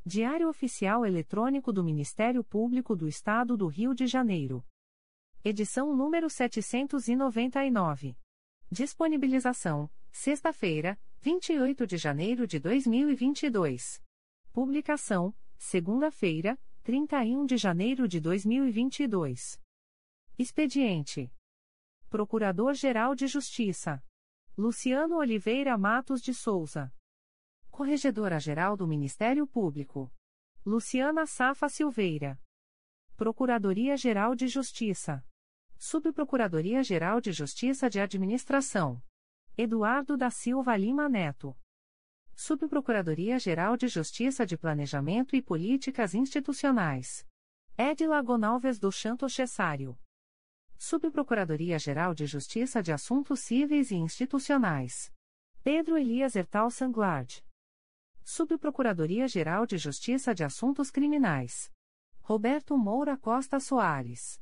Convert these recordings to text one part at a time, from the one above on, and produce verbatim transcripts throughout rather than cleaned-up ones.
Diário Oficial Eletrônico do Ministério Público do Estado do Rio de Janeiro. Edição número setecentos e noventa e nove. Disponibilização: sexta-feira, vinte e oito de janeiro de dois mil e vinte e dois. Publicação: segunda-feira, trinta e um de janeiro de dois mil e vinte e dois. Expediente: Procurador-Geral de Justiça Luciano Oliveira Matos de Souza. Corregedora-Geral do Ministério Público Luciana Safa Silveira. Procuradoria-Geral de Justiça. Subprocuradoria-Geral de Justiça de Administração Eduardo da Silva Lima Neto. Subprocuradoria-Geral de Justiça de Planejamento e Políticas Institucionais Edila Gonalves do Santos Cessário. Subprocuradoria-Geral de Justiça de Assuntos Cíveis e Institucionais Pedro Elias Ertal Sanglard. Subprocuradoria-Geral de Justiça de Assuntos Criminais Roberto Moura Costa Soares.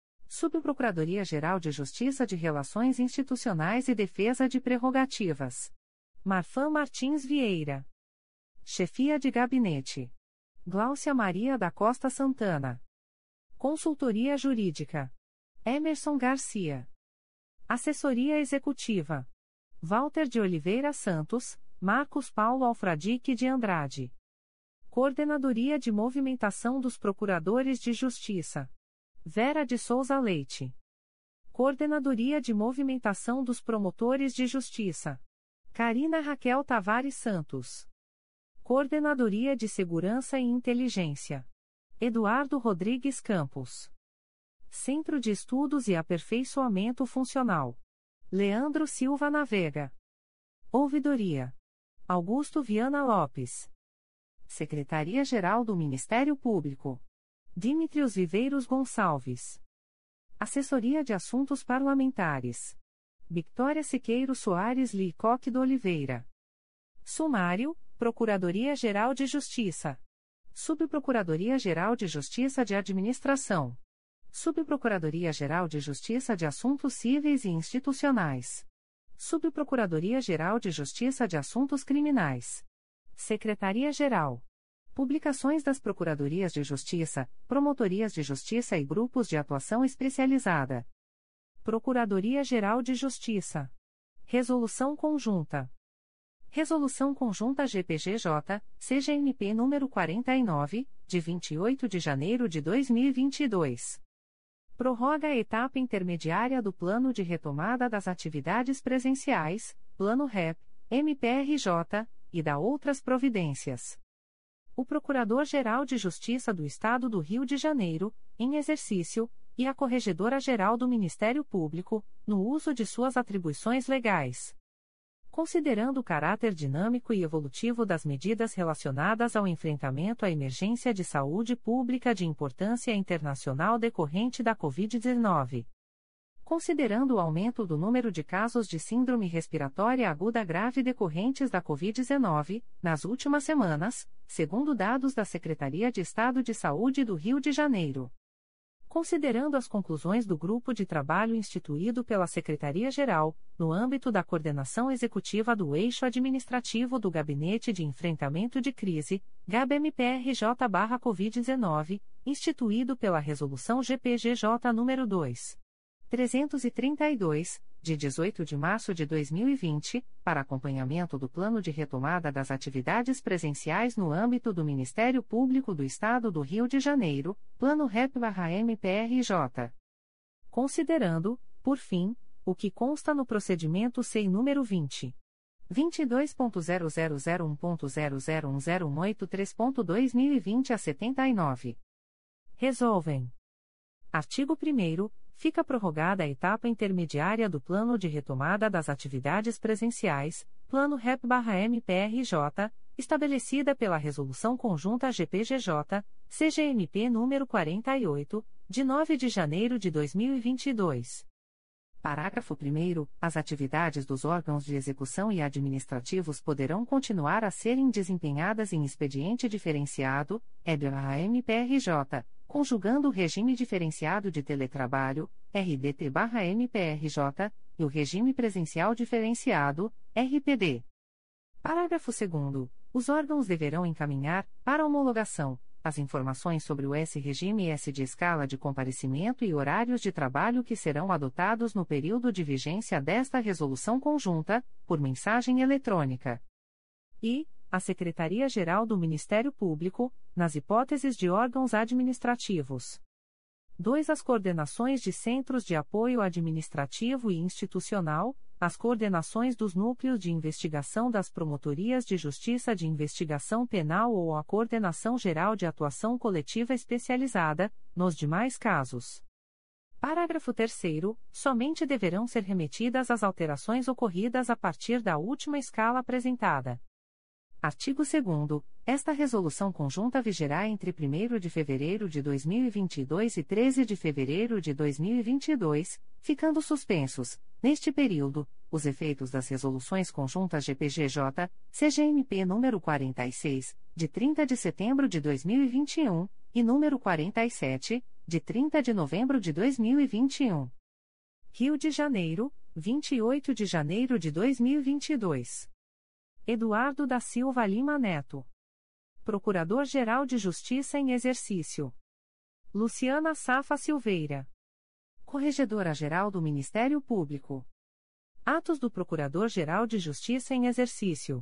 Subprocuradoria-Geral de Justiça de Relações Institucionais e Defesa de Prerrogativas Marfan Martins Vieira. Chefia de Gabinete Gláucia Maria da Costa Santana. Consultoria Jurídica Emerson Garcia. Assessoria Executiva Walter de Oliveira Santos, Marcos Paulo Alfradique de Andrade. Coordenadoria de Movimentação dos Procuradores de Justiça Vera de Souza Leite. Coordenadoria de Movimentação dos Promotores de Justiça Carina Raquel Tavares Santos. Coordenadoria de Segurança e Inteligência Eduardo Rodrigues Campos. Centro de Estudos e Aperfeiçoamento Funcional Leandro Silva Navega. Ouvidoria Augusto Viana Lopes. Secretaria-Geral do Ministério Público Dimitrios Viveiros Gonçalves. Assessoria de Assuntos Parlamentares Victória Siqueiro Soares Licoque do Oliveira. Sumário, Procuradoria-Geral de Justiça. Subprocuradoria-Geral de Justiça de Administração. Subprocuradoria-Geral de Justiça de Assuntos Cíveis e Institucionais. Subprocuradoria-Geral de Justiça de Assuntos Criminais. Secretaria-Geral. Publicações das Procuradorias de Justiça, Promotorias de Justiça e Grupos de Atuação Especializada. Procuradoria-Geral de Justiça. Resolução Conjunta. Resolução Conjunta G P G J, C G M P número quarenta e nove, de vinte e oito de janeiro de dois mil e vinte e dois. Prorroga a etapa intermediária do Plano de Retomada das Atividades Presenciais, Plano R E P, M P R J, e da outras providências. O Procurador-Geral de Justiça do Estado do Rio de Janeiro, em exercício, e a Corregedora-Geral do Ministério Público, no uso de suas atribuições legais. Considerando o caráter dinâmico e evolutivo das medidas relacionadas ao enfrentamento à emergência de saúde pública de importância internacional decorrente da covid dezenove. Considerando o aumento do número de casos de síndrome respiratória aguda grave decorrentes da covid dezenove, nas últimas semanas, segundo dados da Secretaria de Estado de Saúde do Rio de Janeiro. Considerando as conclusões do grupo de trabalho instituído pela Secretaria-Geral, no âmbito da coordenação executiva do Eixo Administrativo do Gabinete de Enfrentamento de Crise, G A B M P R J barra covid dezenove, instituído pela Resolução G P G J nº dois mil trezentos e trinta e dois, de dezoito de março de dois mil e vinte, para acompanhamento do Plano de Retomada das Atividades Presenciais no âmbito do Ministério Público do Estado do Rio de Janeiro, Plano R E P barra M P R J. Considerando, por fim, o que consta no procedimento S E I número vinte. vinte e dois ponto zero zero zero um ponto zero zero um zero um oito três ponto dois mil e vinte a setenta e nove. Resolvem. Artigo primeiro. Fica prorrogada a etapa intermediária do Plano de Retomada das Atividades Presenciais, Plano R E P barra M P R J, estabelecida pela Resolução Conjunta G P G J, C G M P número quarenta e oito, de nove de janeiro de dois mil e vinte e dois. Parágrafo primeiro. As atividades dos órgãos de execução e administrativos poderão continuar a serem desempenhadas em expediente diferenciado, E B barra M P R J, conjugando o regime diferenciado de teletrabalho, R D T barra M P R J, e o regime presencial diferenciado, R P D. Parágrafo segundo. Os órgãos deverão encaminhar, para homologação, as informações sobre o S-Regime S de escala de comparecimento e horários de trabalho que serão adotados no período de vigência desta resolução conjunta, por mensagem eletrônica. E a Secretaria-Geral do Ministério Público, nas hipóteses de órgãos administrativos. dois As coordenações de centros de apoio administrativo e institucional, as coordenações dos núcleos de investigação das promotorias de justiça de investigação penal ou a coordenação geral de atuação coletiva especializada, nos demais casos. Parágrafo terceiro. Somente deverão ser remetidas as alterações ocorridas a partir da última escala apresentada. Artigo segundo. Esta resolução conjunta vigerá entre primeiro de fevereiro de dois mil e vinte e dois e treze de fevereiro de dois mil e vinte e dois, ficando suspensos, neste período, os efeitos das resoluções conjuntas G P G J, C G M P número quarenta e seis, de trinta de setembro de dois mil e vinte e um, e número quarenta e sete, de trinta de novembro de dois mil e vinte e um. Rio de Janeiro, vinte e oito de janeiro de dois mil e vinte e dois. Eduardo da Silva Lima Neto. Procurador-Geral de Justiça em Exercício. Luciana Safa Silveira. Corregedora-Geral do Ministério Público. Atos do Procurador-Geral de Justiça em Exercício.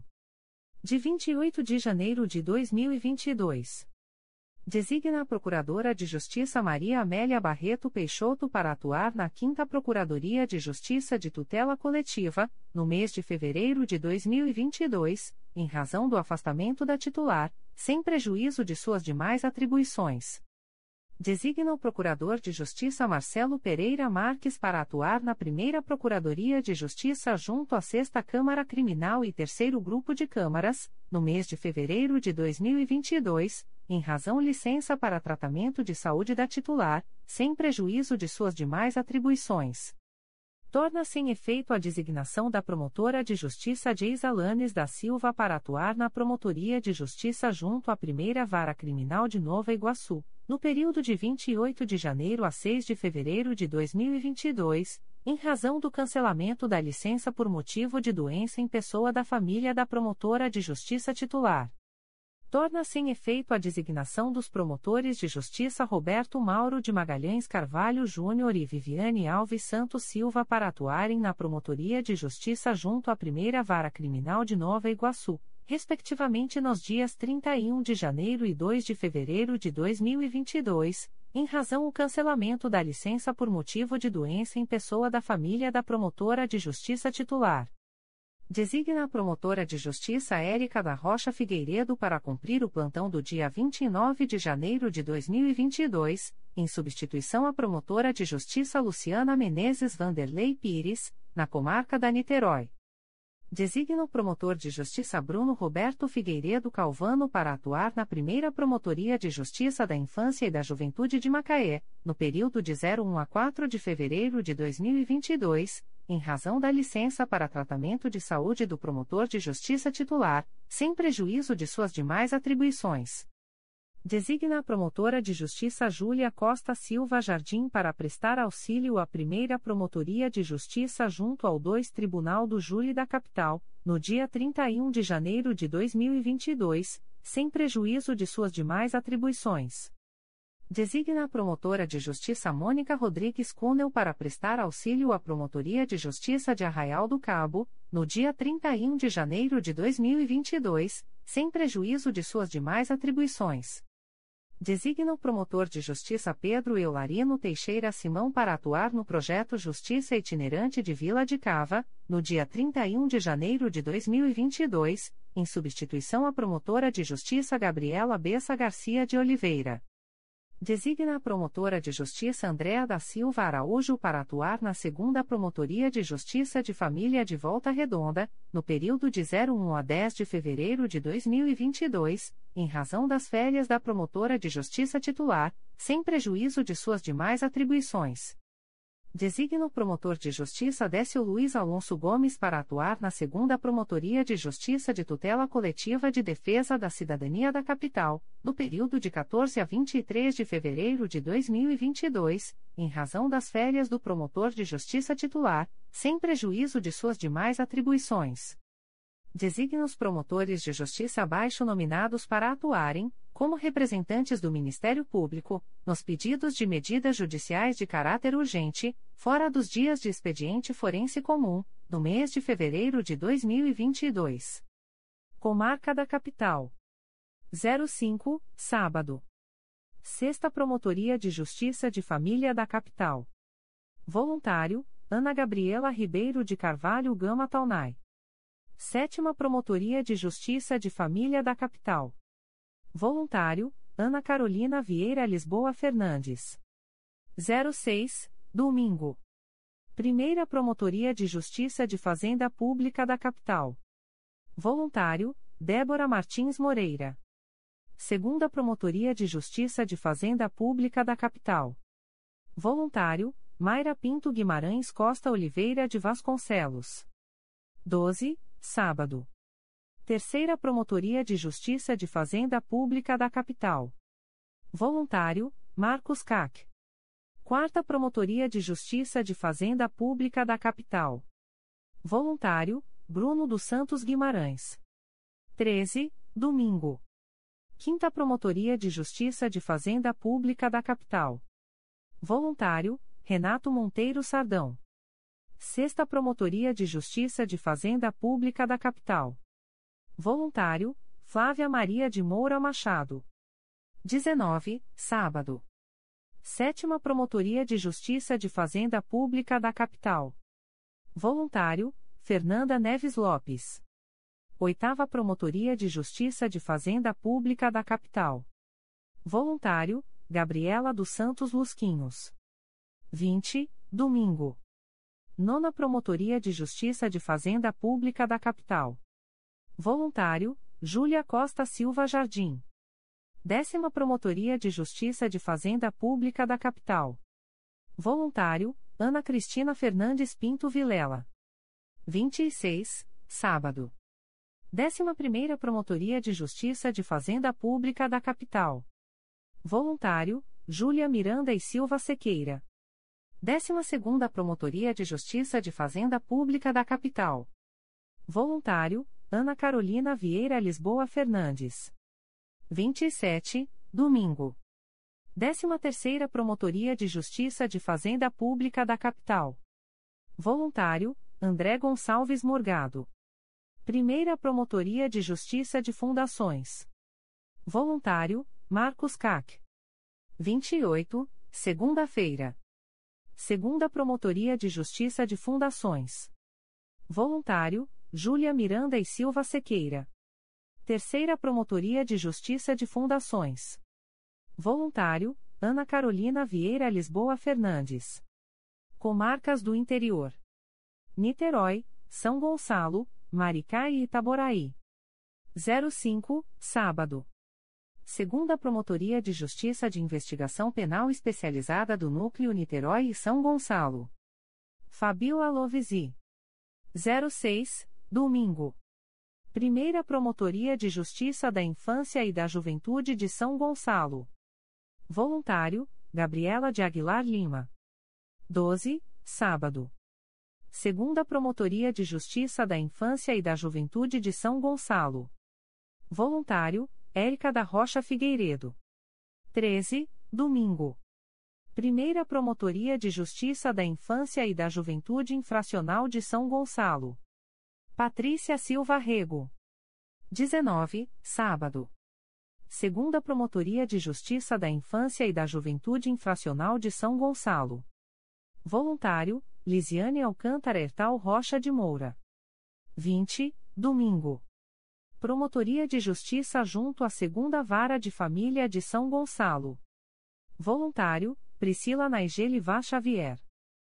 De vinte e oito de janeiro de dois mil e vinte e dois. Designa a Procuradora de Justiça Maria Amélia Barreto Peixoto para atuar na quinta Procuradoria de Justiça de Tutela Coletiva, no mês de fevereiro de dois mil e vinte e dois, em razão do afastamento da titular, sem prejuízo de suas demais atribuições. Designa o Procurador de Justiça Marcelo Pereira Marques para atuar na primeira Procuradoria de Justiça junto à sexta Câmara Criminal e terceiro Grupo de Câmaras, no mês de fevereiro de dois mil e vinte e dois, em razão licença para tratamento de saúde da titular, sem prejuízo de suas demais atribuições. Torna-se em efeito a designação da Promotora de Justiça Geisa Lanes da Silva para atuar na Promotoria de Justiça junto à Primeira Vara Criminal de Nova Iguaçu, no período de vinte e oito de janeiro a seis de fevereiro de dois mil e vinte e dois, em razão do cancelamento da licença por motivo de doença em pessoa da família da Promotora de Justiça titular. Torna-se em efeito a designação dos promotores de justiça Roberto Mauro de Magalhães Carvalho Júnior e Viviane Alves Santos Silva para atuarem na Promotoria de Justiça junto à Primeira Vara Criminal de Nova Iguaçu, respectivamente nos dias trinta e um de janeiro e dois de fevereiro de dois mil e vinte e dois, em razão do cancelamento da licença por motivo de doença em pessoa da família da promotora de justiça titular. Designa a Promotora de Justiça Érica da Rocha Figueiredo para cumprir o plantão do dia vinte e nove de janeiro de dois mil e vinte e dois, em substituição à Promotora de Justiça Luciana Menezes Vanderlei Pires, na comarca da Niterói. Designa o Promotor de Justiça Bruno Roberto Figueiredo Calvano para atuar na primeira Promotoria de Justiça da Infância e da Juventude de Macaé, no período de zero um a quatro de fevereiro de dois mil e vinte e dois, em razão da licença para tratamento de saúde do Promotor de Justiça titular, sem prejuízo de suas demais atribuições. Designa a Promotora de Justiça Júlia Costa Silva Jardim para prestar auxílio à primeira Promotoria de Justiça junto ao dois Tribunal do Júri da Capital, no dia trinta e um de janeiro de dois mil e vinte e dois, sem prejuízo de suas demais atribuições. Designa a Promotora de Justiça Mônica Rodrigues Cunel para prestar auxílio à Promotoria de Justiça de Arraial do Cabo, no dia trinta e um de janeiro de dois mil e vinte e dois, sem prejuízo de suas demais atribuições. Designa o Promotor de Justiça Pedro Eularino Teixeira Simão para atuar no projeto Justiça Itinerante de Vila de Cava, no dia trinta e um de janeiro de dois mil e vinte e dois, em substituição à Promotora de Justiça Gabriela Bessa Garcia de Oliveira. Designa a Promotora de Justiça Andréa da Silva Araújo para atuar na segunda Promotoria de Justiça de Família de Volta Redonda, no período de zero um a dez de fevereiro de dois mil e vinte e dois, em razão das férias da Promotora de Justiça titular, sem prejuízo de suas demais atribuições. Designa o Promotor de Justiça Décio Luiz Alonso Gomes para atuar na segunda Promotoria de Justiça de Tutela Coletiva de Defesa da Cidadania da Capital, no período de quatorze a vinte e três de fevereiro de dois mil e vinte e dois, em razão das férias do Promotor de Justiça titular, sem prejuízo de suas demais atribuições. Designa os promotores de justiça abaixo nominados para atuarem, como representantes do Ministério Público, nos pedidos de medidas judiciais de caráter urgente, fora dos dias de expediente forense comum, do mês de fevereiro de dois mil e vinte e dois. Comarca da Capital. zero cinco, sábado. Sexta Promotoria de Justiça de Família da Capital. Voluntário, Ana Gabriela Ribeiro de Carvalho Gama Taunay. Sétima Promotoria de Justiça de Família da Capital. Voluntário, Ana Carolina Vieira Lisboa Fernandes. zero seis, domingo. Primeira Promotoria de Justiça de Fazenda Pública da Capital. Voluntário, Débora Martins Moreira. Segunda Promotoria de Justiça de Fazenda Pública da Capital. Voluntário, Mayra Pinto Guimarães Costa Oliveira de Vasconcelos. doze, sábado. Terceira Promotoria de Justiça de Fazenda Pública da Capital. Voluntário, Marcos Cac. Quarta Promotoria de Justiça de Fazenda Pública da Capital. Voluntário, Bruno dos Santos Guimarães. treze, domingo. Quinta Promotoria de Justiça de Fazenda Pública da Capital. Voluntário, Renato Monteiro Sardão. Sexta Promotoria de Justiça de Fazenda Pública da Capital. Voluntário, Flávia Maria de Moura Machado. dezenove, sábado. Sétima Promotoria de Justiça de Fazenda Pública da Capital. Voluntário, Fernanda Neves Lopes. Oitava Promotoria de Justiça de Fazenda Pública da Capital. Voluntário, Gabriela dos Santos Lusquinhos. vinte, domingo. Nona Promotoria de Justiça de Fazenda Pública da Capital. Voluntário, Júlia Costa Silva Jardim. Décima Promotoria de Justiça de Fazenda Pública da Capital. Voluntário, Ana Cristina Fernandes Pinto Vilela. vinte e seis, sábado. Décima Primeira Promotoria de Justiça de Fazenda Pública da Capital. Voluntário, Júlia Miranda e Silva Sequeira. Décima Segunda Promotoria de Justiça de Fazenda Pública da Capital. Voluntário, Ana Carolina Vieira Lisboa Fernandes. vinte e sete, domingo. Décima Terceira Promotoria de Justiça de Fazenda Pública da Capital. Voluntário, André Gonçalves Morgado. Primeira Promotoria de Justiça de Fundações. Voluntário, Marcos Cac. vinte e oito, segunda-feira. Segunda Promotoria de Justiça de Fundações. Voluntário, Júlia Miranda e Silva Sequeira. Terceira Promotoria de Justiça de Fundações. Voluntário, Ana Carolina Vieira Lisboa Fernandes. Comarcas do Interior. Niterói, São Gonçalo, Maricá e Itaboraí. zero cinco, sábado. Segunda Promotoria de Justiça de Investigação Penal Especializada do Núcleo Niterói e São Gonçalo. Fabiola Lovisi. zero seis, domingo. Primeira Promotoria de Justiça da Infância e da Juventude de São Gonçalo. Voluntário, Gabriela de Aguilar Lima. doze, sábado. Segunda Promotoria de Justiça da Infância e da Juventude de São Gonçalo. Voluntário, Érica da Rocha Figueiredo. treze, domingo. Primeira Promotoria de Justiça da Infância e da Juventude Infracional de São Gonçalo. Patrícia Silva Rego. dezenove, sábado. Segunda Promotoria de Justiça da Infância e da Juventude Infracional de São Gonçalo. Voluntário, Lisiane Alcântara Hertal Rocha de Moura. vinte, domingo. Promotoria de Justiça junto à Segunda Vara de Família de São Gonçalo. Voluntário, Priscila Naigeli Vá Xavier.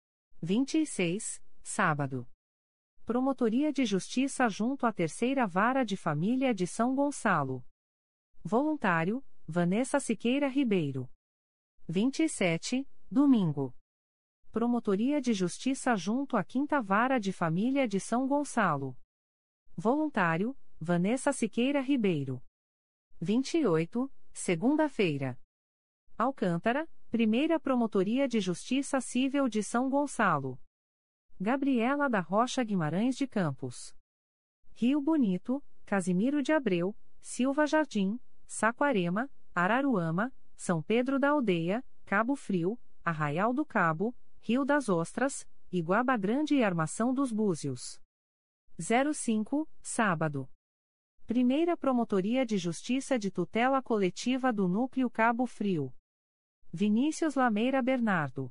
vinte e seis, sábado. Promotoria de Justiça junto à Terceira Vara de Família de São Gonçalo. Voluntário, Vanessa Siqueira Ribeiro. vinte e sete, domingo. Promotoria de Justiça junto à Quinta Vara de Família de São Gonçalo. Voluntário, Vanessa Siqueira Ribeiro. vinte e oito, segunda-feira. Alcântara, Primeira Promotoria de Justiça Civil de São Gonçalo. Gabriela da Rocha Guimarães de Campos. Rio Bonito, Casimiro de Abreu, Silva Jardim, Saquarema, Araruama, São Pedro da Aldeia, Cabo Frio, Arraial do Cabo, Rio das Ostras, Iguaba Grande e Armação dos Búzios. zero cinco, sábado. Primeira Promotoria de Justiça de Tutela Coletiva do Núcleo Cabo Frio. Vinícius Lameira Bernardo.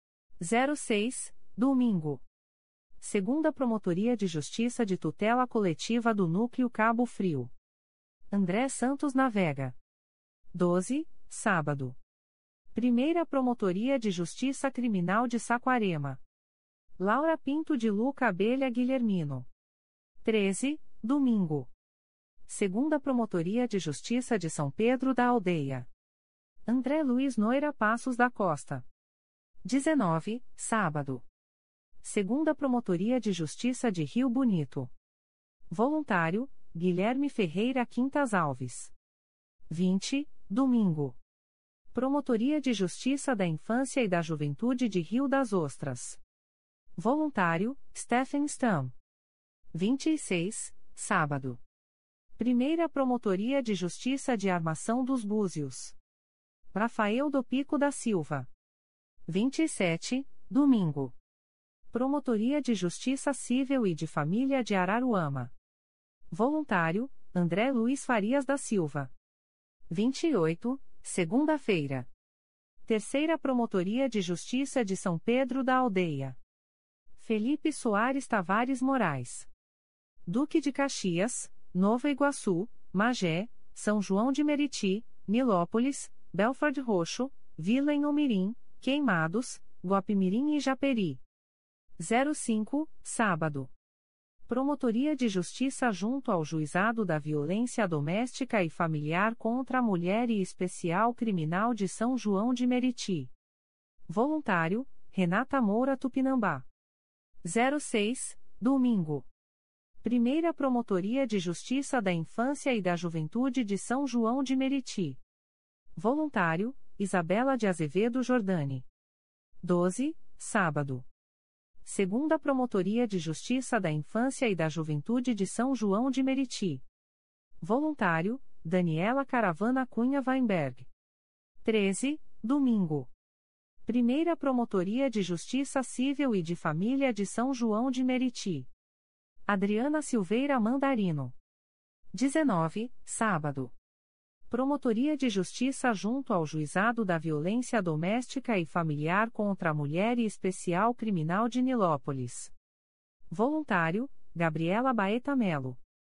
zero seis, domingo. Segunda Promotoria de Justiça de Tutela Coletiva do Núcleo Cabo Frio. André Santos Navega. doze, sábado. Primeira Promotoria de Justiça Criminal de Saquarema. Laura Pinto de Luca Abelha Guilhermino. treze, domingo. Segunda Promotoria de Justiça de São Pedro da Aldeia. André Luiz Noira Passos da Costa. dezenove, sábado. Segunda Promotoria de Justiça de Rio Bonito. Voluntário, Guilherme Ferreira Quintas Alves. vinte, domingo. Promotoria de Justiça da Infância e da Juventude de Rio das Ostras. Voluntário, Stephen Stamm. vinte e seis, sábado. Primeira Promotoria de Justiça de Armação dos Búzios. Rafael do Pico da Silva. vinte e sete, domingo. Promotoria de Justiça Civil e de Família de Araruama. Voluntário, André Luiz Farias da Silva. vinte e oito, segunda-feira. Terceira Promotoria de Justiça de São Pedro da Aldeia. Felipe Soares Tavares Moraes. Duque de Caxias, Nova Iguaçu, Magé, São João de Meriti, Nilópolis, Belford Roxo, Vila Inhomirim, Queimados, Guapimirim e Japeri. zero cinco, sábado. Promotoria de Justiça junto ao Juizado da Violência Doméstica e Familiar contra a Mulher e Especial Criminal de São João de Meriti. Voluntário, Renata Moura Tupinambá. zero seis, domingo. Primeira Promotoria de Justiça da Infância e da Juventude de São João de Meriti. Voluntário, Isabela de Azevedo Jordani. doze, sábado. Segunda Promotoria de Justiça da Infância e da Juventude de São João de Meriti. Voluntário, Daniela Caravana Cunha Weinberg. treze, domingo. Primeira Promotoria de Justiça Civil e de Família de São João de Meriti. Adriana Silveira Mandarino. dezenove, sábado. Promotoria de Justiça junto ao Juizado da Violência Doméstica e Familiar contra a Mulher e Especial Criminal de Nilópolis. Voluntário, Gabriela Baeta Melo.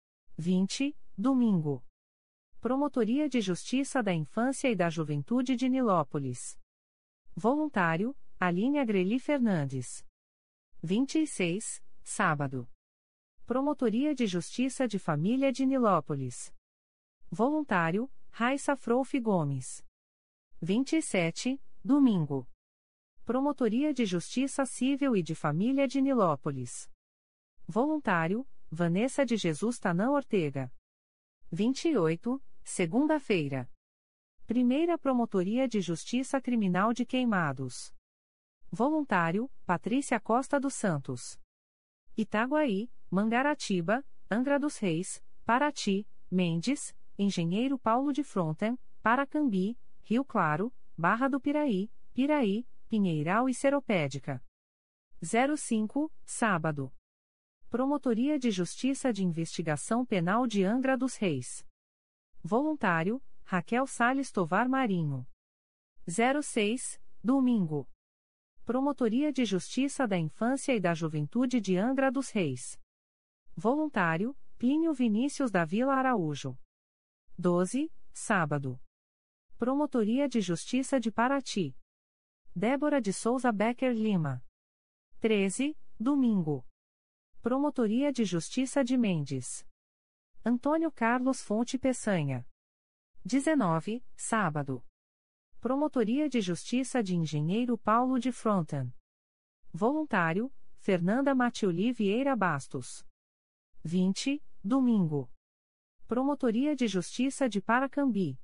vinte, domingo. Promotoria de Justiça da Infância e da Juventude de Nilópolis. Voluntário, Aline Agreli Fernandes. vinte e seis, sábado. Promotoria de Justiça de Família de Nilópolis. Voluntário, Raissa Frouf Gomes. vinte e sete, domingo. Promotoria de Justiça Civil e de Família de Nilópolis. Voluntário, Vanessa de Jesus Tanã Ortega. vinte e oito, segunda-feira. Primeira Promotoria de Justiça Criminal de Queimados. Voluntário, Patrícia Costa dos Santos. Itaguaí, Mangaratiba, Angra dos Reis, Paraty, Mendes, Engenheiro Paulo de Fronten, Paracambi, Rio Claro, Barra do Piraí, Piraí, Pinheiral e Seropédica. zero cinco, sábado. Promotoria de Justiça de Investigação Penal de Angra dos Reis. Voluntário, Raquel Salles Tovar Marinho. zero seis, domingo. Promotoria de Justiça da Infância e da Juventude de Angra dos Reis. Voluntário, Plínio Vinícius da Vila Araújo. doze, sábado. Promotoria de Justiça de Paraty. Débora de Souza Becker Lima. treze, domingo. Promotoria de Justiça de Mendes. Antônio Carlos Fonte Peçanha. dezenove, sábado. Promotoria de Justiça de Engenheiro Paulo de Fronten. Voluntário, Fernanda Matiuli Vieira Bastos. vinte, domingo. Promotoria de Justiça de Paracambi.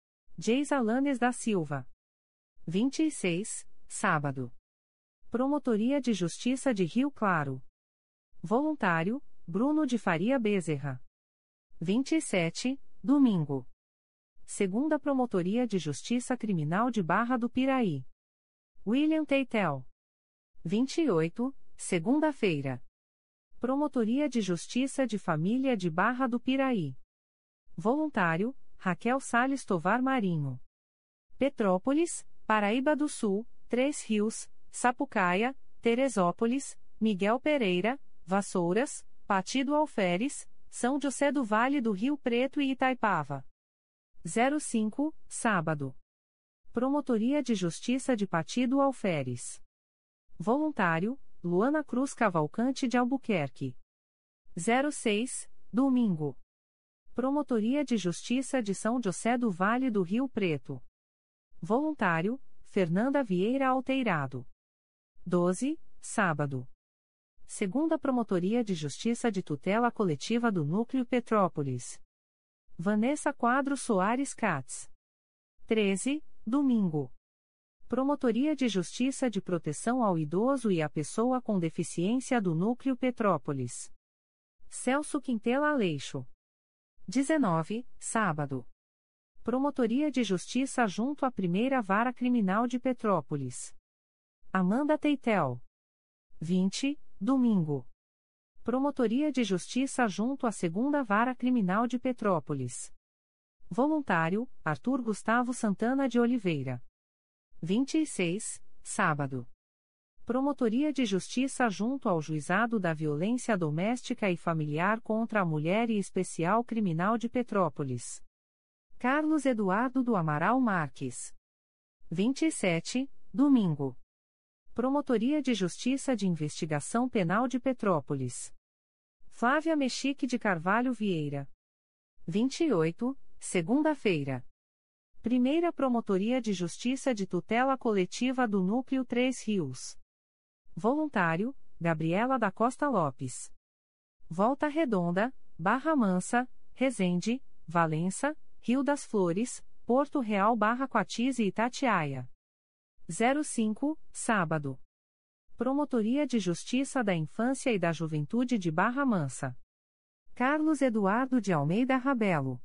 Geis Alanes da Silva. vinte e seis, sábado. Promotoria de Justiça de Rio Claro. Voluntário, Bruno de Faria Bezerra. vinte e sete, domingo. Segunda Promotoria de Justiça Criminal de Barra do Piraí. William Teitel. vinte e oito, segunda-feira. Promotoria de Justiça de Família de Barra do Piraí. Voluntário, Raquel Salles Tovar Marinho. Petrópolis, Paraíba do Sul, Três Rios, Sapucaia, Teresópolis, Miguel Pereira, Vassouras, Partido Alferes, São José do Vale do Rio Preto e Itaipava. zero cinco, sábado. Promotoria de Justiça de Partido Alferes. Voluntário, Luana Cruz Cavalcante de Albuquerque. zero seis, domingo. Promotoria de Justiça de São José do Vale do Rio Preto. Voluntário, Fernanda Vieira Alteirado. doze, sábado. Segunda Promotoria de Justiça de Tutela Coletiva do Núcleo Petrópolis. Vanessa Quadro Soares Katz. treze, domingo. Promotoria de Justiça de Proteção ao Idoso e à Pessoa com Deficiência do Núcleo Petrópolis. Celso Quintela Aleixo. dezenove, sábado. Promotoria de Justiça junto à Primeira Vara Criminal de Petrópolis. Amanda Teitel. vinte, domingo. Promotoria de Justiça junto à Segunda Vara Criminal de Petrópolis. Voluntário, Arthur Gustavo Santana de Oliveira. vinte e seis, sábado. Promotoria de Justiça junto ao Juizado da Violência Doméstica e Familiar contra a Mulher e Especial Criminal de Petrópolis. Carlos Eduardo do Amaral Marques. vinte e sete, domingo. Promotoria de Justiça de Investigação Penal de Petrópolis. Flávia Mexique de Carvalho Vieira. vinte e oito, segunda-feira. Primeira Promotoria de Justiça de Tutela Coletiva do Núcleo Três Rios. Voluntário, Gabriela da Costa Lopes. Volta Redonda, Barra Mansa, Resende, Valença, Rio das Flores, Porto Real Barra Coatis e Itatiaia. zero cinco, sábado. Promotoria de Justiça da Infância e da Juventude de Barra Mansa. Carlos Eduardo de Almeida Rabelo.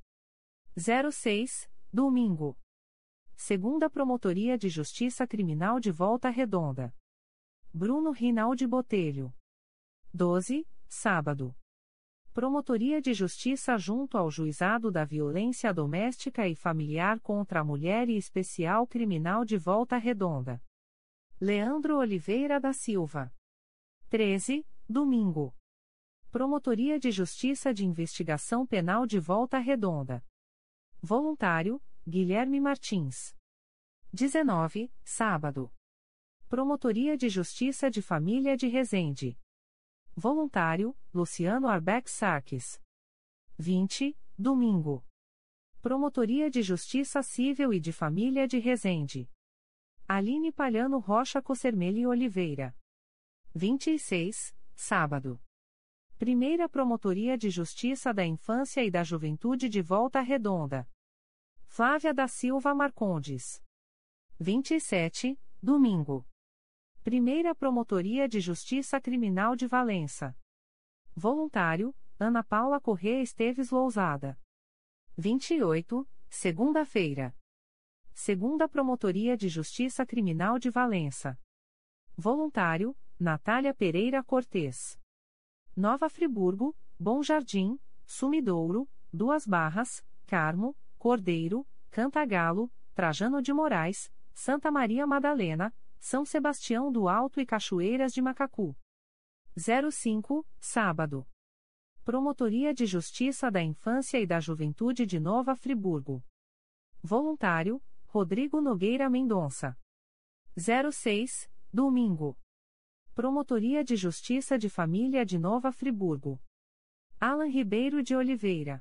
zero seis, domingo. Segunda Promotoria de Justiça Criminal de Volta Redonda. Bruno Rinaldi Botelho. doze, sábado. Promotoria de Justiça junto ao Juizado da Violência Doméstica e Familiar contra a Mulher e Especial Criminal de Volta Redonda. Leandro Oliveira da Silva. treze, domingo. Promotoria de Justiça de Investigação Penal de Volta Redonda. Voluntário, Guilherme Martins. dezenove, sábado. Promotoria de Justiça de Família de Resende. Voluntário, Luciano Arbex Sarques. vinte, domingo. Promotoria de Justiça Civil e de Família de Resende. Aline Palhano Rocha Cossermelli Oliveira. vinte e seis, sábado. Primeira Promotoria de Justiça da Infância e da Juventude de Volta Redonda. Flávia da Silva Marcondes. vinte e sete, domingo. Primeira Promotoria de Justiça Criminal de Valença. Voluntário, Ana Paula Corrêa Esteves Lousada. vinte e oito, segunda-feira. Segunda Promotoria de Justiça Criminal de Valença. Voluntário, Natália Pereira Cortês. Nova Friburgo, Bom Jardim, Sumidouro, Duas Barras, Carmo, Cordeiro, Cantagalo, Trajano de Moraes, Santa Maria Madalena, São Sebastião do Alto e Cachoeiras de Macacu. zero cinco, sábado. Promotoria de Justiça da Infância e da Juventude de Nova Friburgo. Voluntário, Rodrigo Nogueira Mendonça. zero seis, domingo. Promotoria de Justiça de Família de Nova Friburgo. Alan Ribeiro de Oliveira.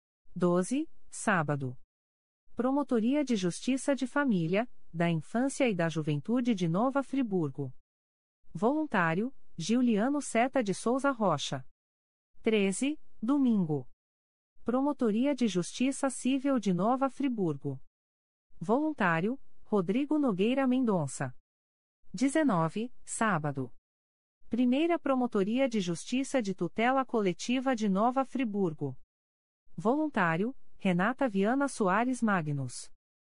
doze, sábado. Promotoria de Justiça de Família, da Infância e da Juventude de Nova Friburgo. Voluntário, Giuliano Seta de Souza Rocha. treze, domingo. Promotoria de Justiça Civil de Nova Friburgo. Voluntário, Rodrigo Nogueira Mendonça. dezenove, sábado. Primeira Promotoria de Justiça de Tutela Coletiva de Nova Friburgo. Voluntário, Renata Viana Soares Magnus.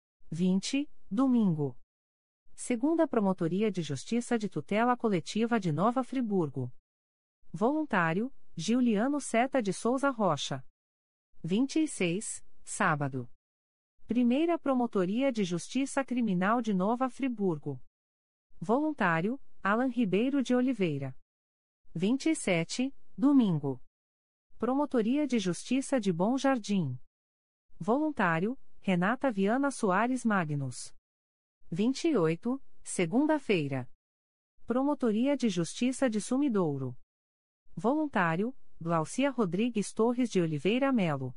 vinte, domingo. Segunda Promotoria de Justiça de Tutela Coletiva de Nova Friburgo. Voluntário, Giuliano Seta de Souza Rocha. vinte e seis, sábado. Primeira Promotoria de Justiça Criminal de Nova Friburgo. Voluntário, Alan Ribeiro de Oliveira. vinte e sete, domingo. Promotoria de Justiça de Bom Jardim. Voluntário, Renata Viana Soares Magnus. vinte e oito, segunda-feira. Promotoria de Justiça de Sumidouro. Voluntário, Glaucia Rodrigues Torres de Oliveira Melo.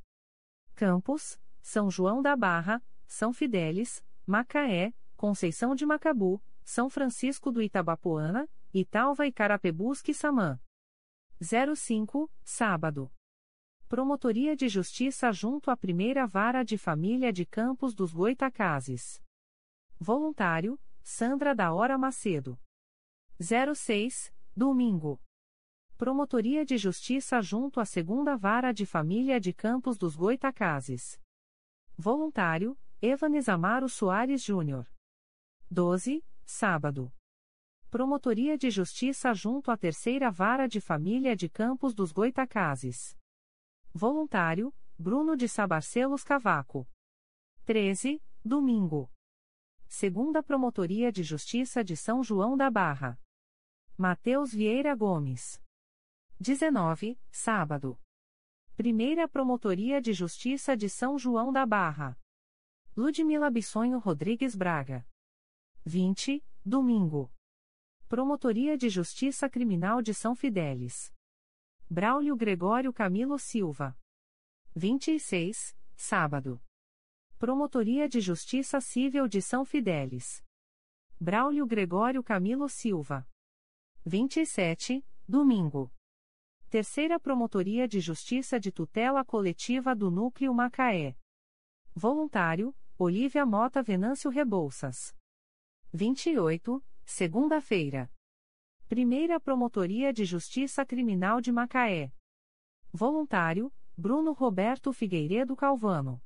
Campos, São João da Barra, São Fidélis, Macaé, Conceição de Macabu, São Francisco do Itabapoana, Italva e Carapebus Quissamã. zero cinco, sábado. Promotoria de Justiça junto à Primeira Vara de Família de Campos dos Goitacazes. Voluntário, Sandra da Hora Macedo. zero seis, domingo. Promotoria de Justiça junto à Segunda Vara de Família de Campos dos Goitacazes. Voluntário, Evanes Amaro Soares Júnior. doze, sábado. Promotoria de Justiça junto à Terceira Vara de Família de Campos dos Goitacazes. Voluntário, Bruno de Sabarcelos Cavaco. treze, domingo. Segunda Promotoria de Justiça de São João da Barra. Mateus Vieira Gomes. dezenove, sábado. Primeira Promotoria de Justiça de São João da Barra. Ludmila Bissonho Rodrigues Braga. vinte, domingo. Promotoria de Justiça Criminal de São Fidélis. Braulio Gregório Camilo Silva. vinte e seis, sábado. Promotoria de Justiça Civil de São Fidélis. Braulio Gregório Camilo Silva. vinte e sete, domingo. Terceira Promotoria de Justiça de Tutela Coletiva do Núcleo Macaé. Voluntário, Olívia Mota Venâncio Rebouças. vinte e oito, segunda-feira. Primeira Promotoria de Justiça Criminal de Macaé. Voluntário, Bruno Roberto Figueiredo Calvano.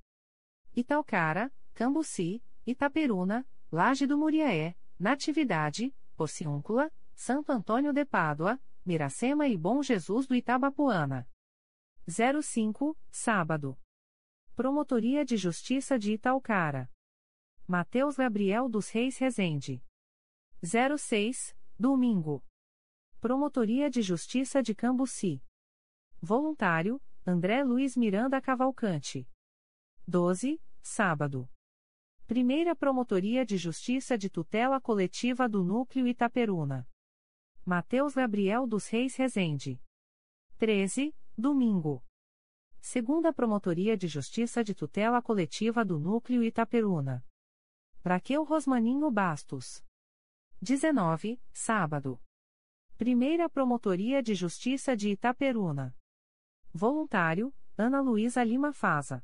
Italcara, Cambuci, Itaperuna, Laje do Muriaé, Natividade, Porciúncula, Santo Antônio de Pádua, Miracema e Bom Jesus do Itabapoana. zero cinco, sábado. Promotoria de Justiça de Italcara. Mateus Gabriel dos Reis Rezende. zero seis, domingo. Promotoria de Justiça de Cambuci. Voluntário, André Luiz Miranda Cavalcante. doze, sábado. Primeira Promotoria de Justiça de Tutela Coletiva do Núcleo Itaperuna. Mateus Gabriel dos Reis Rezende. treze, domingo. Segunda Promotoria de Justiça de Tutela Coletiva do Núcleo Itaperuna. Raquel Rosmaninho Bastos. dezenove, sábado. Primeira Promotoria de Justiça de Itaperuna. Voluntário, Ana Luísa Lima Faza.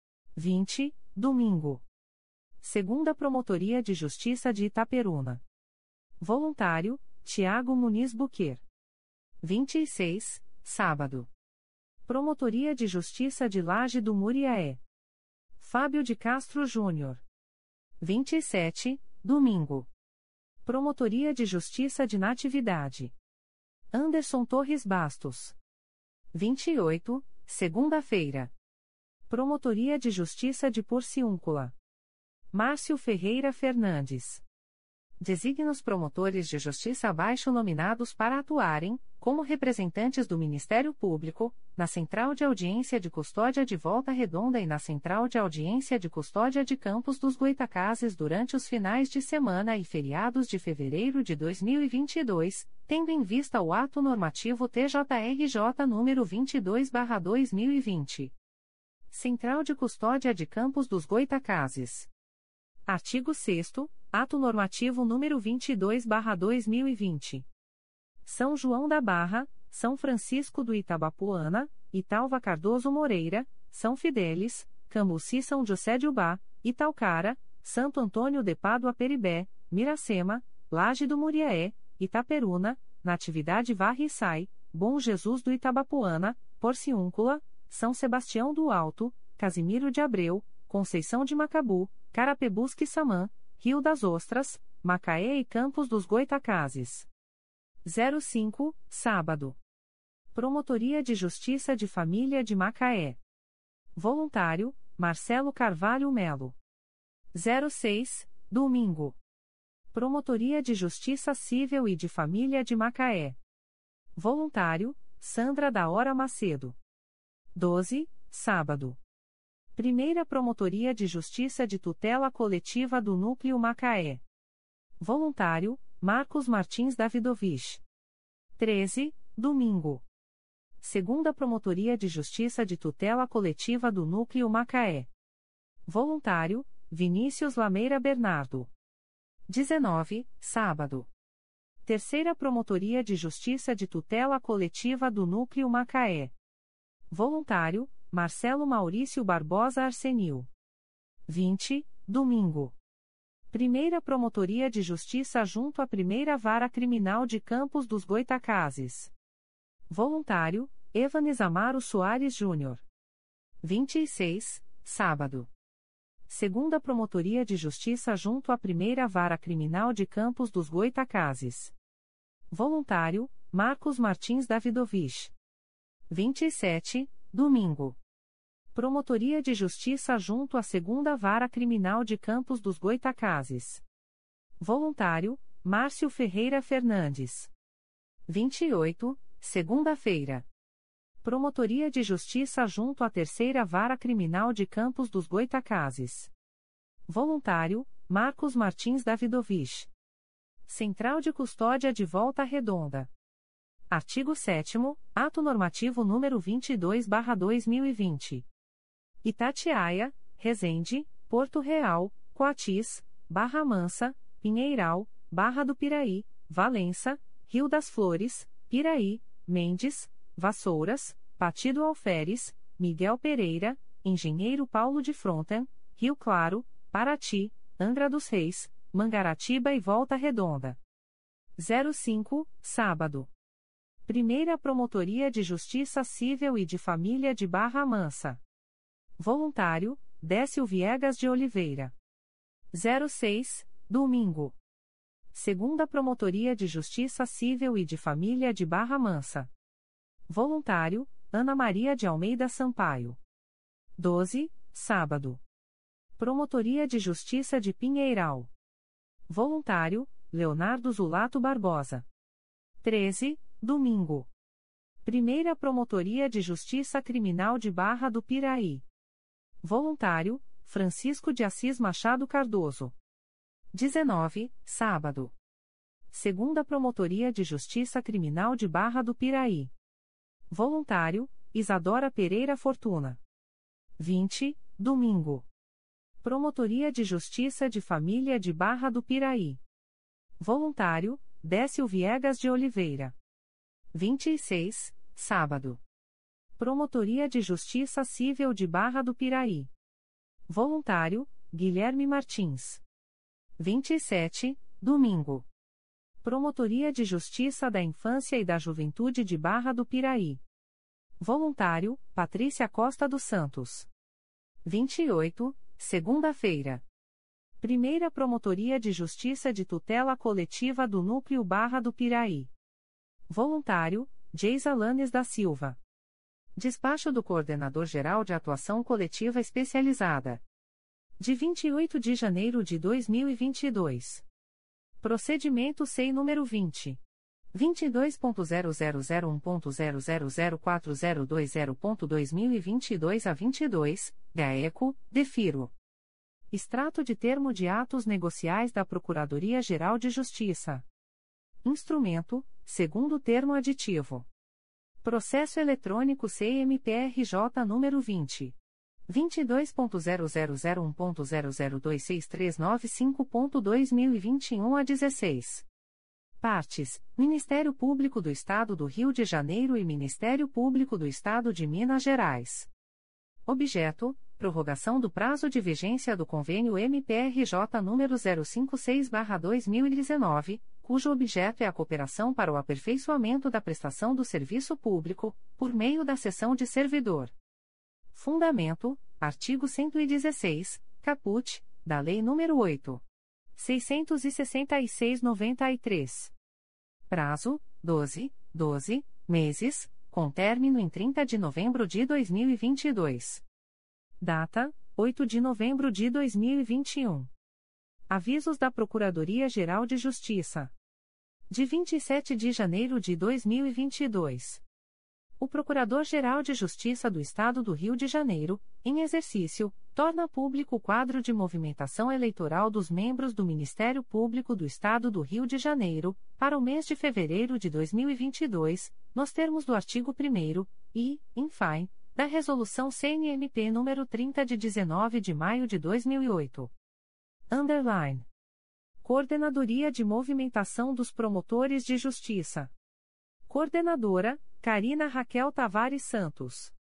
vinte, domingo. Segunda Promotoria de Justiça de Itaperuna. Voluntário, Tiago Muniz Buquer. vinte e seis, sábado. Promotoria de Justiça de Laje do Muriaé. Fábio de Castro Júnior. vinte e sete, domingo. Promotoria de Justiça de Natividade. Anderson Torres Bastos. vinte e oito, segunda-feira. Promotoria de Justiça de Porciúncula. Márcio Ferreira Fernandes. Designa os promotores de justiça abaixo nominados para atuarem, como representantes do Ministério Público, na Central de Audiência de Custódia de Volta Redonda e na Central de Audiência de Custódia de Campos dos Goitacazes durante os finais de semana e feriados de fevereiro de dois mil e vinte e dois, tendo em vista o ato normativo T J R J número vinte e dois barra dois mil e vinte. Central de Custódia de Campos dos Goitacazes. Artigo sexto, Ato Normativo número vinte e dois barra dois mil e vinte. São João da Barra, São Francisco do Itabapoana, Italva Cardoso Moreira, São Fidélis, Cambuci São José de Ubá, Italcara, Santo Antônio de Pádua Peribé, Miracema, Laje do Muriaé, Itaperuna, Natividade Varre e Sai, Bom Jesus do Itabapoana, Porciúncula, São Sebastião do Alto, Casimiro de Abreu, Conceição de Macabu, Carapebusca e Samã, Rio das Ostras, Macaé e Campos dos Goitacazes. zero cinco, sábado. Promotoria de Justiça de Família de Macaé. Voluntário, Marcelo Carvalho Melo. zero seis, domingo. Promotoria de Justiça Civil e de Família de Macaé. Voluntário, Sandra da Hora Macedo. doze, sábado. Primeira Promotoria de Justiça de Tutela Coletiva do Núcleo Macaé. Voluntário, Marcos Martins Davidovich. treze, domingo. Segunda Promotoria de Justiça de Tutela Coletiva do Núcleo Macaé. Voluntário, Vinícius Lameira Bernardo. dezenove, sábado. Terceira Promotoria de Justiça de Tutela Coletiva do Núcleo Macaé. Voluntário, Marcelo Maurício Barbosa Arsenil. vinte, domingo. Primeira Promotoria de Justiça junto à Primeira Vara Criminal de Campos dos Goitacazes. Voluntário, Evanes Amaro Soares Júnior. vinte e seis, sábado. Segunda Promotoria de Justiça junto à Primeira Vara Criminal de Campos dos Goitacazes. Voluntário, Marcos Martins Davidovich. vinte e sete, domingo. Promotoria de Justiça junto à Segunda Vara Criminal de Campos dos Goitacazes. Voluntário, Márcio Ferreira Fernandes. vinte e oito, segunda-feira. Promotoria de Justiça junto à Terceira Vara Criminal de Campos dos Goitacazes. Voluntário, Marcos Martins Davidovich. Central de Custódia de Volta Redonda. Artigo sétimo, Ato Normativo número vinte e dois barra dois mil e vinte. Itatiaia, Resende, Porto Real, Coatis, Barra Mansa, Pinheiral, Barra do Piraí, Valença, Rio das Flores, Piraí, Mendes, Vassouras, Partido Alferes, Miguel Pereira, Engenheiro Paulo de Fronten, Rio Claro, Paraty, Angra dos Reis, Mangaratiba e Volta Redonda. zero cinco, sábado. Primeira Promotoria de Justiça Civil e de Família de Barra Mansa. Voluntário, Décio Viegas de Oliveira. zero seis, domingo. Segunda Promotoria de Justiça Civil e de Família de Barra Mansa. Voluntário, Ana Maria de Almeida Sampaio. doze, sábado. Promotoria de Justiça de Pinheiral. Voluntário, Leonardo Zulato Barbosa. treze, domingo. Primeira Promotoria de Justiça Criminal de Barra do Piraí. Voluntário, Francisco de Assis Machado Cardoso. dezenove, sábado. Segunda Promotoria de Justiça Criminal de Barra do Piraí. Voluntário, Isadora Pereira Fortuna. vinte, domingo. Promotoria de Justiça de Família de Barra do Piraí. Voluntário, Décio Viegas de Oliveira. vinte e seis, sábado. Promotoria de Justiça Civil de Barra do Piraí. Voluntário, Guilherme Martins. vinte e sete, domingo. Promotoria de Justiça da Infância e da Juventude de Barra do Piraí. Voluntário, Patrícia Costa dos Santos. vinte e oito, segunda-feira. Primeira Promotoria de Justiça de Tutela Coletiva do Núcleo Barra do Piraí. Voluntário, Geisa Lanes da Silva. Despacho do Coordenador-Geral de Atuação Coletiva Especializada. De vinte e oito de janeiro de dois mil e vinte e dois. Procedimento S E I número vinte. vinte e dois ponto zero zero zero um ponto zero zero zero quatro zero dois zero ponto dois mil e vinte e dois a vinte e dois, GAECO, defiro. Extrato de termo de atos negociais da Procuradoria-Geral de Justiça. Instrumento, segundo termo aditivo. Processo eletrônico C M P R J número vinte. vinte e dois ponto zero zero zero um ponto zero zero dois seis três nove cinco ponto dois mil e vinte e um a dezesseis. Partes: Ministério Público do Estado do Rio de Janeiro e Ministério Público do Estado de Minas Gerais. Objeto: prorrogação do prazo de vigência do Convênio M P R J número zero cinco seis barra dois mil e dezenove, cujo objeto é a cooperação para o aperfeiçoamento da prestação do serviço público, por meio da cessão de servidor. Fundamento: artigo cento e dezesseis, caput, da Lei nº oito mil seiscentos e sessenta e seis barra noventa e três. Prazo: doze, doze meses, com término em trinta de novembro de dois mil e vinte e dois. Data: oito de novembro de dois mil e vinte e um. Avisos da Procuradoria-Geral de Justiça. De vinte e sete de janeiro de dois mil e vinte e dois. O Procurador-Geral de Justiça do Estado do Rio de Janeiro, em exercício, torna público o quadro de movimentação eleitoral dos membros do Ministério Público do Estado do Rio de Janeiro, para o mês de fevereiro de dois mil e vinte e dois, nos termos do artigo primeiro e, infine, da Resolução C N M P nº trinta de dezenove de maio de dois mil e oito. Underline. Coordenadoria de Movimentação dos Promotores de Justiça. Coordenadora: Carina Raquel Tavares Santos.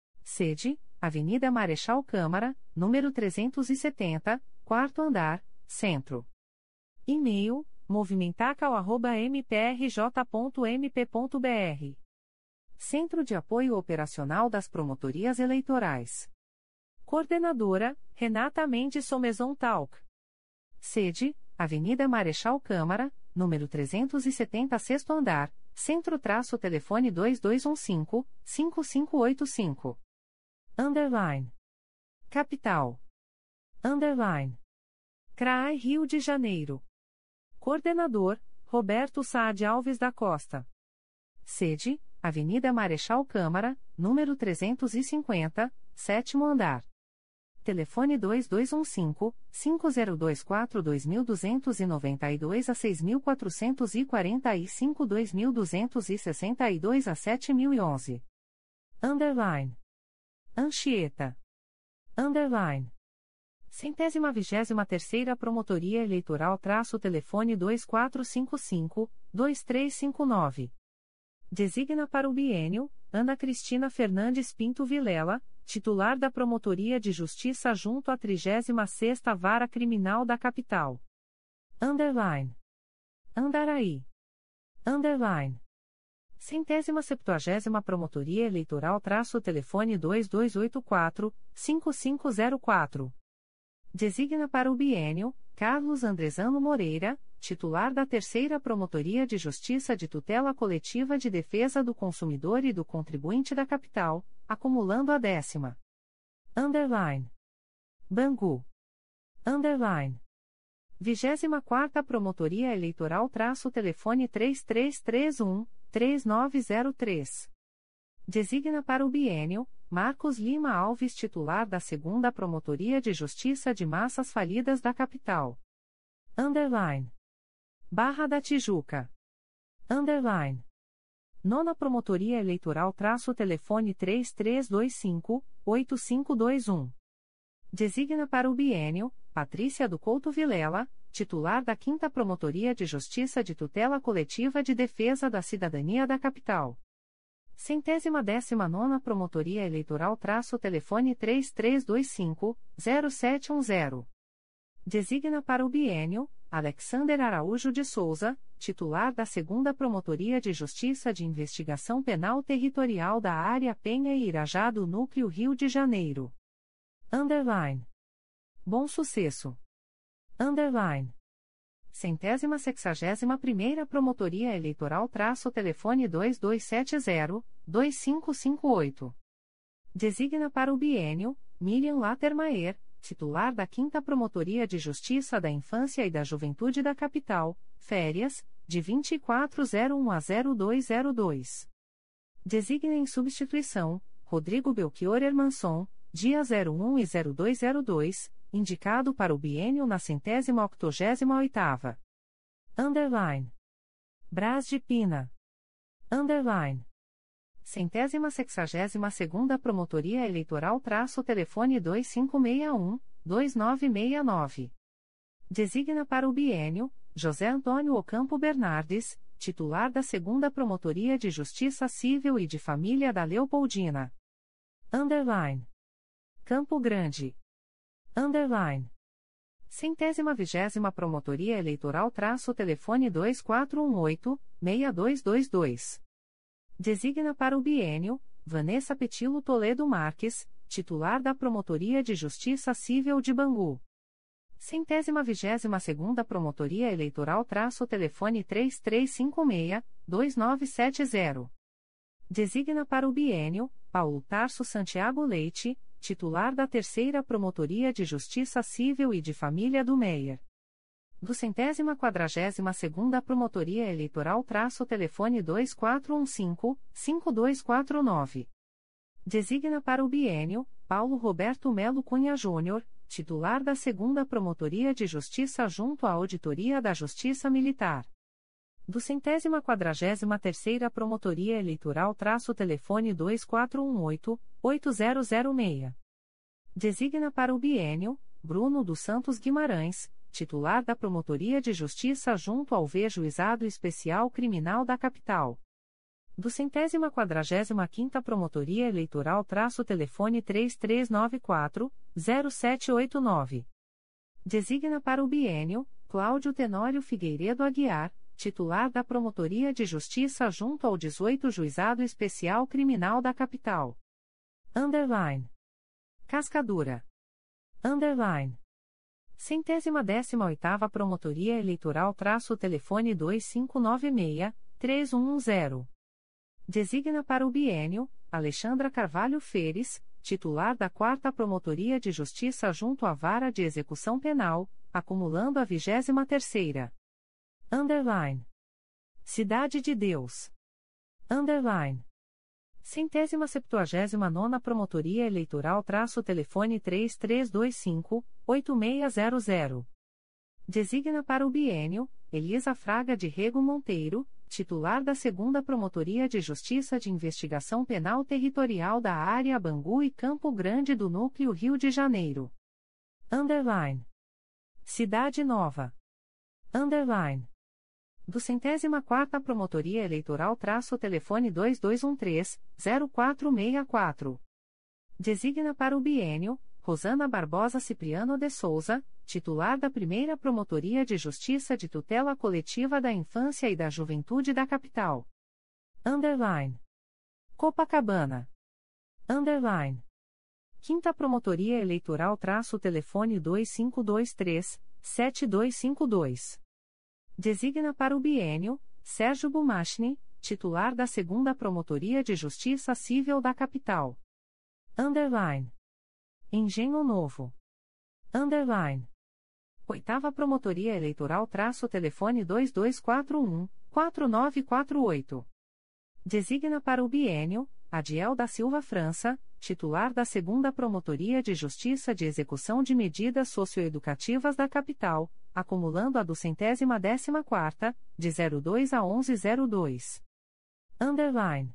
Sede: Avenida Marechal Câmara, número trezentos e setenta, quarto andar, Centro. E-mail: movimentacal arroba m p r j ponto m p ponto b r. Centro de Apoio Operacional das Promotorias Eleitorais. Coordenadora: Renata Mendes Somezon Talc. Sede: Avenida Marechal Câmara, número trezentos e setenta, sexto andar, Centro-Telefone dois dois um cinco, cinco cinco oito cinco. Underline. Capital. Underline. C R A I Rio de Janeiro. Coordenador: Roberto Saad Alves da Costa. Sede: Avenida Marechal Câmara, número trezentos e cinquenta, sétimo andar. Telefone dois dois um cinco, cinco zero dois quatro dois duzentos e noventa e dois a seis mil quatrocentos e quarenta e cinco dois mil duzentos e sessenta e dois a sete mil e onze. Underline. Anchieta. Underline. Centésima vigésima terceira Promotoria Eleitoral traço telefone dois quatro cinco cinco, dois três cinco nove. Designa para o biênio, Ana Cristina Fernandes Pinto Vilela, titular da Promotoria de Justiça junto à trigésima sexta Vara Criminal da Capital. Underline. Andaraí. Underline. Centésima septuagésima Promotoria Eleitoral traço telefone dois dois oito quatro, cinco cinco zero quatro. Designa para o biênio, Carlos Andrezano Moreira, titular da Terceira Promotoria de Justiça de Tutela Coletiva de Defesa do Consumidor e do Contribuinte da Capital, acumulando a décima. Underline. Bangu. Underline. Vigésima quarta Promotoria Eleitoral traço telefone três três três um, três nove zero três. Designa para o biênio, Marcos Lima Alves, titular da Segunda Promotoria de Justiça de Massas Falidas da Capital. Underline. Barra da Tijuca. Underline. Nona Promotoria Eleitoral traço telefone três três dois cinco, oito cinco dois um. Designa para o biênio, Patrícia do Couto Vilela, titular da Quinta Promotoria de Justiça de Tutela Coletiva de Defesa da Cidadania da Capital. Centésima décima nona Promotoria Eleitoral traço telefone três três dois cinco, zero sete um zero. Designa para o biênio, Alexander Araújo de Souza, titular da Segunda Promotoria de Justiça de Investigação Penal Territorial da Área Penha e Irajá do Núcleo Rio de Janeiro. Underline. Bom Sucesso. Underline. Centésima sexagésima primeira Promotoria Eleitoral traço telefone dois dois sete zero, dois cinco cinco oito. Designa para o biênio, Miriam Latermaer, titular da Quinta Promotoria de Justiça da Infância e da Juventude da Capital, férias, de vinte e quatro de um a zero dois zero dois. Designa em substituição, Rodrigo Belchior Hermanson, dia zero um e zero dois zero dois, indicado para o biênio na centésima octogésima oitava. Underline. Brás de Pina. Underline. Centésima sexagésima segunda Promotoria Eleitoral traço telefone dois cinco seis um, dois nove seis nove. Designa para o biênio, José Antônio Ocampo Bernardes, titular da Segunda Promotoria de Justiça Civil e de Família da Leopoldina. Underline. Campo Grande. Underline. Centésima vigésima Promotoria Eleitoral traço telefone dois quatro um oito, seis dois dois dois. Designa para o biênio, Vanessa Petilo Toledo Marques, titular da Promotoria de Justiça Civil de Bangu. Centésima vigésima segunda Promotoria Eleitoral traço telefone três três cinco seis, dois nove sete zero. Designa para o biênio, Paulo Tarso Santiago Leite, titular da Terceira Promotoria de Justiça Civil e de Família do Meier. Do centésima quadragésima segunda Promotoria Eleitoral traço telefone dois quatro um cinco, cinco dois quatro nove. Designa para o biênio, Paulo Roberto Melo Cunha Júnior, titular da Segunda Promotoria de Justiça junto à Auditoria da Justiça Militar. Do centésima quadragésima terceira Promotoria Eleitoral traço telefone dois quatro um oito, oito zero zero seis. Designa para o biênio, Bruno dos Santos Guimarães, titular da Promotoria de Justiça junto ao V-Juizado Especial Criminal da Capital. Do centésima quadragésima quinta Promotoria Eleitoral traço telefone três três nove quatro, zero sete oito nove. Designa para o biênio, Cláudio Tenório Figueiredo Aguiar, titular da Promotoria de Justiça junto ao dezoito Juizado Especial Criminal da Capital. Underline. Cascadura. Underline. Centésima décima oitava Promotoria Eleitoral traço telefone dois cinco nove seis, três um um zero. Designa para o biênio, Alexandra Carvalho Feres, titular da quarta Promotoria de Justiça junto à Vara de Execução Penal, acumulando a vigésima terceira. Underline. Cidade de Deus. Underline. Centésima septuagésima nona Promotoria Eleitoral traço telefone três três dois cinco, oito seis zero zero. Designa para o biênio, Elisa Fraga de Rego Monteiro, titular da segunda Promotoria de Justiça de Investigação Penal Territorial da Área Bangu e Campo Grande do Núcleo Rio de Janeiro. Underline. Cidade Nova. Underline. Do centésima quarta Promotoria Eleitoral traço telefone dois dois um três, zero quatro seis quatro. Designa para o biênio, Rosana Barbosa Cipriano de Souza, titular da primeira Promotoria de Justiça de Tutela Coletiva da Infância e da Juventude da Capital. Underline. Copacabana. Underline. Quinta Promotoria Eleitoral traço telefone dois cinco dois três, sete dois cinco dois. Designa para o biênio, Sérgio Bumachni, titular da segunda Promotoria de Justiça Civil da Capital. Underline. Engenho Novo. Underline. Oitava Promotoria Eleitoral traço telefone dois dois quatro um, quatro nove quatro oito. Designa para o biênio, Adiel da Silva França, titular da segunda Promotoria de Justiça de Execução de Medidas Socioeducativas da Capital, acumulando a do centésima décima quarta, de zero dois a onze zero dois. Underline.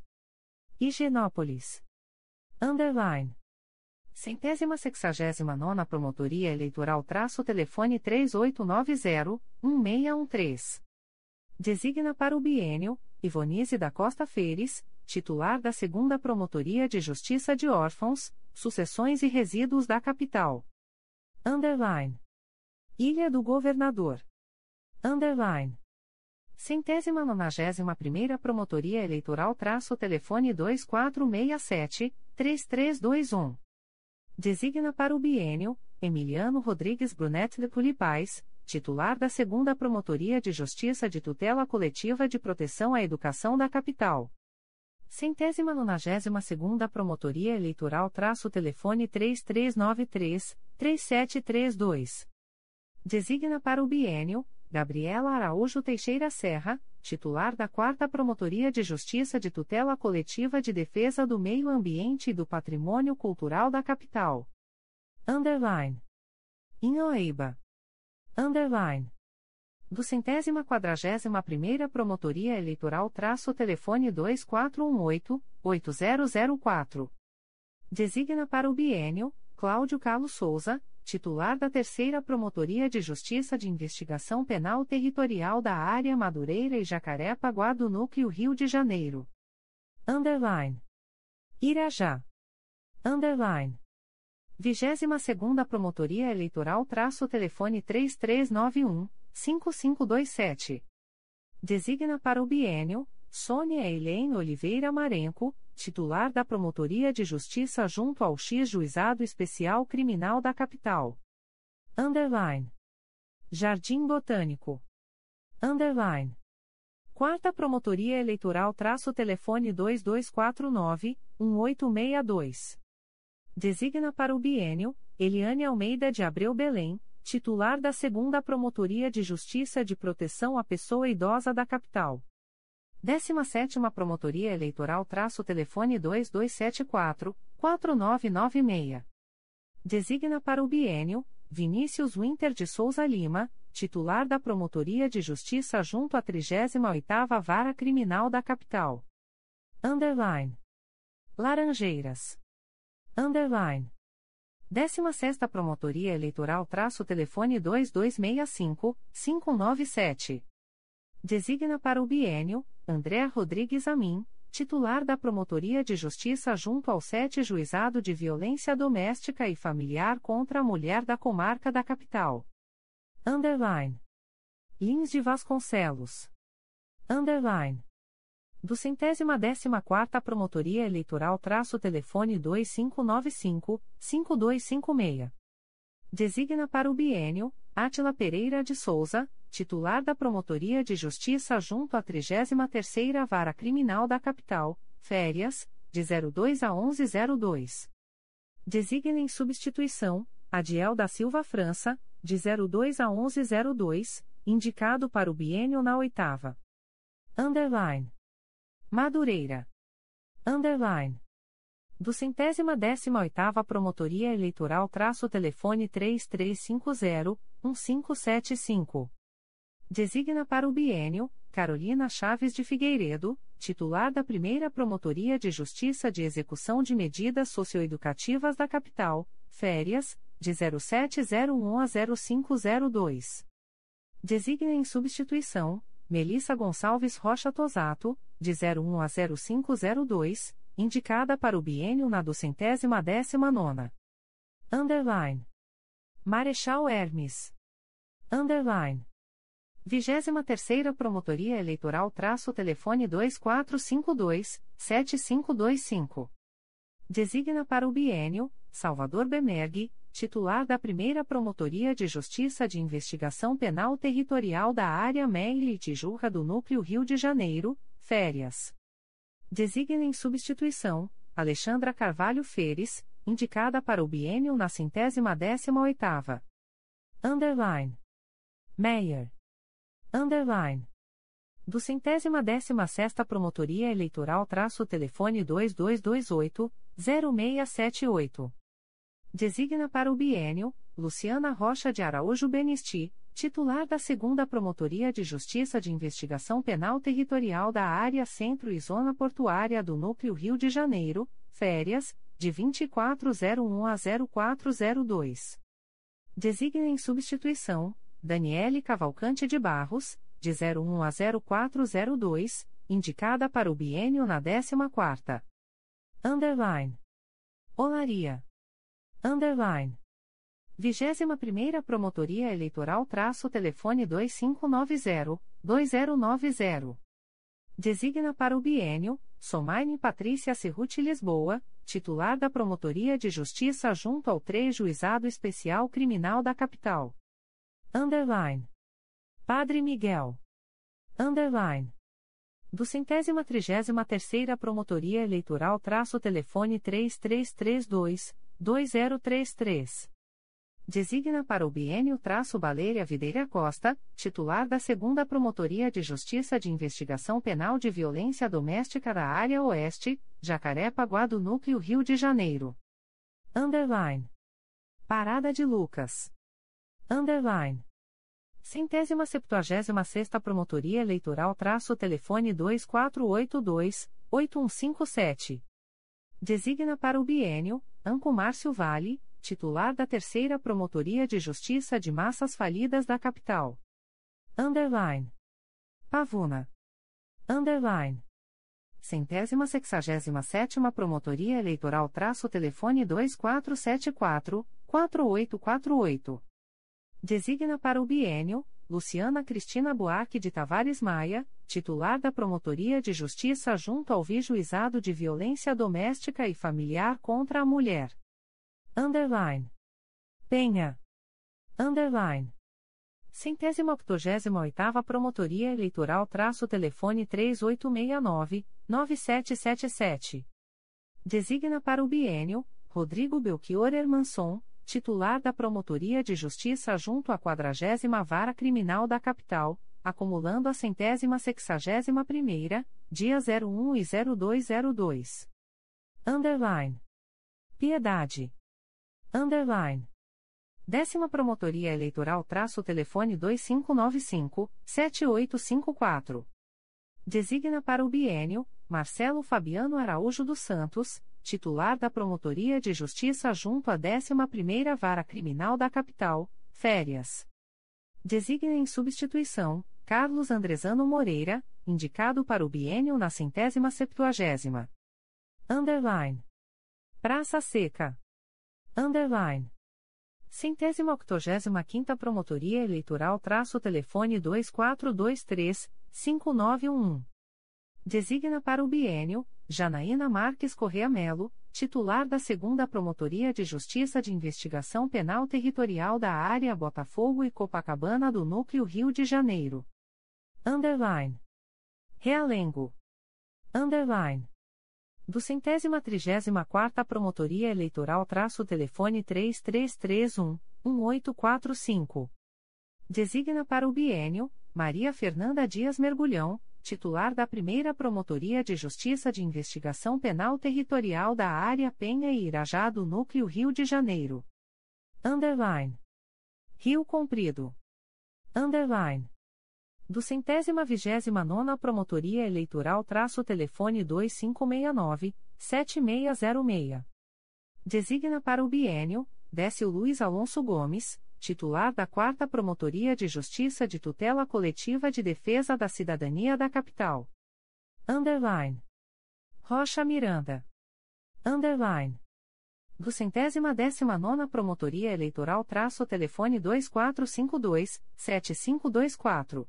Higienópolis. Underline. Centésima sexagésima nona Promotoria Eleitoral traço telefone três oito nove zero, um seis um três. Designa para o biênio, Ivonise da Costa Feires, titular da segunda Promotoria de Justiça de Órfãos, Sucessões e Resíduos da Capital. Underline. Ilha do Governador. Underline. Centésima nonagésima primeira Promotoria Eleitoral traço telefone dois quatro seis sete, três três dois um. Designa para o biênio, Emiliano Rodrigues Brunet de Pulipais, titular da segunda Promotoria de Justiça de Tutela Coletiva de Proteção à Educação da Capital. Centésima nonagésima segunda Promotoria Eleitoral traço telefone três três nove três, três sete três dois. Designa para o biênio, Gabriela Araújo Teixeira Serra, titular da quarta Promotoria de Justiça de Tutela Coletiva de Defesa do Meio Ambiente e do Patrimônio Cultural da Capital. Underline. Inhoeiba. Underline. Do centésima quadragésima primeira Promotoria Eleitoral traço telefone dois quatro um oito, oito zero zero quatro. Designa para o biênio, Cláudio Carlos Souza, titular da terceira Promotoria de Justiça de Investigação Penal Territorial da Área Madureira e Jacarepaguá do Núcleo Rio de Janeiro. Underline. Irajá. Underline. vigésima segunda Promotoria Eleitoral traço telefone três três nove um, cinco cinco dois sete. Designa para o biênio, Sônia Helene Oliveira Marenco, titular da Promotoria de Justiça junto ao X Juizado Especial Criminal da Capital. Underline. Jardim Botânico. Underline. Quarta Promotoria Eleitoral traço telefone dois dois quatro nove, um oito seis dois. Designa para o biênio, Eliane Almeida de Abreu Belém, titular da Segunda Promotoria de Justiça de Proteção à Pessoa Idosa da Capital. décima sétima Promotoria Eleitoral traço telefone dois dois sete quatro, quatro nove nove seis. Designa para o biênio, Vinícius Winter de Souza Lima, titular da Promotoria de Justiça junto à trigésima oitava Vara Criminal da Capital. Underline. Laranjeiras. Underline. décima sexta Promotoria Eleitoral traço telefone dois dois seis cinco, cinco nove sete. Designa para o biênio, André Rodrigues Amin, titular da Promotoria de Justiça junto ao sétimo Juizado de Violência Doméstica e Familiar contra a Mulher da Comarca da Capital. Underline. Lins de Vasconcelos. Underline. Do centésima décima quarta Promotoria Eleitoral traço telefone dois cinco nove cinco, cinco dois cinco seis. Designa para o biênio, Átila Pereira de Souza, titular da Promotoria de Justiça junto à trigésima terceira Vara Criminal da Capital, férias, de zero dois a onze zero dois. Designa em substituição, Adiel da Silva França, de zero dois a onze zero dois, indicado para o biênio na oitava. Underline. Madureira. Underline. Do centésima décima oitava Promotoria Eleitoral traço telefone três três cinco zero, um cinco sete cinco. Designa para o biênio, Carolina Chaves de Figueiredo, titular da primeira Promotoria de Justiça de Execução de Medidas Socioeducativas da Capital, férias, de zero sete zero um a zero cinco zero dois. Designa em substituição, Melissa Gonçalves Rocha Tosato, de zero um a zero cinco zero dois, indicada para o biênio na duzentésima décima nona. Underline. Marechal Hermes. Underline. Vigésima terceira Promotoria Eleitoral traço telefone dois quatro cinco dois, sete cinco dois cinco. Designa para o biênio, Salvador Bemergue, titular da primeira Promotoria de Justiça de Investigação Penal Territorial da Área Meire e Tijuca do Núcleo Rio de Janeiro, férias. Designa em substituição, Alexandra Carvalho Feres, indicada para o biênio na centésima décima oitava. Underline. Meyer. Underline. Do centésima décima sexta Promotoria Eleitoral traço telefone dois dois dois oito, zero seis sete oito. Designa para o biênio, Luciana Rocha de Araújo Benisti, titular da segunda Promotoria de Justiça de Investigação Penal Territorial da Área Centro e Zona Portuária do Núcleo Rio de Janeiro, férias, de vinte e quatro zero um a zero quatro zero dois. Designa em substituição, Daniele Cavalcante de Barros, de zero um a zero quatro zero dois, indicada para o biênio na décima quarta. Underline. Olaria. Underline. Vigésima primeira Promotoria Eleitoral traço telefone dois cinco nove zero, dois zero nove zero. Designa para o biênio, Somaine Patrícia Cerruti Lisboa, titular da Promotoria de Justiça junto ao três Juizado Especial Criminal da Capital. Underline. Padre Miguel. Underline. Do centésima trigésima terceira Promotoria Eleitoral traço telefone três três três dois, dois zero três três. Designa para o biênio traço Valéria Videira Costa, titular da segunda Promotoria de Justiça de Investigação Penal de Violência Doméstica da Área Oeste, Jacarepaguá do Núcleo Rio de Janeiro. Underline. Parada de Lucas. Underline. Centésima septuagésima sexta Promotoria Eleitoral traço telefone dois quatro oito dois, oito um cinco sete. Designa para o biênio, Anco Márcio Vale, titular da terceira Promotoria de Justiça de Massas Falidas da Capital. Underline. Pavuna. Underline. Centésima sexagésima sétima Promotoria Eleitoral traço telefone dois quatro sete quatro, quatro oito quatro oito. Designa para o biênio, Luciana Cristina Buarque de Tavares Maia, titular da Promotoria de Justiça junto ao Vijuizado de Violência Doméstica e Familiar contra a Mulher. Underline. Penha. Underline. Centésima octogésima oitava Promotoria Eleitoral traço telefone três oito seis nove, nove sete sete sete. Designa para o biênio, Rodrigo Belchior Hermanson, titular da Promotoria de Justiça junto à quadragésima Vara Criminal da Capital, acumulando a centésima sexagésima primeira, dia zero um e zero dois zero dois. Underline. Piedade. Underline. Décima Promotoria Eleitoral traço telefone dois cinco nove cinco, sete oito cinco quatro. Designa para o biênio, Marcelo Fabiano Araújo dos Santos, titular da Promotoria de Justiça junto à décima primeira Vara Criminal da Capital, férias. Designa em substituição, Carlos Andrezano Moreira, indicado para o biênio na centésima septuagésima. Underline. Praça Seca. Underline. Centésima octogésima quinta Promotoria Eleitoral traço telefone dois quatro dois três, cinco nove um um. Designa para o biênio, Janaína Marques Correa Melo, titular da segunda Promotoria de Justiça de Investigação Penal Territorial da Área Botafogo e Copacabana do Núcleo Rio de Janeiro. Underline. Realengo. Underline. Do centésima trigésima quarta Promotoria Eleitoral traço telefone três três três um, um oito quatro cinco. Designa para o biênio, Maria Fernanda Dias Mergulhão, titular da primeira Promotoria de Justiça de Investigação Penal Territorial da Área Penha e Irajá do Núcleo Rio de Janeiro. Underline. Rio Comprido. Underline. Do centésima vigésima nona Promotoria Eleitoral traço telefone dois cinco seis nove, sete seis zero seis. Designa para o biênio, Décio Luiz Alonso Gomes, titular da quarta Promotoria de Justiça de Tutela Coletiva de Defesa da Cidadania da Capital. Underline. Rocha Miranda. Underline. Do centésima décima nona Promotoria Eleitoral traço telefone dois quatro cinco dois, sete cinco dois quatro.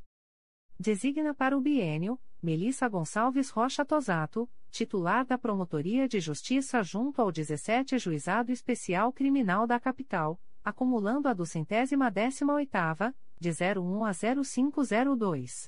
Designa para o biênio, Melissa Gonçalves Rocha Tosato, titular da Promotoria de Justiça junto ao dezessete Juizado Especial Criminal da Capital, acumulando a do centésima décima oitava, de zero um a zero cinco zero dois.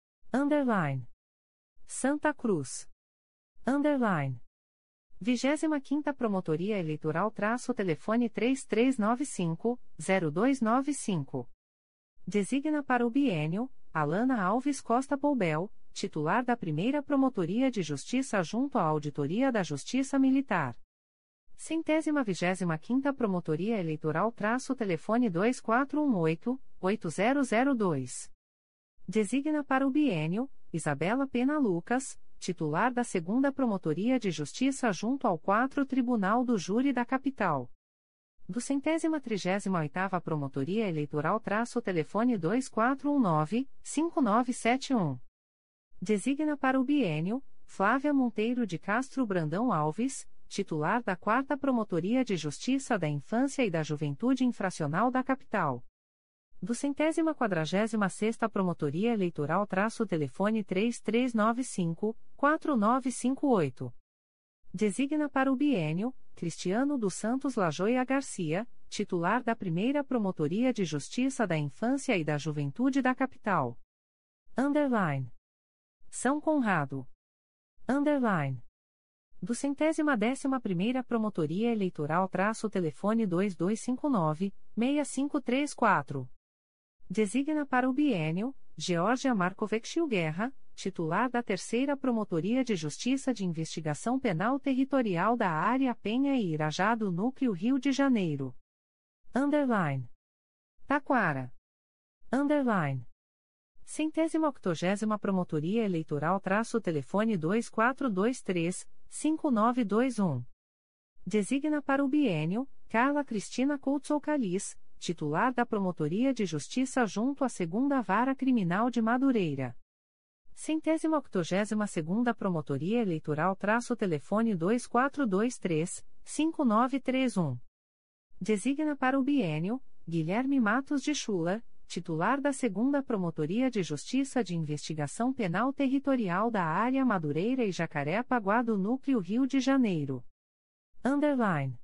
Underline. Santa Cruz. Underline. vigésima quinta Promotoria Eleitoral traço telefone três três nove cinco, zero dois nove cinco. Designa para o biênio, Alana Alves Costa Poubel, titular da primeira Promotoria de Justiça junto à Auditoria da Justiça Militar. Centésima vigésima quinta Promotoria Eleitoral traço telefone dois quatro um oito, oito zero zero dois. Designa para o biênio, Isabela Pena Lucas, titular da segunda Promotoria de Justiça junto ao quatro Tribunal do Júri da Capital. Do centésima trigésima oitava Promotoria Eleitoral traço telefone dois quatro um nove, cinco nove sete um. Designa para o biênio, Flávia Monteiro de Castro Brandão Alves, titular da quarta Promotoria de Justiça da Infância e da Juventude Infracional da Capital. Do centésima quadragésima sexta Promotoria Eleitoral traço telefone três três nove cinco, quatro nove cinco oito. Designa para o biênio, Cristiano dos Santos Lajoia Garcia, titular da primeira Promotoria de Justiça da Infância e da Juventude da Capital. Underline. São Conrado. Underline. Do centésima décima primeira Promotoria Eleitoral traço telefone dois dois cinco nove, seis cinco três quatro. Designa para o biênio, Geórgia Marcovecchio Guerra, titular da terceira Promotoria de Justiça de Investigação Penal Territorial da Área Penha e Irajá do Núcleo Rio de Janeiro. Underline. Taquara. Underline. Centésima octogésima Promotoria Eleitoral traço telefone dois quatro dois três, cinco nove dois um. Designa para o biênio, Carla Cristina Couto Caliz, titular da Promotoria de Justiça junto à segunda Vara Criminal de Madureira. Centésima octogésima segunda Promotoria Eleitoral traço telefone dois quatro dois três, cinco nove três um. Designa para o biênio, Guilherme Matos de Schuller, titular da segunda Promotoria de Justiça de Investigação Penal Territorial da Área Madureira e Jacaré-Paguá do Núcleo Rio de Janeiro. Underline.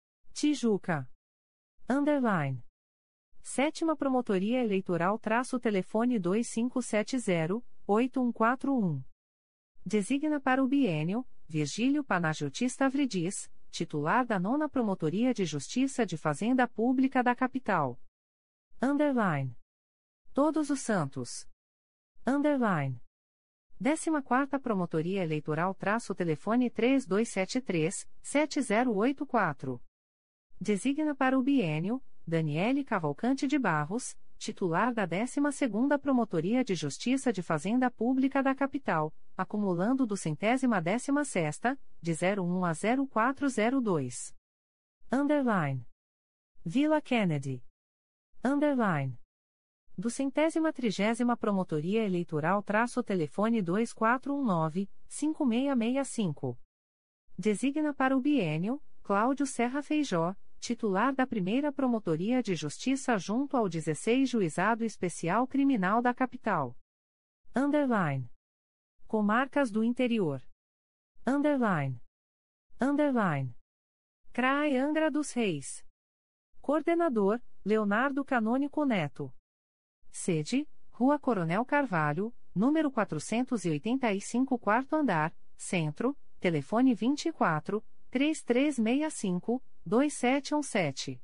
Tijuca. Underline. Sétima Promotoria Eleitoral traço telefone dois cinco sete zero, oito um quatro um. Designa para o biênio, Virgílio Panagioti Stavridis, titular da nona Promotoria de Justiça de Fazenda Pública da Capital. Underline. Todos os Santos. Underline. Décima quarta Promotoria Eleitoral traço telefone três dois sete três, sete zero oito quatro. Designa para o biênio, Daniele Cavalcante de Barros, titular da décima segunda Promotoria de Justiça de Fazenda Pública da Capital, acumulando do centésima décima sexta, de zero um a zero quatro zero dois. Underline. Vila Kennedy. Underline. Do centésima trigésima Promotoria Eleitoral traço telefone dois quatro um nove, cinco seis seis cinco. Designa para o biênio, Cláudio Serra Feijó, titular da primeira Promotoria de Justiça junto ao dezesseis Juizado Especial Criminal da Capital. Underline. Comarcas do Interior. Underline. Underline. C R A E Angra dos Reis. Coordenador, Leonardo Canônico Neto. Sede, Rua Coronel Carvalho, número quatrocentos e oitenta e cinco, quarto andar, Centro, telefone vinte e quatro, três três seis cinco, dois sete um sete.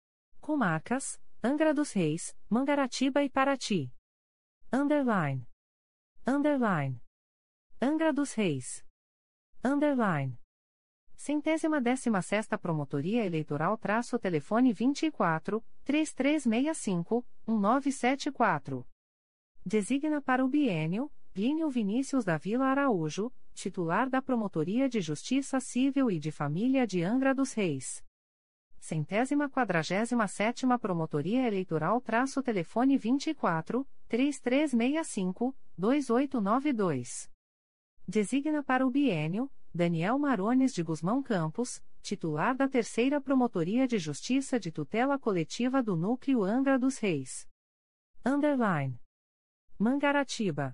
Comarcas, Angra dos Reis, Mangaratiba e Paraty. Underline. Underline. Angra dos Reis. Underline. Centésima décima sexta Promotoria Eleitoral traço telefone vinte e quatro, três três seis cinco, um nove sete quatro. Designa para o biênio, Plínio Vinícius da Vila Araújo, titular da Promotoria de Justiça Civil e de Família de Angra dos Reis. Centésima quadragésima sétima Promotoria Eleitoral traço telefone vinte e quatro, três três seis cinco, dois oito nove dois. Designa para o biênio, Daniel Marones de Guzmão Campos, titular da terceira Promotoria de Justiça de Tutela Coletiva do Núcleo Angra dos Reis. Underline. Mangaratiba.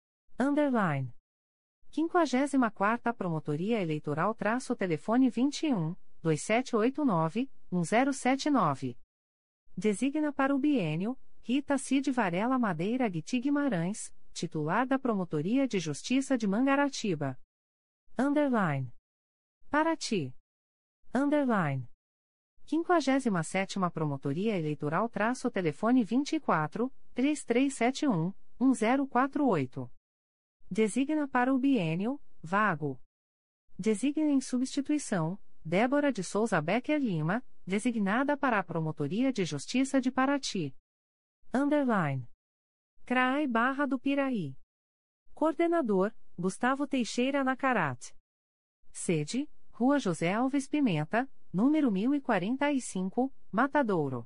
Underline. quinquagésima quarta Promotoria Eleitoral traço telefone vinte e um, dois sete oito nove, um zero sete nove. Designa para o biênio, Rita Cid Varela Madeira Guiti Guimarães, titular da Promotoria de Justiça de Mangaratiba. Underline. Paraty. Underline. quinquagésima sétima Promotoria Eleitoral traço telefone vinte e quatro, três três sete um, um zero quatro oito. Designa para o biênio, vago. Designa em substituição, Débora de Souza Becker Lima, designada para a Promotoria de Justiça de Paraty. Underline. C R A E Barra do Piraí. Coordenador, Gustavo Teixeira Nacarat. Sede, Rua José Alves Pimenta, número mil e quarenta e cinco, Matadouro.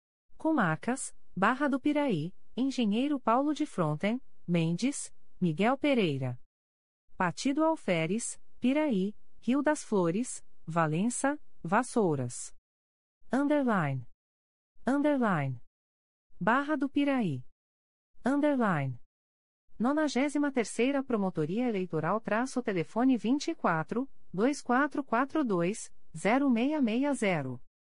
Comarcas, Barra do Piraí, Engenheiro Paulo de Fronten, Mendes, Miguel Pereira. Partido Alferes, Piraí, Rio das Flores, Valença, Vassouras. Underline. Underline. Barra do Piraí. Underline. nonagésima terceira Promotoria Eleitoral traço telefone vinte e quatro, dois quatro quatro dois, zero seis seis zero.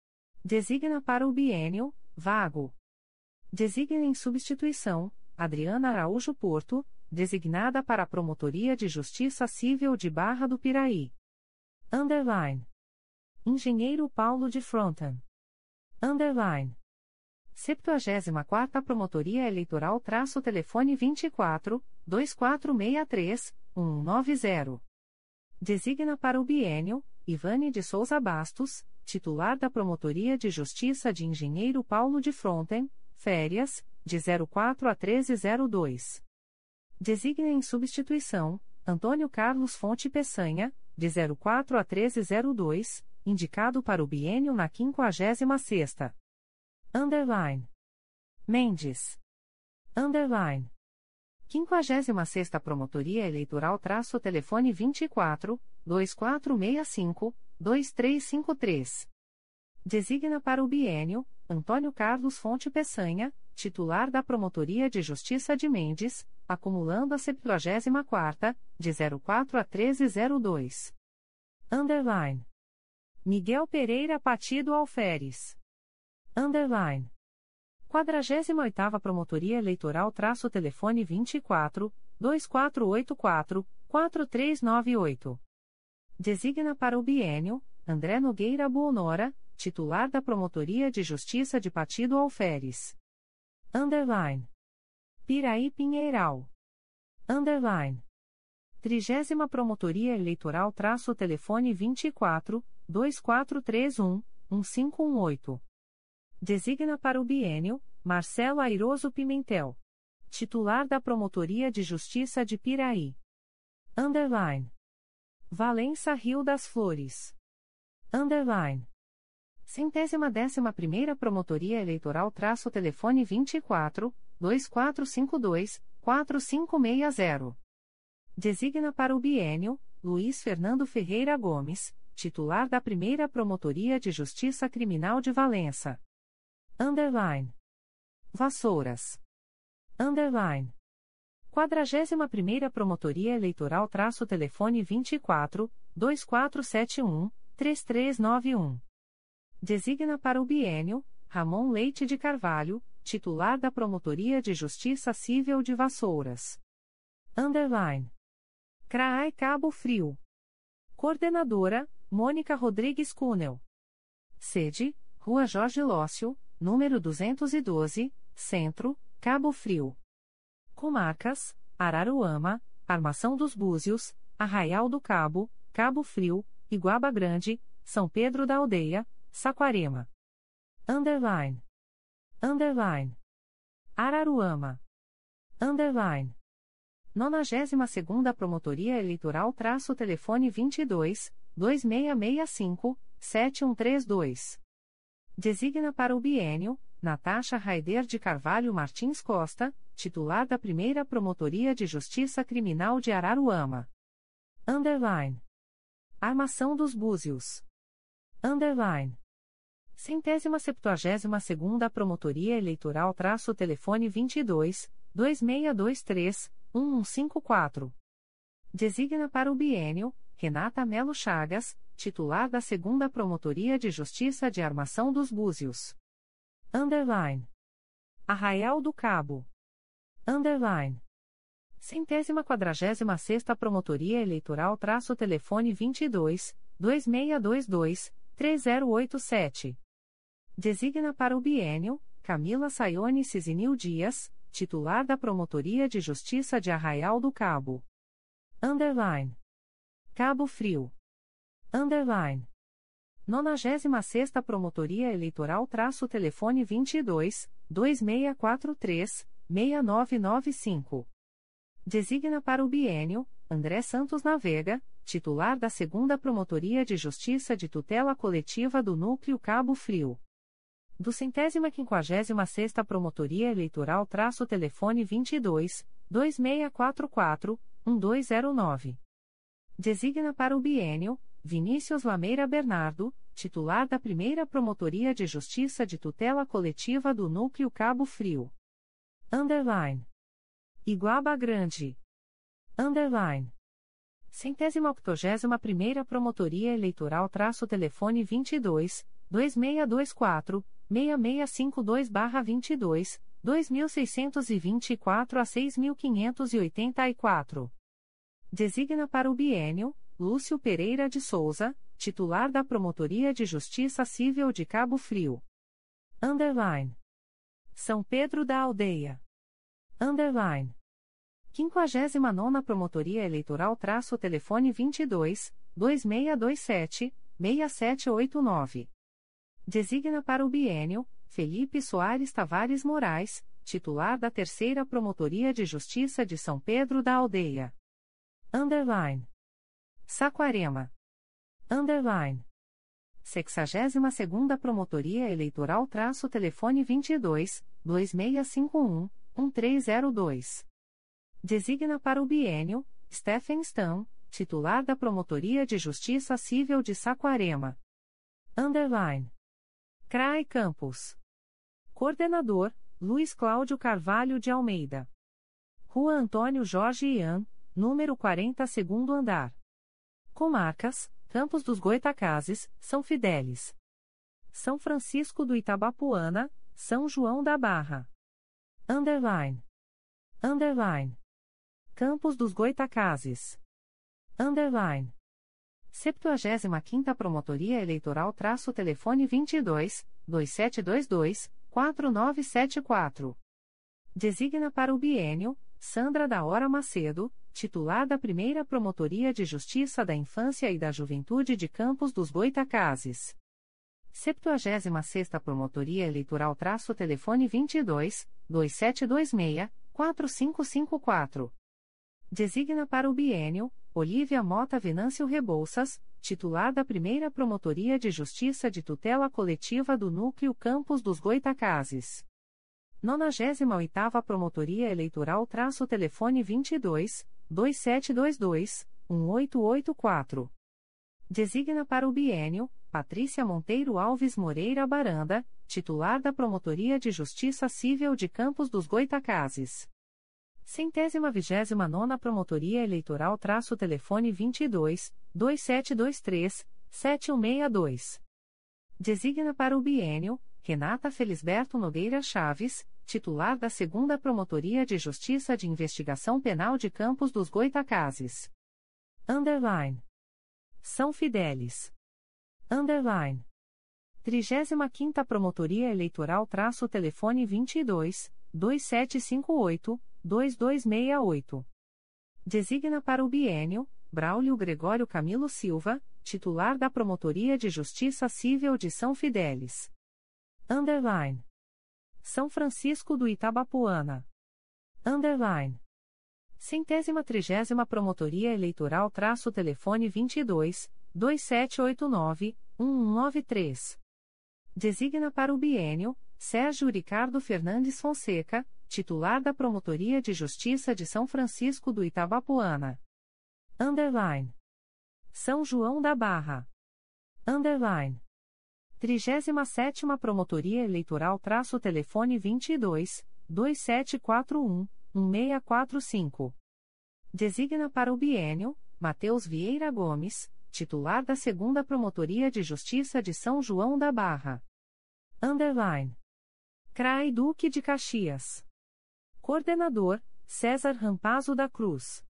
Designa para o biênio, vago. Designa em substituição, Adriana Araújo Porto, designada para a Promotoria de Justiça Civil de Barra do Piraí. Underline. Engenheiro Paulo de Fronten. Underline. septuagésima quarta Promotoria Eleitoral traço telefone vinte e quatro, dois quatro seis três, um nove zero. Designa para o biênio, Ivane de Souza Bastos, titular da Promotoria de Justiça de Engenheiro Paulo de Fronten, férias, de zero quatro a treze zero dois. Designa em substituição, Antônio Carlos Fonte Peçanha, de zero quatro a treze zero dois, indicado para o biênio na quinquagésima sexta. Underline. Mendes. Underline. quinquagésima sexta Promotoria Eleitoral traço telefone vinte e quatro, dois quatro seis cinco, dois três cinco três. Designa para o biênio, Antônio Carlos Fonte Peçanha, titular da Promotoria de Justiça de Mendes, acumulando a septuagésima quarta, de zero quatro a treze zero dois. Underline. Miguel Pereira Patido Alferes. Underline. quadragésima oitava Promotoria Eleitoral traço telefone vinte e quatro, dois quatro oito quatro, quatro três nove oito. Designa para o biênio, André Nogueira Buonora, titular da Promotoria de Justiça de Patido Alferes. Underline. Piraí Pinheiral. Underline. Trigésima Promotoria Eleitoral traço telefone vinte e quatro, dois quatro três um, um cinco um oito. Designa para o biênio, Marcelo Airoso Pimentel. Titular da Promotoria de Justiça de Piraí. Underline. Valença Rio das Flores. Underline. Centésima décima primeira Promotoria Eleitoral traço telefone vinte e quatro, dois quatro cinco dois, quatro cinco seis zero. Designa para o biênio, Luiz Fernando Ferreira Gomes, titular da primeira Promotoria de Justiça Criminal de Valença. Underline. Vassouras. Underline. quadragésima primeira Promotoria Eleitoral traço telefone vinte e quatro, dois quatro sete um, três três nove um. Designa para o biênio, Ramon Leite de Carvalho, titular da Promotoria de Justiça Civil de Vassouras. Underline. C R A I Cabo Frio. Coordenadora, Mônica Rodrigues Cunel. Sede, Rua Jorge Lócio, número duzentos e doze, Centro, Cabo Frio. Comarcas, Araruama, Armação dos Búzios, Arraial do Cabo, Cabo Frio, Iguaba Grande, São Pedro da Aldeia, Saquarema. Underline. Underline. Araruama. Underline. nonagésima segunda Promotoria Eleitoral traço telefone vinte e dois, dois seis seis cinco, sete um três dois. Designa para o biênio, Natasha Raider de Carvalho Martins Costa, titular da primeira Promotoria de Justiça Criminal de Araruama. Underline. Armação dos Búzios. Underline. Centésima septuagésima segunda Promotoria Eleitoral traço telefone vinte e dois, dois seis dois três, um um cinco quatro. Designa para o biênio, Renata Melo Chagas, titular da segunda Promotoria de Justiça de Armação dos Búzios. Underline. Arraial do Cabo. Underline. Centésima quadragésima sexta Promotoria Eleitoral traço telefone vinte e dois, dois seis dois dois, três zero oito sete. Designa para o biênio, Camila Sayone Cisinil Dias, titular da Promotoria de Justiça de Arraial do Cabo. Underline. Cabo Frio. Underline. nonagésima sexta Promotoria Eleitoral traço telefone vinte e dois, dois seis quatro três, seis nove nove cinco. Designa para o biênio, André Santos Navega, titular da segunda Promotoria de Justiça de Tutela Coletiva do Núcleo Cabo Frio. Do centésima quinquagésima sexta Promotoria Eleitoral traço telefone vinte e dois, dois seis quatro quatro, um dois zero nove. Designa para o biênio, Vinícius Lameira Bernardo, titular da primeira Promotoria de Justiça de Tutela Coletiva do Núcleo Cabo Frio. Underline. Iguaba Grande. Underline. Centésima octogésima primeira Promotoria Eleitoral traço telefone vinte e dois, dois seis dois quatro, seis seis cinco dois barra vinte e dois, dois mil seiscentos e vinte e quatro a seis mil quinhentos e oitenta e quatro. Designa para o biênio, Lúcio Pereira de Souza, titular da Promotoria de Justiça Civil de Cabo Frio. Underline. São Pedro da Aldeia. Underline. quinquagésima nona Promotoria Eleitoral traço telefone vinte e dois, dois seis dois sete, seis sete oito nove. Designa para o biênio, Felipe Soares Tavares Moraes, titular da terceira Promotoria de Justiça de São Pedro da Aldeia. Underline. Saquarema. Underline. sexagésima segunda Promotoria Eleitoral traço telefone vinte e dois, dois seis cinco um, um três zero dois. Designa para o biênio Stephen Stan, titular da Promotoria de Justiça Civil de Saquarema. Underline. C R A E Campos. Coordenador, Luiz Cláudio Carvalho de Almeida. Rua Antônio Jorge Ian, número quarenta, segundo andar. Comarcas, Campos dos Goytacazes, São Fidélis. São Francisco do Itabapuana, São João da Barra. Underline. Underline. Campos dos Goytacazes. Underline. septuagésima quinta Promotoria Eleitoral traço telefone vinte e dois, dois sete dois dois, quatro nove sete quatro. Designa para o biênio Sandra da Hora Macedo, titular da primeira Promotoria de Justiça da Infância e da Juventude de Campos dos Goytacazes. septuagésima sexta Promotoria Eleitoral traço telefone vinte e dois, dois sete dois seis, quatro cinco cinco quatro. Designa para o biênio Olívia Mota Venâncio Rebouças, titular da primeira Promotoria de Justiça de Tutela Coletiva do Núcleo Campos dos Goytacazes. nonagésima oitava Promotoria Eleitoral traço telefone vinte e dois, dois sete dois dois, um oito oito quatro. Designa para o biênio Patrícia Monteiro Alves Moreira Baranda, titular da Promotoria de Justiça Civil de Campos dos Goytacazes. Centésima vigésima nona Promotoria Eleitoral traço telefone vinte e dois, dois sete dois três, sete um seis dois. Designa para o biênio Renata Felisberto Nogueira Chaves, titular da segunda Promotoria de Justiça de Investigação Penal de Campos dos Goytacazes. Underline. São Fidélis. Underline. trigésima quinta Promotoria Eleitoral traço telefone vinte e dois, dois sete cinco oito, dois dois seis oito. Designa para o biênio Braulio Gregório Camilo Silva, titular da Promotoria de Justiça Civil de São Fidélis. Underline. São Francisco do Itabapuana. Underline. Centésima trigésima Promotoria Eleitoral traço telefone vinte e dois, dois sete oito nove, um um nove três. Designa para o biênio Sérgio Ricardo Fernandes Fonseca, titular da Promotoria de Justiça de São Francisco do Itabapuana. Underline. São João da Barra. Underline. trigésima sétima Promotoria Eleitoral traço telefone vinte e dois, dois sete quatro um, um seis quatro cinco. Designa para o biênio Mateus Vieira Gomes, titular da segunda Promotoria de Justiça de São João da Barra. Underline. C R A E Duque de Caxias. Coordenador, César Rampazzo da Cruz.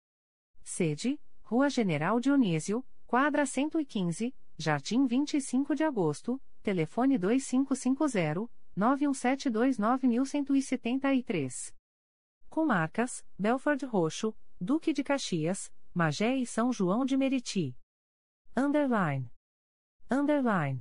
Sede, Rua General Dionísio, quadra cento e quinze, Jardim vinte e cinco de agosto, telefone dois cinco cinco zero, nove um sete dois nove um um sete três. Comarcas, Belford Roxo, Duque de Caxias, Magé e São João de Meriti. Underline. Underline.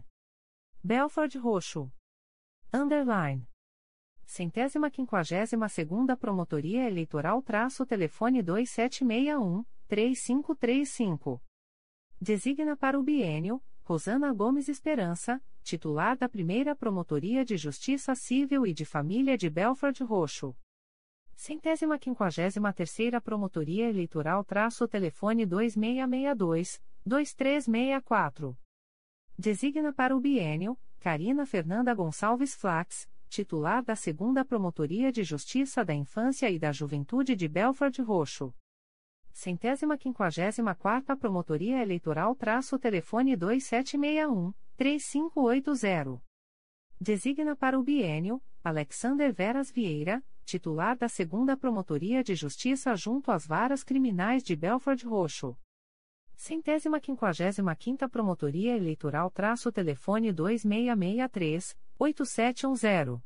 Belford Roxo. Underline. Centésima quinquagésima segunda Promotoria Eleitoral traço telefone dois sete seis um, três cinco três cinco. Designa para o biênio Rosana Gomes Esperança, titular da primeira Promotoria de Justiça Civil e de Família de Belford Roxo. Centésima quinquagésima terceira Promotoria Eleitoral traço telefone dois seis seis dois, dois três seis quatro. Designa para o biênio Carina Fernanda Gonçalves Flax, titular da segunda Promotoria de Justiça da Infância e da Juventude de Belford Roxo. Centésima quinquagésima quarta Promotoria Eleitoral traço telefone dois sete seis um, três cinco oito zero. Designa para o biênio Alexander Veras Vieira, titular da segunda Promotoria de Justiça junto às Varas Criminais de Belford Roxo. Centésima quinquagésima quinta Promotoria Eleitoral traço telefone dois seis seis três, oito sete um zero.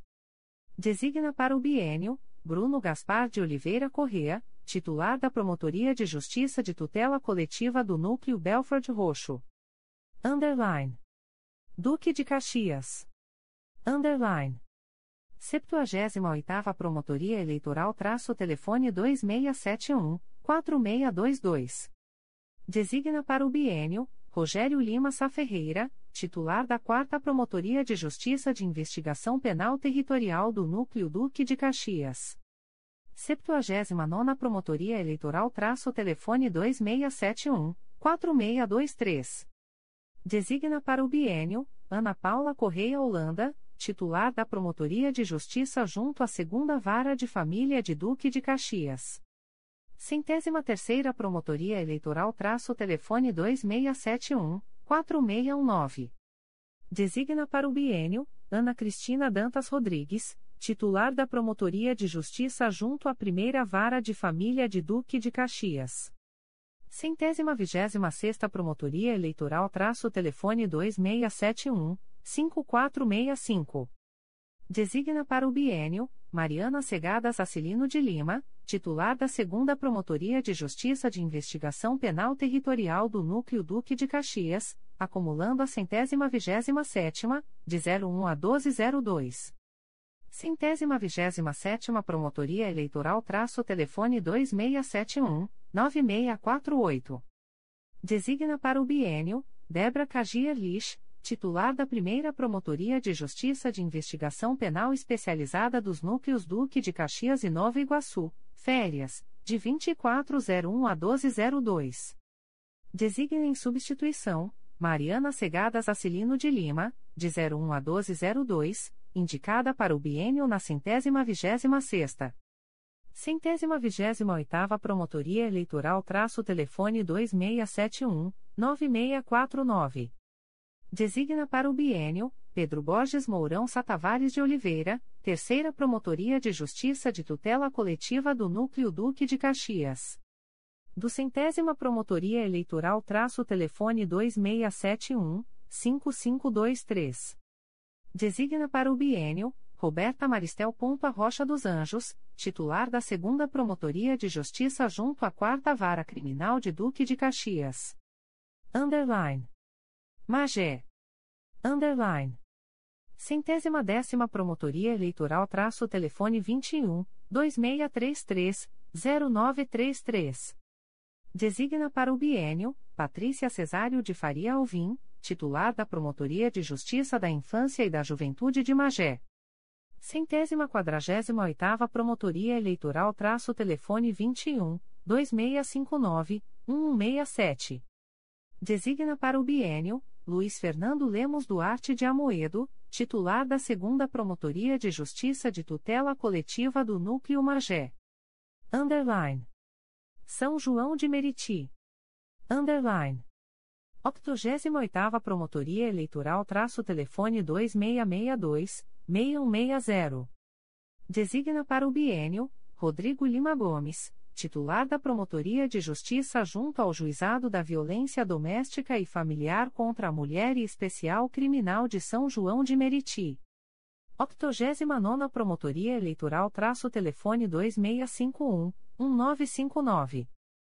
Designa para o biênio Bruno Gaspar de Oliveira Correa, titular da Promotoria de Justiça de Tutela Coletiva do Núcleo Belford Roxo. Underline. Duque de Caxias. Underline. septuagésima oitava Promotoria Eleitoral traço telefone dois seis sete um, quatro seis dois dois. Designa para o biênio Rogério Lima Sá Ferreira, titular da quarta Promotoria de Justiça de Investigação Penal Territorial do Núcleo Duque de Caxias. septuagésima nona Promotoria Eleitoral traço telefone dois seis sete um, quatro seis dois três. Designa para o biênio, Ana Paula Correia Holanda, titular da Promotoria de Justiça junto à segunda Vara de Família de Duque de Caxias. Centésima terceira Promotoria Eleitoral traço telefone dois seis sete um, quatro seis um nove. Designa para o biênio, Ana Cristina Dantas Rodrigues, titular da Promotoria de Justiça junto à primeira Vara de Família de Duque de Caxias. Centésima vigésima sexta Promotoria Eleitoral traço telefone dois seis sete um, cinco quatro seis cinco. Designa para o biênio, Mariana Segadas Acilino de Lima, titular da segunda Promotoria de Justiça de Investigação Penal Territorial do Núcleo Duque de Caxias, acumulando a centésima vigésima sétima, de zero um a doze zero dois. Centésima vigésima sétima Promotoria Eleitoral traço telefone dois seis sete um, nove seis quatro oito. Designa para o biênio, Débora Cagier Lich, titular da primeira Promotoria de Justiça de Investigação Penal Especializada dos Núcleos Duque de Caxias e Nova Iguaçu, férias, de vinte e quatro zero um a doze zero dois. Designa em substituição, Mariana Segadas Acilino de Lima, de zero um a doze zero dois, indicada para o biênio na centésima vigésima sexta. Centésima vigésima oitava Promotoria Eleitoral traço telefone dois seis sete um, nove seis quatro nove. Designa para o biênio, Pedro Borges Mourão Satavares de Oliveira, terceira Promotoria de Justiça de Tutela Coletiva do Núcleo Duque de Caxias. Do centésima Promotoria Eleitoral traço telefone dois seis sete um, cinco cinco dois três. Designa para o biênio, Roberta Maristel Pompa Rocha dos Anjos, titular da segunda Promotoria de Justiça junto à quarta Vara Criminal de Duque de Caxias. Underline. Magé. Underline. Centésima décima Promotoria Eleitoral traço telefone vinte e um, dois seis três três, zero nove três três. Designa para o biênio, Patrícia Cesário de Faria Alvim, titular da Promotoria de Justiça da Infância e da Juventude de Magé. Centésima quadragésima oitava Promotoria Eleitoral traço telefone vinte e um, dois seis cinco nove, um um seis sete. Designa para o biênio, Luiz Fernando Lemos Duarte de Amoedo, titular da segunda Promotoria de Justiça de Tutela Coletiva do Núcleo Magé. Underline. São João de Meriti. Underline. octogésima oitava Promotoria Eleitoral traço telefone dois seis seis dois, seis um seis zero. Designa para o biênio, Rodrigo Lima Gomes, titular da Promotoria de Justiça junto ao Juizado da Violência Doméstica e Familiar contra a Mulher e Especial Criminal de São João de Meriti. octogésima nona Promotoria Eleitoral traço telefone dois seis cinco um, um nove cinco nove.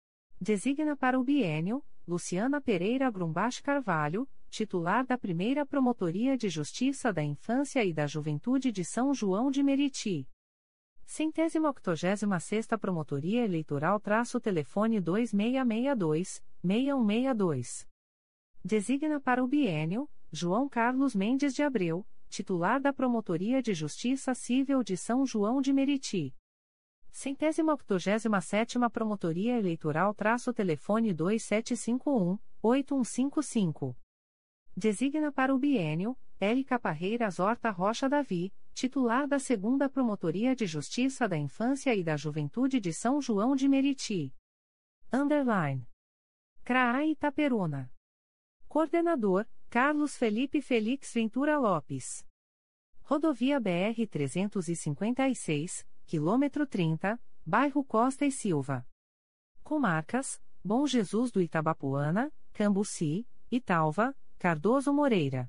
Designa para o biênio, Luciana Pereira Grumbach Carvalho, titular da primeira Promotoria de Justiça da Infância e da Juventude de São João de Meriti. Centésima octogésima sexta Promotoria Eleitoral traço telefone dois seis seis dois, seis um seis dois. Designa para o biênio, João Carlos Mendes de Abreu, titular da Promotoria de Justiça Civil de São João de Meriti. Centésima octogésima sétima Promotoria Eleitoral traço telefone dois sete cinco um, oito um cinco cinco. Designa para o biênio, Érica Parreiras Horta Rocha Davi, titular da segunda Promotoria de Justiça da Infância e da Juventude de São João de Meriti. Underline. C R A A Itaperuna. Coordenador, Carlos Felipe Felix Ventura Lopes. Rodovia B R trezentos e cinquenta e seis, quilômetro trinta, bairro Costa e Silva. Comarcas, Bom Jesus do Itabapuana, Cambuci, Italva, Cardoso Moreira.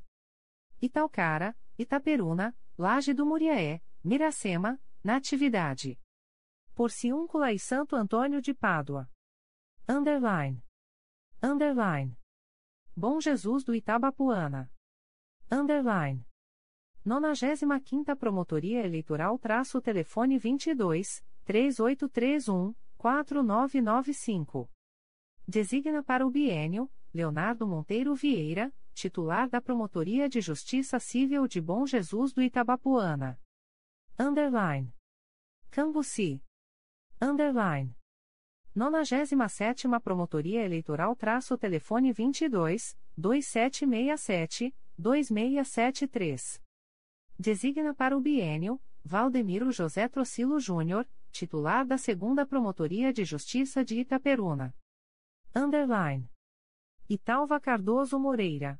Italcara, Itaperuna, Laje do Muriaé, Miracema, Natividade. Porciúncula e Santo Antônio de Pádua. Underline. Underline. Bom Jesus do Itabapuana. Underline. nonagésima quinta Promotoria Eleitoral traço telefone vinte e dois, três oito três um, quatro nove nove cinco. Designa para o biênio, Leonardo Monteiro Vieira, titular da Promotoria de Justiça Civil de Bom Jesus do Itabapuana. Underline. Cambuci. underline. nonagésima sétima Promotoria Eleitoral traço telefone vinte e dois, dois sete seis sete, dois seis sete três. Designa para o biênio, Valdemiro José Trocilo Júnior, titular da segunda Promotoria de Justiça de Itaperuna. Underline. Italva Cardoso Moreira.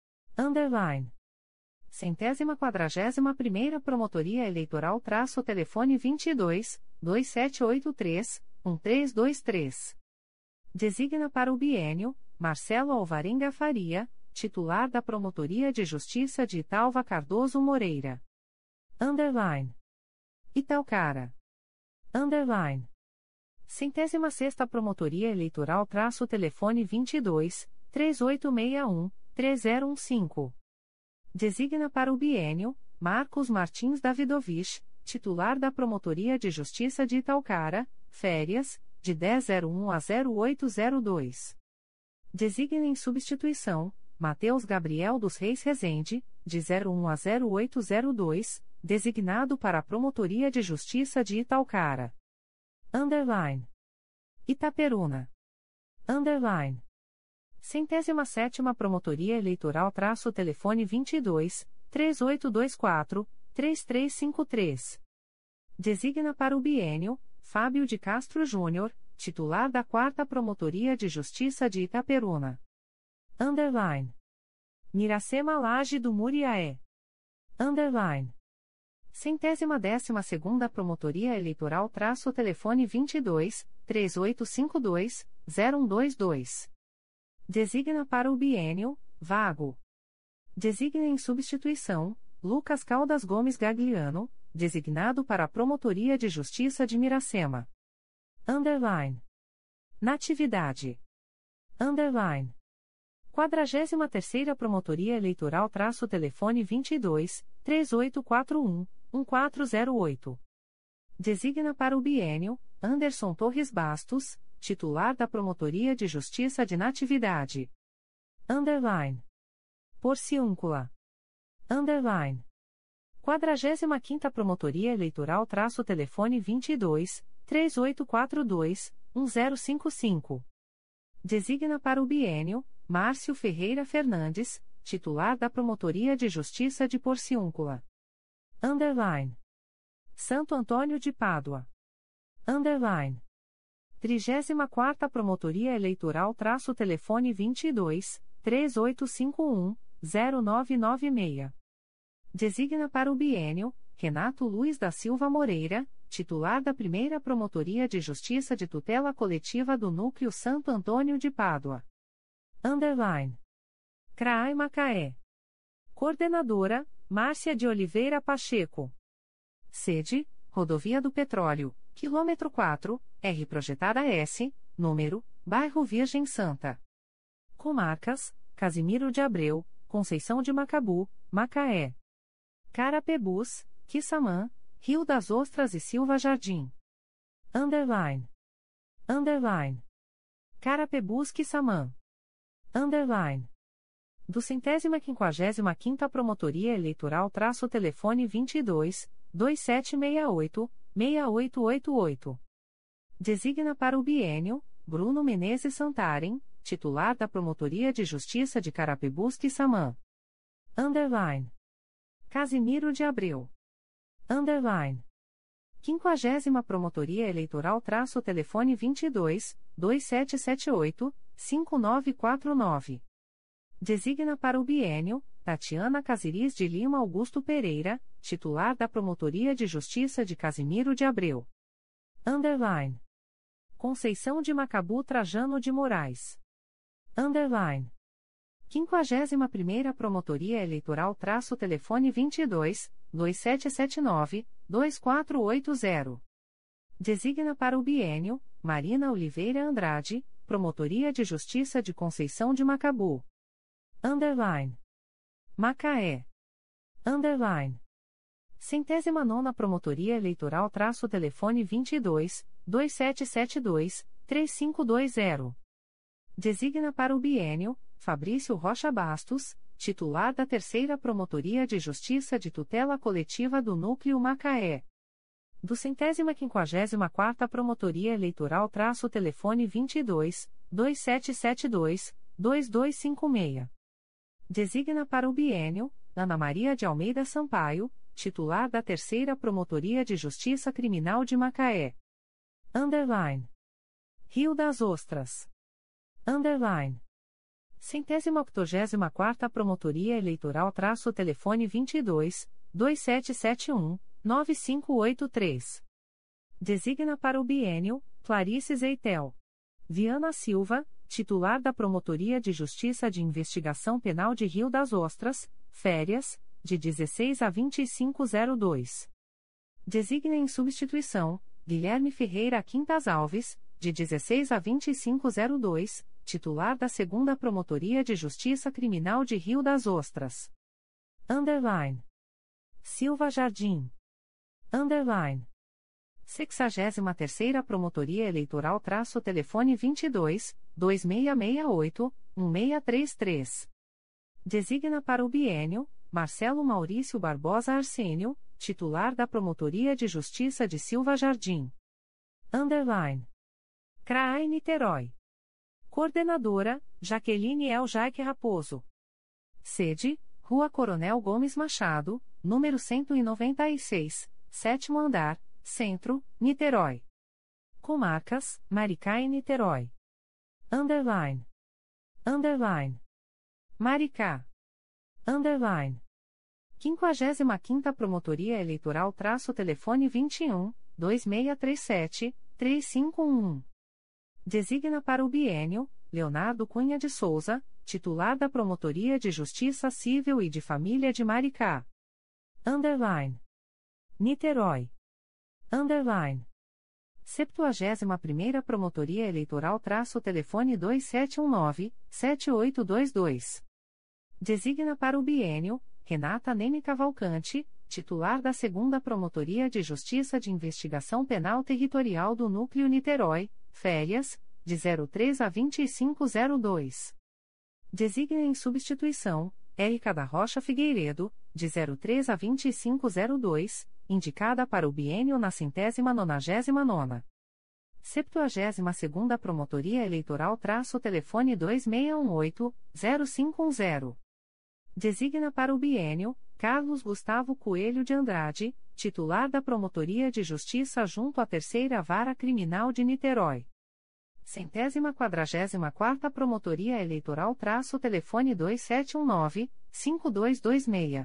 Underline. Centésima quadragésima primeira Promotoria Eleitoral traço telefone vinte e dois, dois sete oito três, um três dois três. Designa para o biênio, Marcelo Alvarenga Faria, titular da Promotoria de Justiça de Italva Cardoso Moreira. Underline. Italcara. Underline. Centésima sexta Promotoria Eleitoral traço telefone vinte e dois, três oito seis um, três zero um cinco. Designa para o biênio, Marcos Martins Davidovich, titular da Promotoria de Justiça de Italcara, férias, de dez zero um a zero oito zero dois. Designa em substituição, Mateus Gabriel dos Reis Rezende, de zero um a zero oito zero dois, designado para a Promotoria de Justiça de Italcara. Underline. Itaperuna. Underline. Centésima sétima Promotoria Eleitoral traço telefone vinte e dois, três oito dois quatro, três três cinco três. Designa para o biênio, Fábio de Castro Júnior, titular da quarta Promotoria de Justiça de Itaperuna. Underline. Miracema Laje do Muriaé. Underline. Centésima décima segunda Promotoria Eleitoral traço telefone vinte e dois, três oito cinco dois, zero um dois dois. Designa para o biênio, vago. Designa em substituição, Lucas Caldas Gomes Gagliano, designado para a Promotoria de Justiça de Miracema. Underline. Natividade. Underline. quadragésima terceira Promotoria Eleitoral traço telefone vinte e dois, três oito quatro um, um quatro zero oito. Designa para o biênio, Anderson Torres Bastos, titular da Promotoria de Justiça de Natividade. Underline. Porciúncula. Underline. quadragésima quinta Promotoria Eleitoral traço telefone vinte e dois, três oito quatro dois, um zero cinco cinco. Designa para o biênio, Márcio Ferreira Fernandes, titular da Promotoria de Justiça de Porciúncula. Underline. Santo Antônio de Pádua. Underline. trigésima quarta Promotoria Eleitoral traço telefone vinte e dois, três oito cinco um, zero nove nove seis. Designa para o biênio, Renato Luiz da Silva Moreira, titular da primeira Promotoria de Justiça de Tutela Coletiva do Núcleo Santo Antônio de Pádua. Underline. C R A I Macaé. Coordenadora, Márcia de Oliveira Pacheco. Sede, Rodovia do Petróleo, quilômetro quatro, R projetada S, número, Bairro Virgem Santa. Comarcas, Casimiro de Abreu, Conceição de Macabu, Macaé. Carapebus, Quissamã, Rio das Ostras e Silva Jardim. Underline. Underline. Carapebus Quissamã. Underline. Do centésima quinquagésima quinta Promotoria Eleitoral traço telefone vinte e dois, dois sete seis oito, seis oito oito oito. Designa para o biênio, Bruno Menezes Santarem, titular da Promotoria de Justiça de Carapebus Quissamã. Underline. Casimiro de Abreu. Underline. quinquagésima Promotoria Eleitoral traço telefone vinte e dois, dois sete sete oito, cinco nove quatro nove. Designa para o biênio, Tatiana Casiris de Lima Augusto Pereira, titular da Promotoria de Justiça de Casimiro de Abreu. Underline. Conceição de Macabu Trajano de Moraes. Underline. quinquagésima primeira Promotoria Eleitoral traço telefone vinte e dois, dois sete sete nove, dois quatro oito zero. Designa para o biênio, Marina Oliveira Andrade, Promotoria de Justiça de Conceição de Macabu. Underline. Macaé. Underline. Centésima nona Promotoria Eleitoral traço telefone vinte e dois, dois sete sete dois, três cinco dois zero. Designa para o biênio, Fabrício Rocha Bastos, titular da terceira Promotoria de Justiça de Tutela Coletiva do Núcleo Macaé. Do centésima quinquagésima quarta Promotoria Eleitoral traço telefone vinte e dois, dois sete sete dois, dois dois cinco seis. Designa para o biênio, Ana Maria de Almeida Sampaio, titular da Terceira Promotoria de Justiça Criminal de Macaé. Underline. Rio das Ostras. Underline. Centésima octogésima quarta Promotoria Eleitoral traço telefone vinte e dois, dois sete sete um, nove cinco oito três. Designa para o biênio, Clarice Zeitel. Viana Silva, titular da Promotoria de Justiça de Investigação Penal de Rio das Ostras, férias, de dezesseis a vinte e cinco zero dois. Designa em substituição, Guilherme Ferreira Quintas Alves, de dezesseis a vinte e cinco zero dois, titular da Segunda Promotoria de Justiça Criminal de Rio das Ostras. Underline. Silva Jardim. Underline. sexagésima terceira Promotoria Eleitoral traço telefone vinte e dois, dois seis seis oito, um seis três três. Designa para o biênio, Marcelo Maurício Barbosa Arsênio, titular da Promotoria de Justiça de Silva Jardim. Underline. C R A I Niterói. Coordenadora, Jaqueline El Jaque Raposo. Sede, Rua Coronel Gomes Machado, número cento e noventa e seis, sétimo andar, Centro, Niterói. Comarcas, Maricá e Niterói. Underline. Underline. Maricá. Underline. quinquagésima quinta Promotoria Eleitoral traço telefone vinte e um, dois seis três sete, três cinco um um. Designa para o biênio, Leonardo Cunha de Souza, titular da Promotoria de Justiça Civil e de Família de Maricá. Underline. Niterói. Underline. septuagésima primeira Promotoria Eleitoral traço telefone dois sete um nove, sete oito dois dois. Designa para o biênio, Renata Neme Cavalcante, titular da Segunda Promotoria de Justiça de Investigação Penal Territorial do Núcleo Niterói, férias, de zero três a vinte e cinco zero dois. Designa em substituição, Érica da Rocha Figueiredo, de zero três a vinte e cinco zero dois, indicada para o biênio na centésima nonagésima nona. septuagésima segunda Promotoria Eleitoral traço telefone dois seis um oito, zero cinco um zero. Designa para o biênio, Carlos Gustavo Coelho de Andrade, titular da Promotoria de Justiça junto à Terceira Vara Criminal de Niterói. Centésima quadragésima quarta Promotoria Eleitoral traço telefone dois sete um nove, cinco dois dois seis.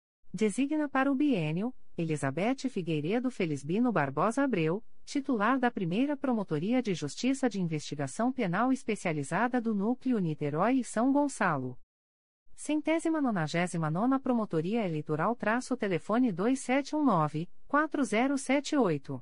Designa para o biênio, Elizabeth Figueiredo Felisbino Barbosa Abreu, titular da Primeira Promotoria de Justiça de Investigação Penal Especializada do Núcleo Niterói e São Gonçalo. Centésima nonagésima nona Promotoria Eleitoral traço telefone dois sete um nove, quatro zero sete oito.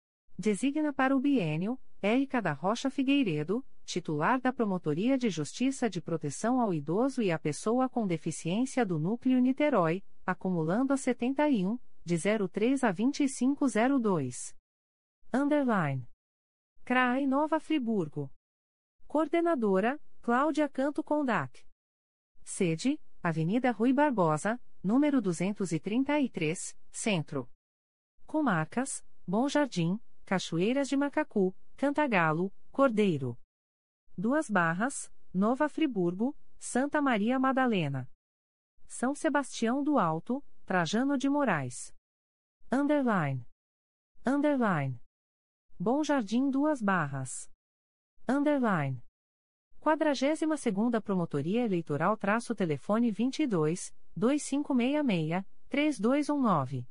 Designa para o biênio, Érica da Rocha Figueiredo, titular da Promotoria de Justiça de Proteção ao Idoso e à Pessoa com Deficiência do Núcleo Niterói, acumulando a setenta e um, de zero três a vinte e cinco zero dois. Underline. C R A I Nova Friburgo. Coordenadora, Cláudia Canto Condac. Sede, Avenida Rui Barbosa, número duzentos e trinta e três, Centro. Comarcas, Bom Jardim, Cachoeiras de Macacu, Cantagalo, Cordeiro. Duas Barras, Nova Friburgo, Santa Maria Madalena. São Sebastião do Alto, Trajano de Moraes. Underline. Underline. Bom Jardim Duas Barras. Underline. quadragésima segunda Promotoria Eleitoral traço telefone vinte e dois, dois cinco seis seis, três dois um nove.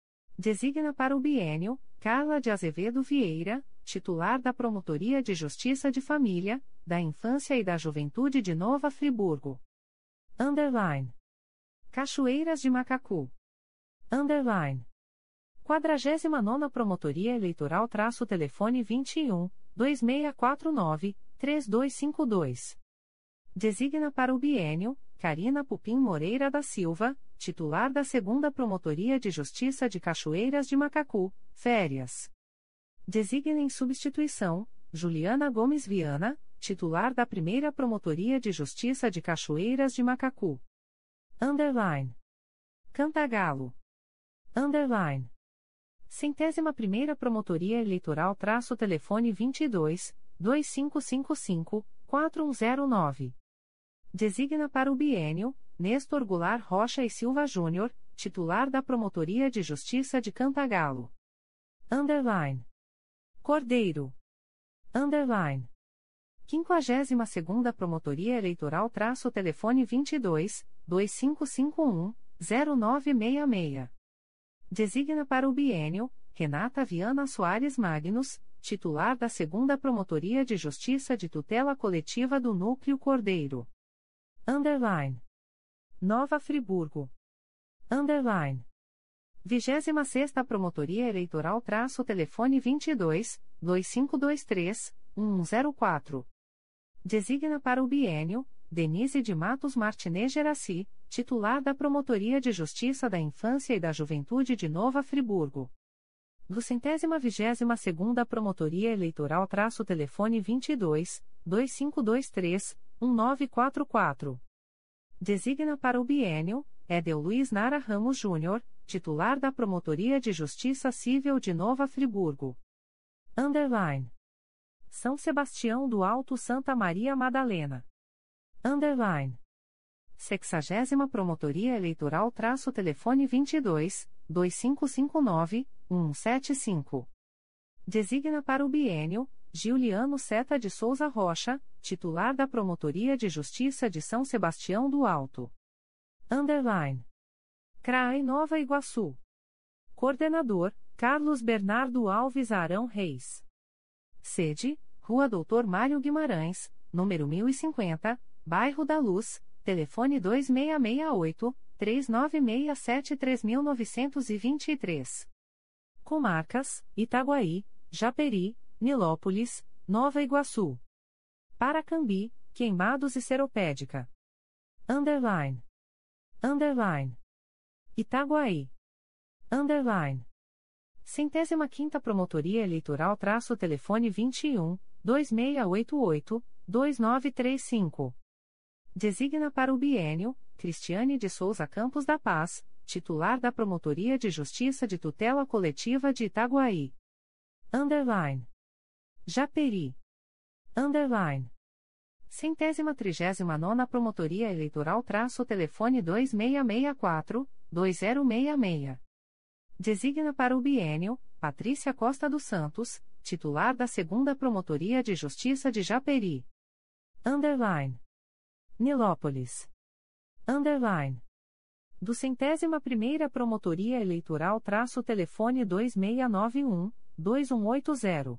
Designa para o biênio, Carla de Azevedo Vieira, titular da Promotoria de Justiça de Família, da Infância e da Juventude de Nova Friburgo. Underline. Cachoeiras de Macacu. Underline. quadragésima nona Promotoria Eleitoral traço telefone vinte e um, dois seis quatro nove, três dois cinco dois. Designa para o biênio, Carina Pupim Moreira da Silva, titular da Segunda Promotoria de Justiça de Cachoeiras de Macacu, férias. Designa em substituição, Juliana Gomes Viana, titular da Primeira Promotoria de Justiça de Cachoeiras de Macacu. Underline. Cantagalo. Underline. Centésima primeira Promotoria Eleitoral traço telefone vinte e dois, dois cinco cinco cinco, quatro um zero nove. Designa para o biênio, Néstor Goulart Rocha e Silva Júnior, titular da Promotoria de Justiça de Cantagalo. Underline. Cordeiro. Underline. quinquagésima segunda Promotoria Eleitoral traço telefone vinte e dois, dois cinco cinco um, zero nove seis seis. Designa para o biênio, Renata Viana Soares Magnus, titular da segunda Promotoria de Justiça de Tutela Coletiva do Núcleo Cordeiro. Underline. Nova Friburgo. Underline. vigésima sexta Promotoria Eleitoral traço telefone vinte e dois, dois cinco dois três, um um zero quatro. Designa para o biênio, Denise de Matos Martinez Geraci, titular da Promotoria de Justiça da Infância e da Juventude de Nova Friburgo. Duzentésima vigésima segunda Promotoria Eleitoral traço telefone vinte e dois, dois cinco dois três, um nove quatro quatro. Designa para o biênio, Edel Luiz Nara Ramos Júnior, titular da Promotoria de Justiça Civil de Nova Friburgo. Underline. São Sebastião do Alto Santa Maria Madalena. Underline. Sexagésima Promotoria Eleitoral traço telefone vinte e dois, dois cinco cinco nove, um um sete cinco. Designa para o biênio, Giuliano Seta de Souza Rocha, titular da Promotoria de Justiça de São Sebastião do Alto. Underline. C R A E Nova Iguaçu. Coordenador, Carlos Bernardo Alves Arão Reis. Sede, Rua Doutor Mário Guimarães, número mil e cinquenta, Bairro da Luz, telefone dois seis seis oito, três nove seis sete três nove dois três. Comarcas, Itaguaí, Japeri, Nilópolis, Nova Iguaçu. Paracambi, Queimados e Seropédica. Underline. Underline. Itaguaí. Underline. Centésima quinta Promotoria Eleitoral traço telefone vinte e um, dois seis oito oito, dois nove três cinco. Designa para o biênio, Cristiane de Souza Campos da Paz, titular da Promotoria de Justiça de Tutela Coletiva de Itaguaí. Underline. Japeri. Underline. Centésima trigésima nona Promotoria Eleitoral traço telefone dois seis seis quatro, dois zero seis seis. Designa para o biênio, Patrícia Costa dos Santos, titular da segunda Promotoria de Justiça de Japeri. Underline. Nilópolis. Underline. Do centésima primeira Promotoria Eleitoral traço telefone dois seis nove um, dois um oito zero.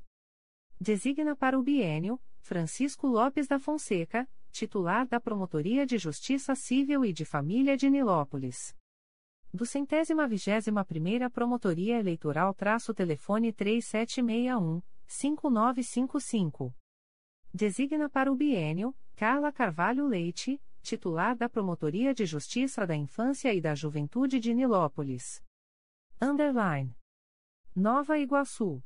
Designa para o biênio, Francisco Lopes da Fonseca, titular da Promotoria de Justiça Civil e de Família de Nilópolis. Do centésima vigésima primeira Promotoria Eleitoral traço telefone três sete seis um, cinco nove cinco cinco. Designa para o biênio, Carla Carvalho Leite, titular da Promotoria de Justiça da Infância e da Juventude de Nilópolis. Underline. Nova Iguaçu.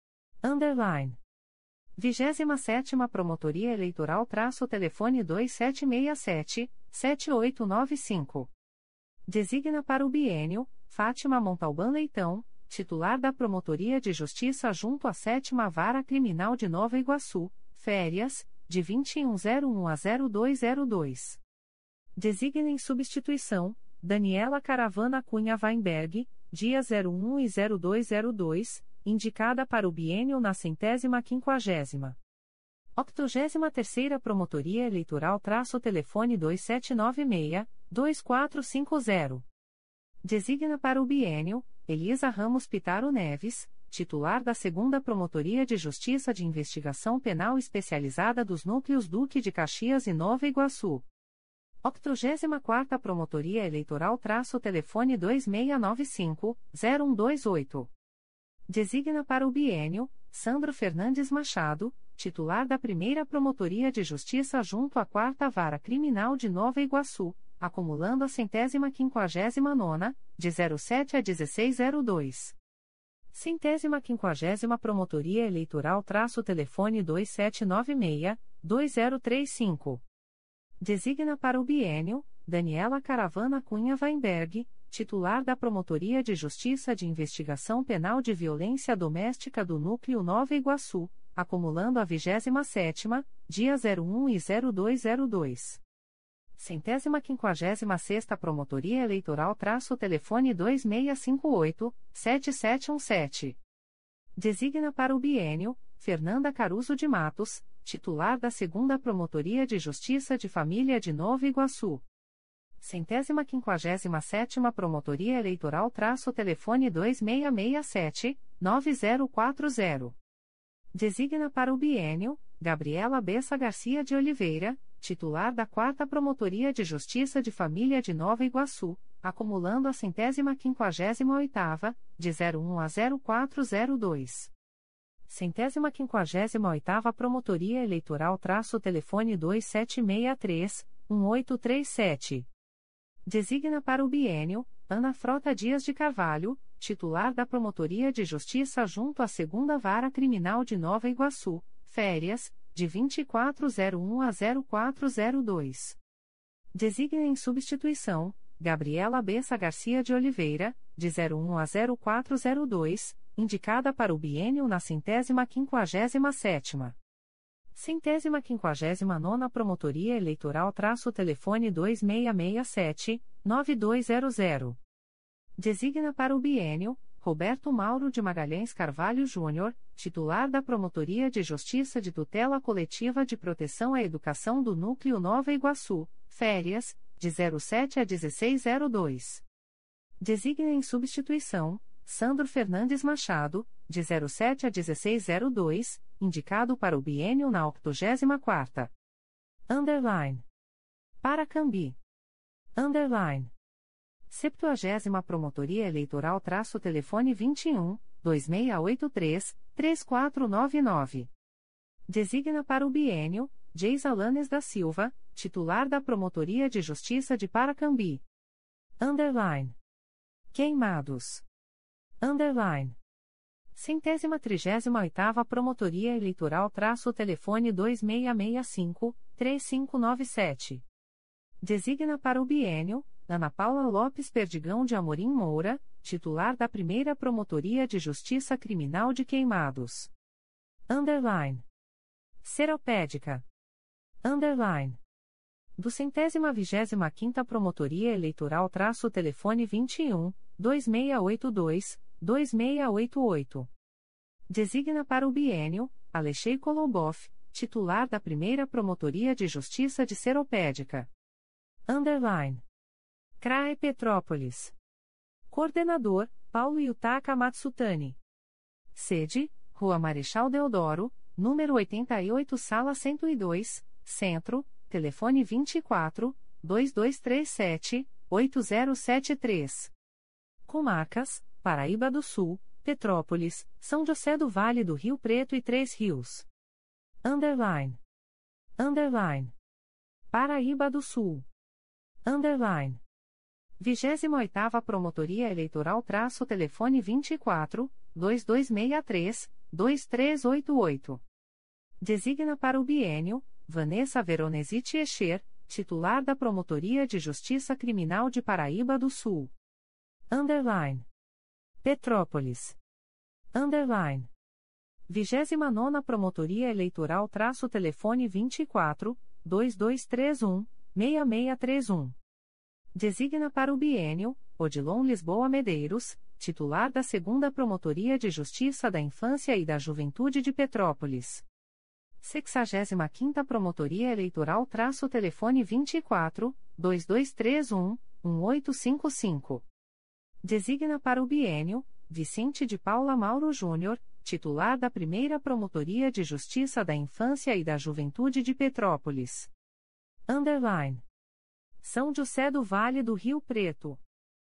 Underline. vigésima sétima Promotoria Eleitoral traço telefone dois sete seis sete, sete oito nove cinco. Designa para o biênio, Fátima Montalbán Leitão, titular da Promotoria de Justiça junto à sétima Vara Criminal de Nova Iguaçu, férias, de vinte e um de zero um a zero dois zero dois. Designa em substituição, Daniela Caravana Cunha Weinberg, dia zero um e zero dois zero dois, indicada para o biênio na centésima quinquagésima. Octogésima terceira Promotoria Eleitoral traço telefone dois sete nove seis, dois quatro cinco zero. Designa para o biênio, Elisa Ramos Pitaro Neves, titular da segunda Promotoria de Justiça de Investigação Penal Especializada dos Núcleos Duque de Caxias e Nova Iguaçu. Octogésima quarta Promotoria Eleitoral traço telefone dois seis nove cinco, zero um dois oito. Designa para o biênio, Sandro Fernandes Machado, titular da primeira Promotoria de Justiça junto à quarta Vara Criminal de Nova Iguaçu, acumulando a centésima quinquagésima nona, de zero sete a dezesseis zero dois. Centésima quinquagésima Promotoria Eleitoral traço telefone dois sete nove seis, dois zero três cinco. Designa para o biênio, Daniela Caravana Cunha Weinberg, titular da Promotoria de Justiça de Investigação Penal de Violência Doméstica do Núcleo Nova Iguaçu, acumulando a vigésima sétima, dia zero um e zero dois zero dois. Centésima quinquagésima sexta Promotoria Eleitoral traço telefone dois seis cinco oito, sete sete um sete. Designa para o biênio, Fernanda Caruso de Matos, titular da segunda Promotoria de Justiça de Família de Nova Iguaçu. Centésima quinquagésima sétima Promotoria Eleitoral traço telefone dois seis seis sete, nove zero quatro zero. Designa para o biênio, Gabriela Bessa Garcia de Oliveira, titular da quarta Promotoria de Justiça de Família de Nova Iguaçu, acumulando a centésima quinquagésima oitava, de zero um a zero quatro zero dois. Centésima quinquagésima oitava Promotoria Eleitoral traço telefone dois sete seis três, um oito três sete. Designa para o biênio, Ana Frota Dias de Carvalho, titular da Promotoria de Justiça junto à segunda Vara Criminal de Nova Iguaçu, férias, de vinte e quatro zero um a zero quatro zero dois. Designa em substituição, Gabriela Bessa Garcia de Oliveira, de zero um a zero quatro zero dois, indicada para o biênio na centésima quinquagésima sétima. Centésima quinquagésima nona Promotoria Eleitoral traço telefone dois seis seis sete, nove dois zero zero. Designa para o biênio, Roberto Mauro de Magalhães Carvalho Júnior, titular da Promotoria de Justiça de Tutela Coletiva de Proteção à Educação do Núcleo Nova Iguaçu, férias, de zero sete a dezesseis zero dois. Designa em substituição, Sandro Fernandes Machado, de zero sete a dezesseis zero dois, indicado para o biênio na octogésima quarta. Underline. Paracambi. Underline. Septuagésima Promotoria Eleitoral traço telefone vinte e um, dois seis oito três, três quatro nove nove. Designa para o biênio, Geisa Lanes da Silva, titular da Promotoria de Justiça de Paracambi. Underline. Queimados. Underline. Centésima trigésima oitava Promotoria Eleitoral traço telefone dois seis seis cinco, três cinco nove sete. Designa para o biênio, Ana Paula Lopes Perdigão de Amorim Moura, titular da primeira Promotoria de Justiça Criminal de Queimados. Underline. Seropédica. Underline. Do centésima vigésima quinta Promotoria Eleitoral traço telefone vinte e um, dois seis oito dois, dois seis oito oito. Designa para o biênio, Alexei Koloboff, titular da primeira Promotoria de Justiça de Seropédica. Underline. C R A E Petrópolis. Coordenador, Paulo Yutaka Matsutani. Sede, Rua Marechal Deodoro, número oitenta e oito Sala cento e dois, Centro, telefone vinte e quatro, dois dois três sete, oito zero sete três. Comarcas, Paraíba do Sul, Petrópolis, São José do Vale do Rio Preto e Três Rios. Underline. Underline. Paraíba do Sul. Underline. vigésima oitava Promotoria Eleitoral traço telefone vinte e quatro, dois dois seis três, dois três oito oito. Designa para o biênio, Vanessa Veronesi Teixeira, titular da Promotoria de Justiça Criminal de Paraíba do Sul. Underline. Petrópolis. Underline. vigésima nona Promotoria Eleitoral traço telefone vinte e quatro, dois dois três um, seis seis três um. Designa para o biênio, Odilon Lisboa Medeiros, titular da segunda Promotoria de Justiça da Infância e da Juventude de Petrópolis. sexagésima quinta Promotoria Eleitoral traço telefone vinte e quatro, dois dois três um, um oito cinco cinco. Designa para o biênio, Vicente de Paula Mauro Júnior, titular da primeira Promotoria de Justiça da Infância e da Juventude de Petrópolis. Underline. São José do Vale do Rio Preto.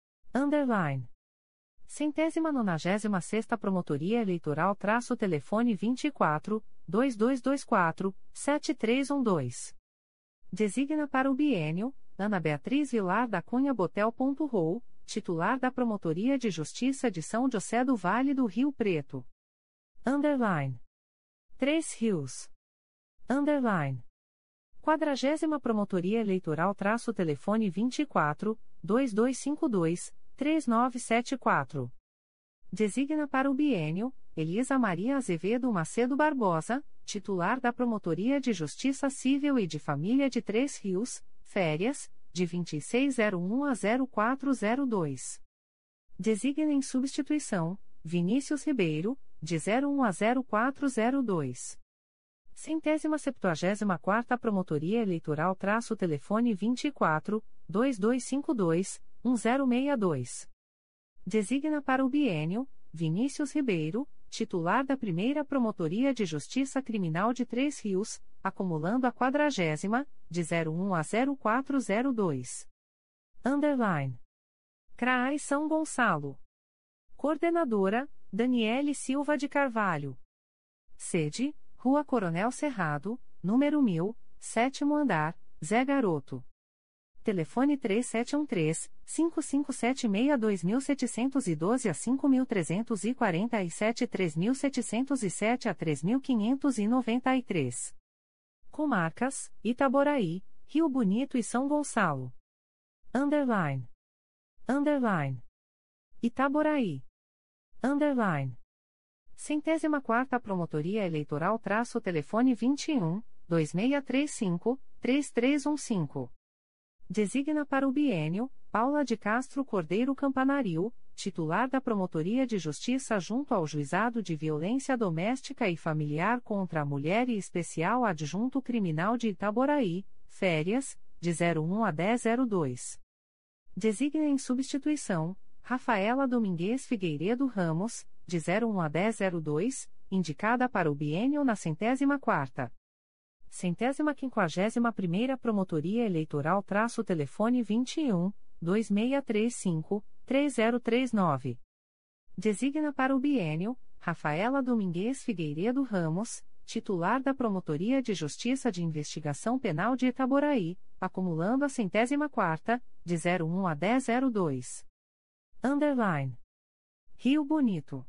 Underline. Centésima nonagésima sexta Promotoria Eleitoral traço telefone vinte e quatro, dois dois dois quatro, sete três um dois. Designa para o biênio, Ana Beatriz Vilar da Cunha Botel.Rou, titular da Promotoria de Justiça de São José do Vale do Rio Preto. Underline. Três Rios. Underline. Quadragésima Promotoria Eleitoral traço telefone vinte e quatro, dois dois cinco dois, três nove sete quatro. Designa para o biênio Elisa Maria Azevedo Macedo Barbosa, titular da Promotoria de Justiça Civil e de Família de Três Rios, férias, de vinte e seis de zero um a zero quatro zero dois. Designa em substituição Vinícius Ribeiro, de zero um a zero quatro zero dois. Centésima septuagésima quarta Promotoria Eleitoral traço telefone vinte e quatro, dois dois cinco dois, um zero seis dois. Designa para o biênio Vinícius Ribeiro, titular da Primeira Promotoria de Justiça Criminal de Três Rios, acumulando a quadragésima, de zero um a zero quatro zero dois. Underline. C R A I São Gonçalo. Coordenadora, Daniele Silva de Carvalho. Sede, Rua Coronel Cerrado, número mil, sétimo andar, Zé Garoto. Telefone três sete um três, cinco cinco sete seis dois sete um dois a cinco três quatro sete três sete zero sete a três quinhentos e noventa e três. Comarcas, Itaboraí, Rio Bonito e São Gonçalo. Underline. Underline. Itaboraí. Underline. Centésima quarta Promotoria Eleitoral traço telefone vinte e um, dois seis três cinco, três três um cinco. Designa para o biênio Paula de Castro Cordeiro Campanaril, titular da Promotoria de Justiça junto ao Juizado de Violência Doméstica e Familiar contra a Mulher e Especial Adjunto Criminal de Itaboraí, férias, de zero um a dez zero dois. Designa em substituição Rafaela Domingues Figueiredo Ramos, de zero um a dez zero dois, indicada para o biênio na centésima quarta. Centésima quinquagésima primeira Promotoria Eleitoral traço telefone vinte e um, dois seis três cinco, três zero três nove. Designa para o biênio Rafaela Domingues Figueiredo Ramos, titular da Promotoria de Justiça de Investigação Penal de Itaboraí, acumulando a centésima quarta, de zero um a dez zero dois. Underline. Rio Bonito.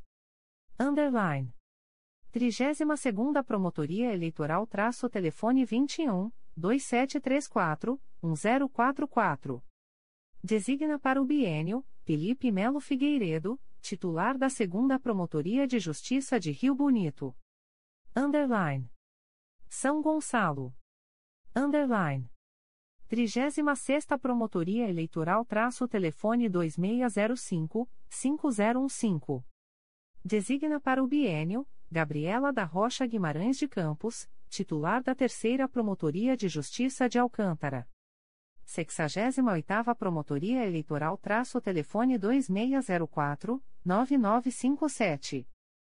Underline. Trigésima segunda Promotoria Eleitoral traço telefone vinte e um, dois sete três quatro, um zero quatro quatro. Designa para o biênio Felipe Melo Figueiredo, titular da segunda Promotoria de Justiça de Rio Bonito. Underline. São Gonçalo. Underline. Trigésima sexta Promotoria Eleitoral traço telefone dois seis zero cinco, cinco zero um cinco. Designa para o biênio Gabriela da Rocha Guimarães de Campos, titular da Terceira Promotoria de Justiça de Alcântara. sexagésima oitava Promotoria Eleitoral traço telefone dois seis zero quatro, nove nove cinco sete.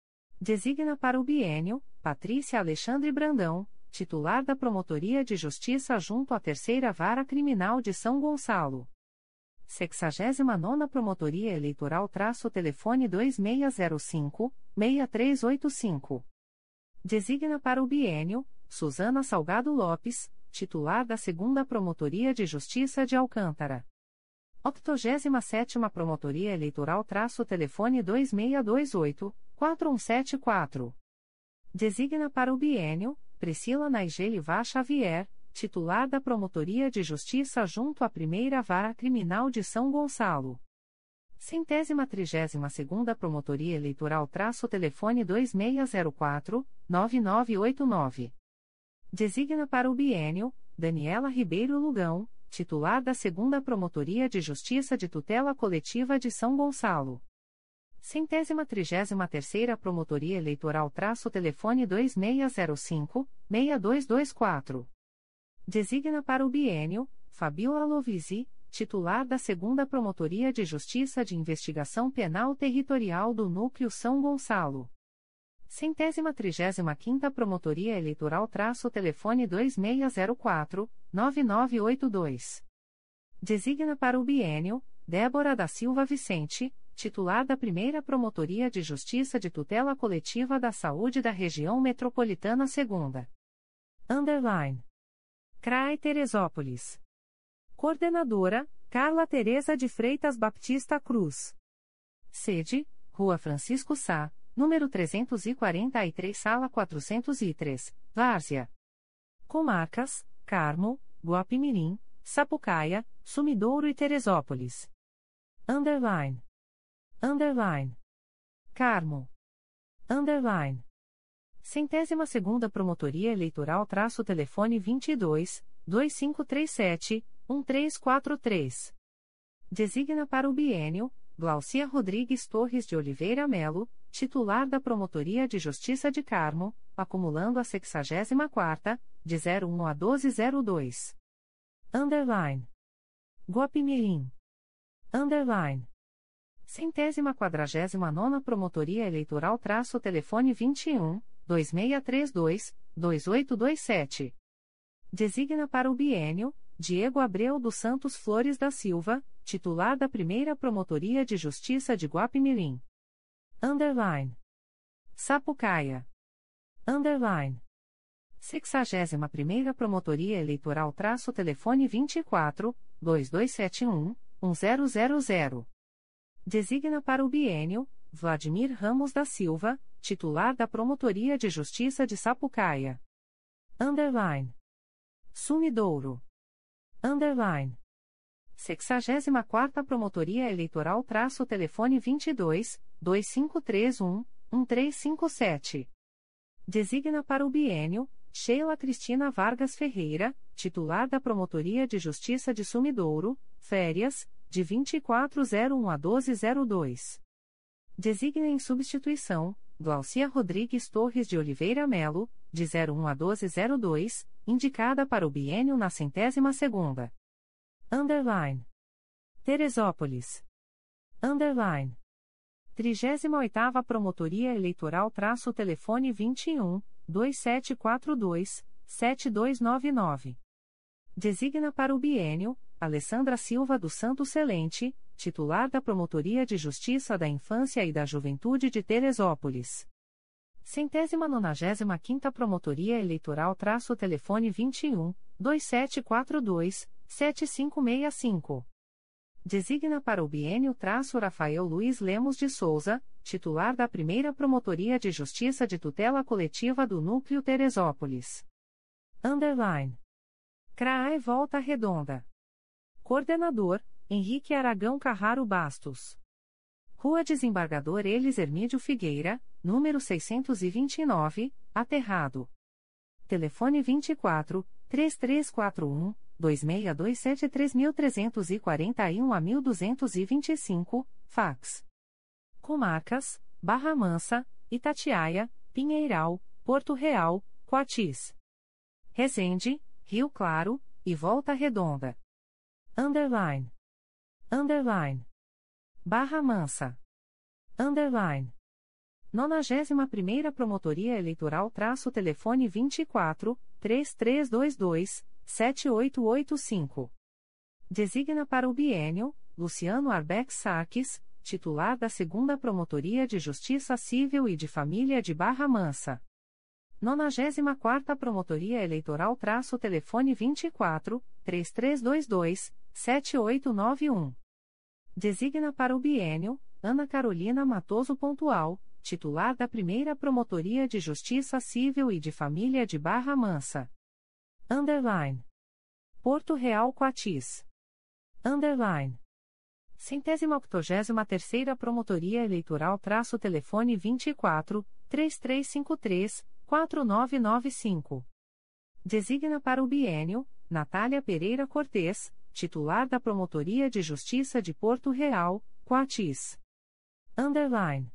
Designa para o biênio Patrícia Alexandre Brandão, titular da Promotoria de Justiça junto à Terceira Vara Criminal de São Gonçalo. sexagésima nona Promotoria Eleitoral traço telefone dois seis zero cinco, seis três oito cinco. Designa para o biênio Suzana Salgado Lopes, titular da segunda Promotoria de Justiça de Alcântara. octogésima sétima Promotoria Eleitoral traço telefone dois seis dois oito, quatro um sete quatro. Designa para o biênio Priscila Naigeli-Vá Xavier, titular da Promotoria de Justiça junto à Primeira Vara Criminal de São Gonçalo. Centésima trigésima segunda Promotoria Eleitoral traço telefone dois seis zero quatro, nove nove oito nove. Designa para o biênio Daniela Ribeiro Lugão, titular da segunda Promotoria de Justiça de Tutela Coletiva de São Gonçalo. Centésima trigésima terceira Promotoria Eleitoral traço telefone dois seis zero cinco, seis dois dois quatro. Designa para o biênio Fabiola Lovisi, titular da segunda Promotoria de Justiça de Investigação Penal Territorial do Núcleo São Gonçalo. Centésima trigésima quinta Promotoria Eleitoral traço telefone dois seis zero quatro, nove nove oito dois. Designa para o biênio Débora da Silva Vicente, titular da primeira Promotoria de Justiça de Tutela Coletiva da Saúde da Região Metropolitana segunda. Underline. C R A I Teresópolis. Coordenadora, Carla Tereza de Freitas Baptista Cruz. Sede, Rua Francisco Sá, número trezentos e quarenta e três, sala quatrocentos e três, Várzea. Comarcas, Carmo, Guapimirim, Sapucaia, Sumidouro e Teresópolis. underline, underline, Carmo, underline. Centésima segunda Promotoria Eleitoral traço telefone vinte e dois, dois cinco três sete, um três quatro três. Designa para o biênio, Glaucia Rodrigues Torres de Oliveira Melo, titular da Promotoria de Justiça de Carmo, acumulando a sexagésima quarta, de zero um a doze zero dois. Underline. Guapimirim. Underline. Centésima quadragésima nona Promotoria Eleitoral traço telefone vinte e um, dois seis três dois, dois oito dois sete. Designa para o biênio, Diego Abreu dos Santos Flores da Silva, titular da Primeira Promotoria de Justiça de Guapimirim. Underline. Sapucaia. Underline. Sexagésima primeira Promotoria Eleitoral traço telefone vinte e quatro, dois dois sete um, um zero zero zero. Designa para o biênio, Vladimir Ramos da Silva, titular da Promotoria de Justiça de Sapucaia. Underline. Sumidouro. Underline. Sexagésima quarta Promotoria Eleitoral traço telefone vinte e dois, dois cinco três um, um três cinco sete. Designa para o biênio, Sheila Cristina Vargas Ferreira, titular da Promotoria de Justiça de Sumidouro, férias, de vinte e quatro zero um a doze zero dois. Designa em substituição, Glaucia Rodrigues Torres de Oliveira Melo, de zero um a doze zero dois, indicada para o biênio na centésima segunda. Underline. Teresópolis. Underline. Trigésima oitava Promotoria Eleitoral traço telefone vinte e um, dois sete quatro dois, sete dois nove nove. Designa para o biênio, Alessandra Silva dos Santos Celente, titular da Promotoria de Justiça da Infância e da Juventude de Teresópolis. Centésima nonagésima quinta Promotoria Eleitoral traço telefone vinte e um, dois sete quatro dois, sete cinco seis cinco. Designa para o biênio traço Rafael Luiz Lemos de Souza, titular da Primeira Promotoria de Justiça de Tutela Coletiva do Núcleo Teresópolis. Underline. C R A E Volta Redonda. Coordenador, Henrique Aragão Carraro Bastos. Rua Desembargador Elis Hermídio Figueira, número seiscentos e vinte e nove, Aterrado. Telefone vinte e quatro, três três quatro um, dois seis dois sete três três quatro um a duzentos e vinte e cinco, fax. Comarcas, Barra Mansa, Itatiaia, Pinheiral, Porto Real, Coatis. Resende, Rio Claro, e Volta Redonda. Underline. Underline. Barra Mansa. Underline. nonagésima primeira Promotoria Eleitoral traço telefone vinte e quatro, três três dois dois, sete oito oito cinco. Designa para o biênio, Luciano Arbex Sarques, titular da segunda Promotoria de Justiça Civil e de Família de Barra Mansa. nonagésima quarta Promotoria Eleitoral traço telefone vinte e quatro, três três dois dois, sete oito nove um. Designa para o biênio, Ana Carolina Matoso Pontual, titular da Primeira Promotoria de Justiça Civil e de Família de Barra Mansa. Underline. Porto Real Coatis. Underline. Centésima octogésima terceira Promotoria Eleitoral traço telefone vinte e quatro, três três cinco três, quatro nove nove cinco. Designa para o biênio, Natália Pereira Cortês, titular da Promotoria de Justiça de Porto Real, Coatis. Underline.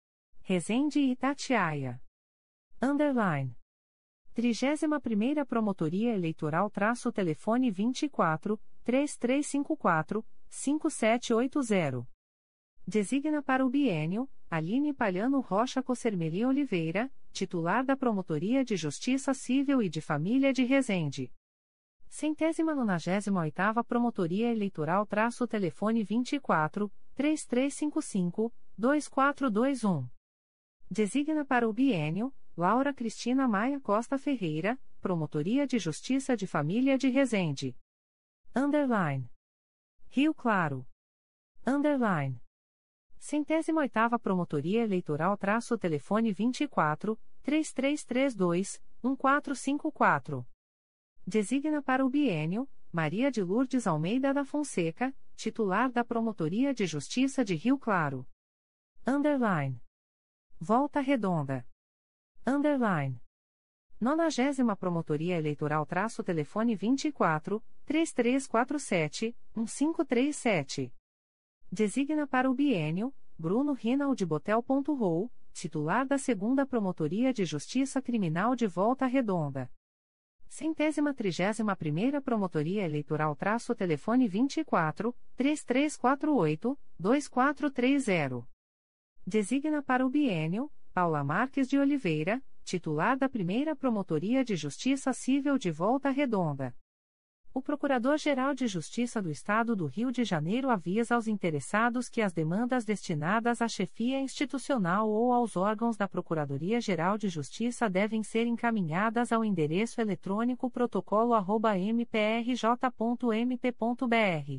Resende e Itatiaia. Underline. Trigésima primeira Promotoria Eleitoral traço telefone vinte e quatro, três três cinco quatro, cinco sete oito zero. Designa para o biênio, Aline Palhano Rocha Cossermeli Oliveira, titular da Promotoria de Justiça Civil e de Família de Resende. Centésima nonagésima oitava Promotoria Eleitoral traço telefone vinte e quatro, três três cinco cinco, dois quatro dois um. Designa para o biênio, Laura Cristina Maia Costa Ferreira, Promotoria de Justiça de Família de Resende. Underline. Rio Claro. Underline. Centésima oitava Promotoria Eleitoral traço telefone vinte e quatro, três três três dois, um quatro cinco quatro. Designa para o biênio, Maria de Lourdes Almeida da Fonseca, titular da Promotoria de Justiça de Rio Claro. Underline. Volta Redonda. Underline. nonagésima Promotoria Eleitoral traço telefone vinte e quatro, três três quatro sete, um cinco três sete. Designa para o biênio, Bruno Rinaldi Botel.Rou, titular da segunda Promotoria de Justiça Criminal de Volta Redonda. Centésima trigésima primeira Promotoria Eleitoral traço telefone vinte e quatro, três três quatro oito, dois quatro três zero. Designa para o biênio, Paula Marques de Oliveira, titular da primeira Promotoria de Justiça Civil de Volta Redonda. O Procurador-Geral de Justiça do Estado do Rio de Janeiro avisa aos interessados que as demandas destinadas à chefia institucional ou aos órgãos da Procuradoria-Geral de Justiça devem ser encaminhadas ao endereço eletrônico protocolo arroba m p r j ponto m p ponto b r.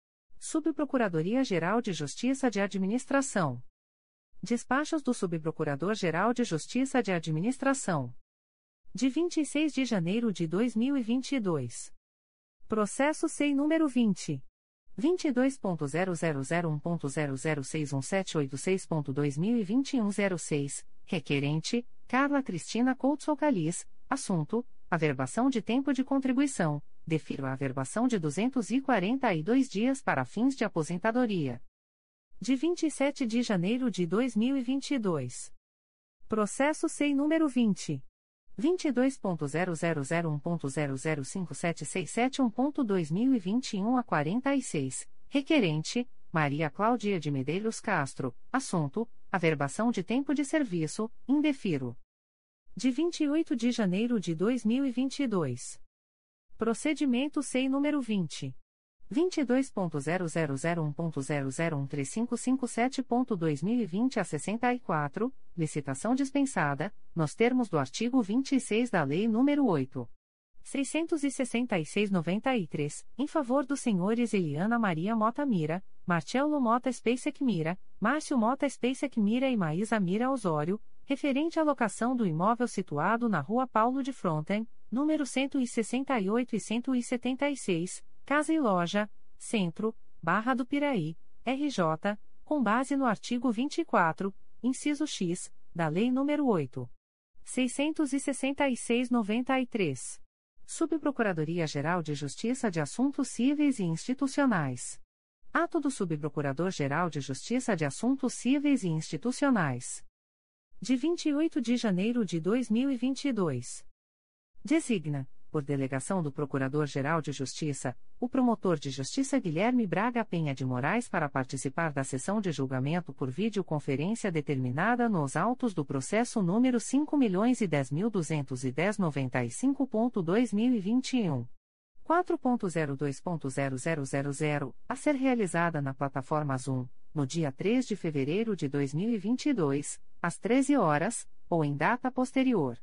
Subprocuradoria-Geral de Justiça de Administração. Despachos do Subprocurador-Geral de Justiça de Administração. De vinte e seis de janeiro de dois mil e vinte e dois. Processo S E I número vinte. vinte e dois ponto zero zero zero um ponto zero zero seis um sete oito seis ponto dois mil e vinte e um zero seis, requerente, Carla Cristina Couto Socaliz, assunto, averbação de tempo de contribuição, defiro a averbação de duzentos e quarenta e dois dias para fins de aposentadoria. De vinte e sete de janeiro de dois mil e vinte e dois. Processo S E I número vinte. vinte e dois ponto zero zero zero um ponto zero zero cinco sete seis sete um ponto dois mil e vinte e um a quarenta e seis, requerente, Maria Cláudia de Medeiros Castro, assunto, averbação de tempo de serviço, indefiro. De vinte e oito de janeiro de dois mil e vinte e dois. Procedimento S E I número vinte. vinte e dois ponto zero zero zero um ponto zero zero um três cinco cinco sete ponto dois mil e vinte a sessenta e quatro, licitação dispensada, nos termos do artigo vinte e seis da Lei nº oito mil seiscentos e sessenta e seis barra noventa e três, em favor dos senhores Eliana Maria Mota Mira, Marcelo Mota Spacek Mira, Márcio Mota Spacek Mira e Maísa Mira Osório, referente à locação do imóvel situado na Rua Paulo de Fronten, número cento e sessenta e oito e cento e setenta e seis, Casa e Loja, Centro, Barra do Piraí, R J, com base no artigo vinte e quatro, inciso X, da Lei nº oito mil seiscentos e sessenta e seis barra noventa e três. Subprocuradoria-Geral de Justiça de Assuntos Cíveis e Institucionais. Ato do Subprocurador-Geral de Justiça de Assuntos Cíveis e Institucionais. De vinte e oito de janeiro de dois mil e vinte e dois. Designa, por delegação do Procurador-Geral de Justiça, o promotor de Justiça Guilherme Braga Penha de Moraes para participar da sessão de julgamento por videoconferência determinada nos autos do processo número cinco milhões e dez mil duzentos e dez ponto noventa e cinco ponto dois mil e vinte e um. quatro ponto zero dois ponto zero zero zero zero, a ser realizada na plataforma Zoom, no dia três de fevereiro de dois mil e vinte e dois, às treze horas, ou em data posterior.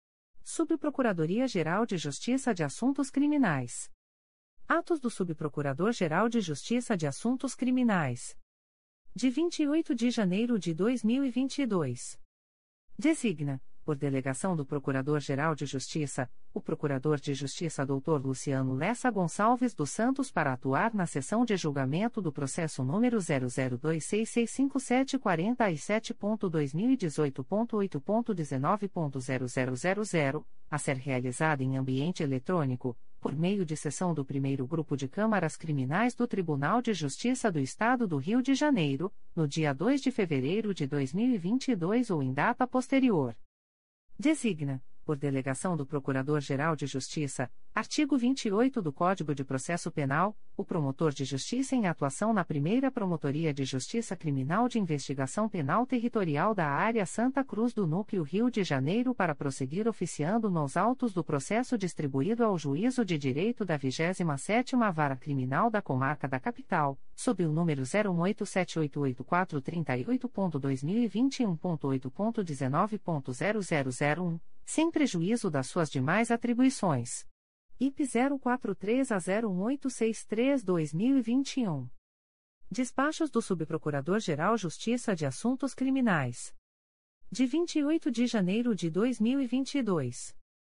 Subprocuradoria-Geral de Justiça de Assuntos Criminais. Atos do Subprocurador-Geral de Justiça de Assuntos Criminais. De vinte e oito de janeiro de dois mil e vinte e dois. Designa, por delegação do Procurador-Geral de Justiça, o Procurador de Justiça doutor Luciano Lessa Gonçalves dos Santos para atuar na sessão de julgamento do processo número zero zero dois seis seis cinco sete quatro sete ponto dois mil e dezoito ponto oito ponto dezenove ponto zero zero zero zero, a ser realizada em ambiente eletrônico, por meio de sessão do primeiro Grupo de Câmaras Criminais do Tribunal de Justiça do Estado do Rio de Janeiro, no dia dois de fevereiro de dois mil e vinte e dois ou em data posterior. Designa, por delegação do Procurador-Geral de Justiça, artigo vinte e oito do Código de Processo Penal, o promotor de justiça em atuação na primeira Promotoria de Justiça Criminal de Investigação Penal Territorial da Área Santa Cruz do Núcleo Rio de Janeiro para prosseguir oficiando nos autos do processo distribuído ao Juízo de Direito da vigésima sétima Vara Criminal da Comarca da Capital, sob o número zero um oito sete oito oito quatro três oito ponto dois mil e vinte e um ponto oito ponto dezenove ponto zero zero zero um, sem prejuízo das suas demais atribuições. I P zero quatro três A zero um oito seis três barra dois mil e vinte e um. Despachos do Subprocurador-Geral Justiça de Assuntos Criminais. De vinte e oito de janeiro de dois mil e vinte e dois.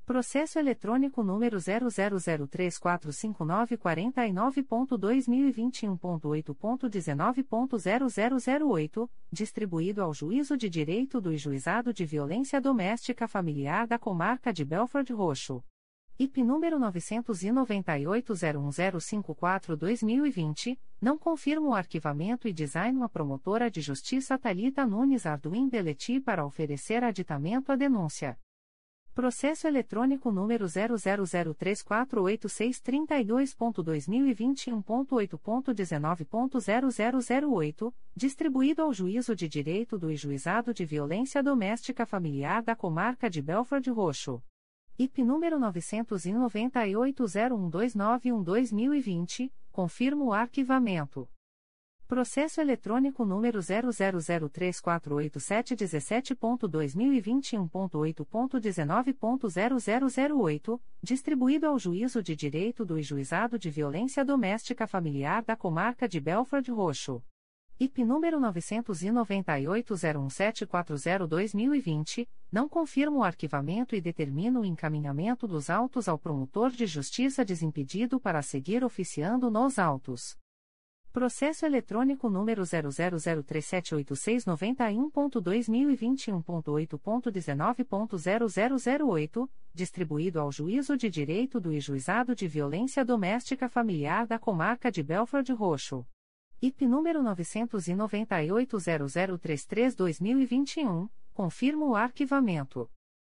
Processo eletrônico número zero zero zero três quatro cinco nove quatro nove ponto dois mil e vinte e um ponto oito ponto dezenove ponto zero zero zero oito, distribuído ao Juízo de Direito do Juizado de Violência Doméstica Familiar da Comarca de Belford Roxo. I P número nove nove oito zero um zero cinco quatro barra dois mil e vinte, não confirma o arquivamento e design a promotora de justiça Thalita Nunes Arduin Beleti para oferecer aditamento à denúncia. Processo eletrônico número zero zero zero três quatro oito seis três dois ponto dois mil e vinte e um ponto oito ponto dezenove ponto zero zero zero oito, distribuído ao Juízo de Direito do Juizado de Violência Doméstica Familiar da Comarca de Belford Roxo. I P número nove nove oito zero um dois nove um barra dois mil e vinte, confirma o arquivamento. Processo eletrônico número zero zero zero três quatro oito sete um sete ponto dois mil e vinte e um ponto oito ponto dezenove ponto zero zero zero oito, distribuído ao Juízo de Direito do Juizado de Violência Doméstica Familiar da Comarca de Belford Roxo. I P número nove nove oito zero um sete quatro zero barra dois mil e vinte, não confirma o arquivamento e determina o encaminhamento dos autos ao promotor de justiça desimpedido para seguir oficiando nos autos. Processo eletrônico número zero zero zero três sete oito seis nove um ponto dois mil e vinte e um ponto oito ponto dezenove ponto zero zero zero oito, distribuído ao Juízo de Direito do Juizado de Violência Doméstica Familiar da Comarca de Belford Roxo. I P número nove nove oito zero zero três três barra dois mil e vinte e um, confirma o arquivamento.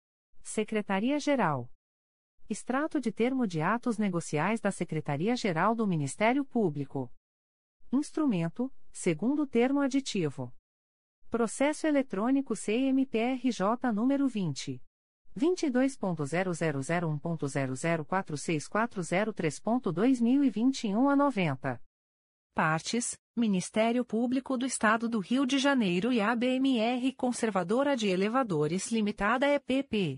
Secretaria-Geral. Extrato de termo de atos negociais da Secretaria-Geral do Ministério Público. Instrumento, segundo termo aditivo. Processo eletrônico C M P R J número vinte. vinte e dois ponto zero zero zero um ponto zero zero quatro seis quatro zero três ponto dois mil e vinte e um a noventa. Partes: Ministério Público do Estado do Rio de Janeiro e A B M R Conservadora de Elevadores Limitada E P P.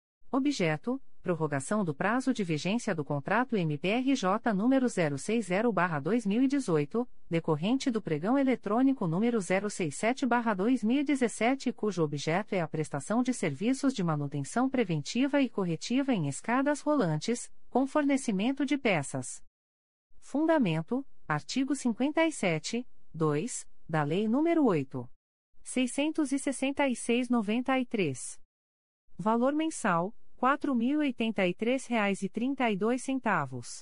Objeto: prorrogação do prazo de vigência do contrato M P R J número zero seis zero barra dois mil e dezoito, decorrente do pregão eletrônico número zero seis sete barra dois mil e dezessete, cujo objeto é a prestação de serviços de manutenção preventiva e corretiva em escadas rolantes, com fornecimento de peças. Fundamento: artigo cinquenta e sete, dois, da Lei nº oito mil seiscentos e sessenta e seis barra noventa e três. Valor mensal: quatro mil e oitenta e três reais e trinta e dois centavos.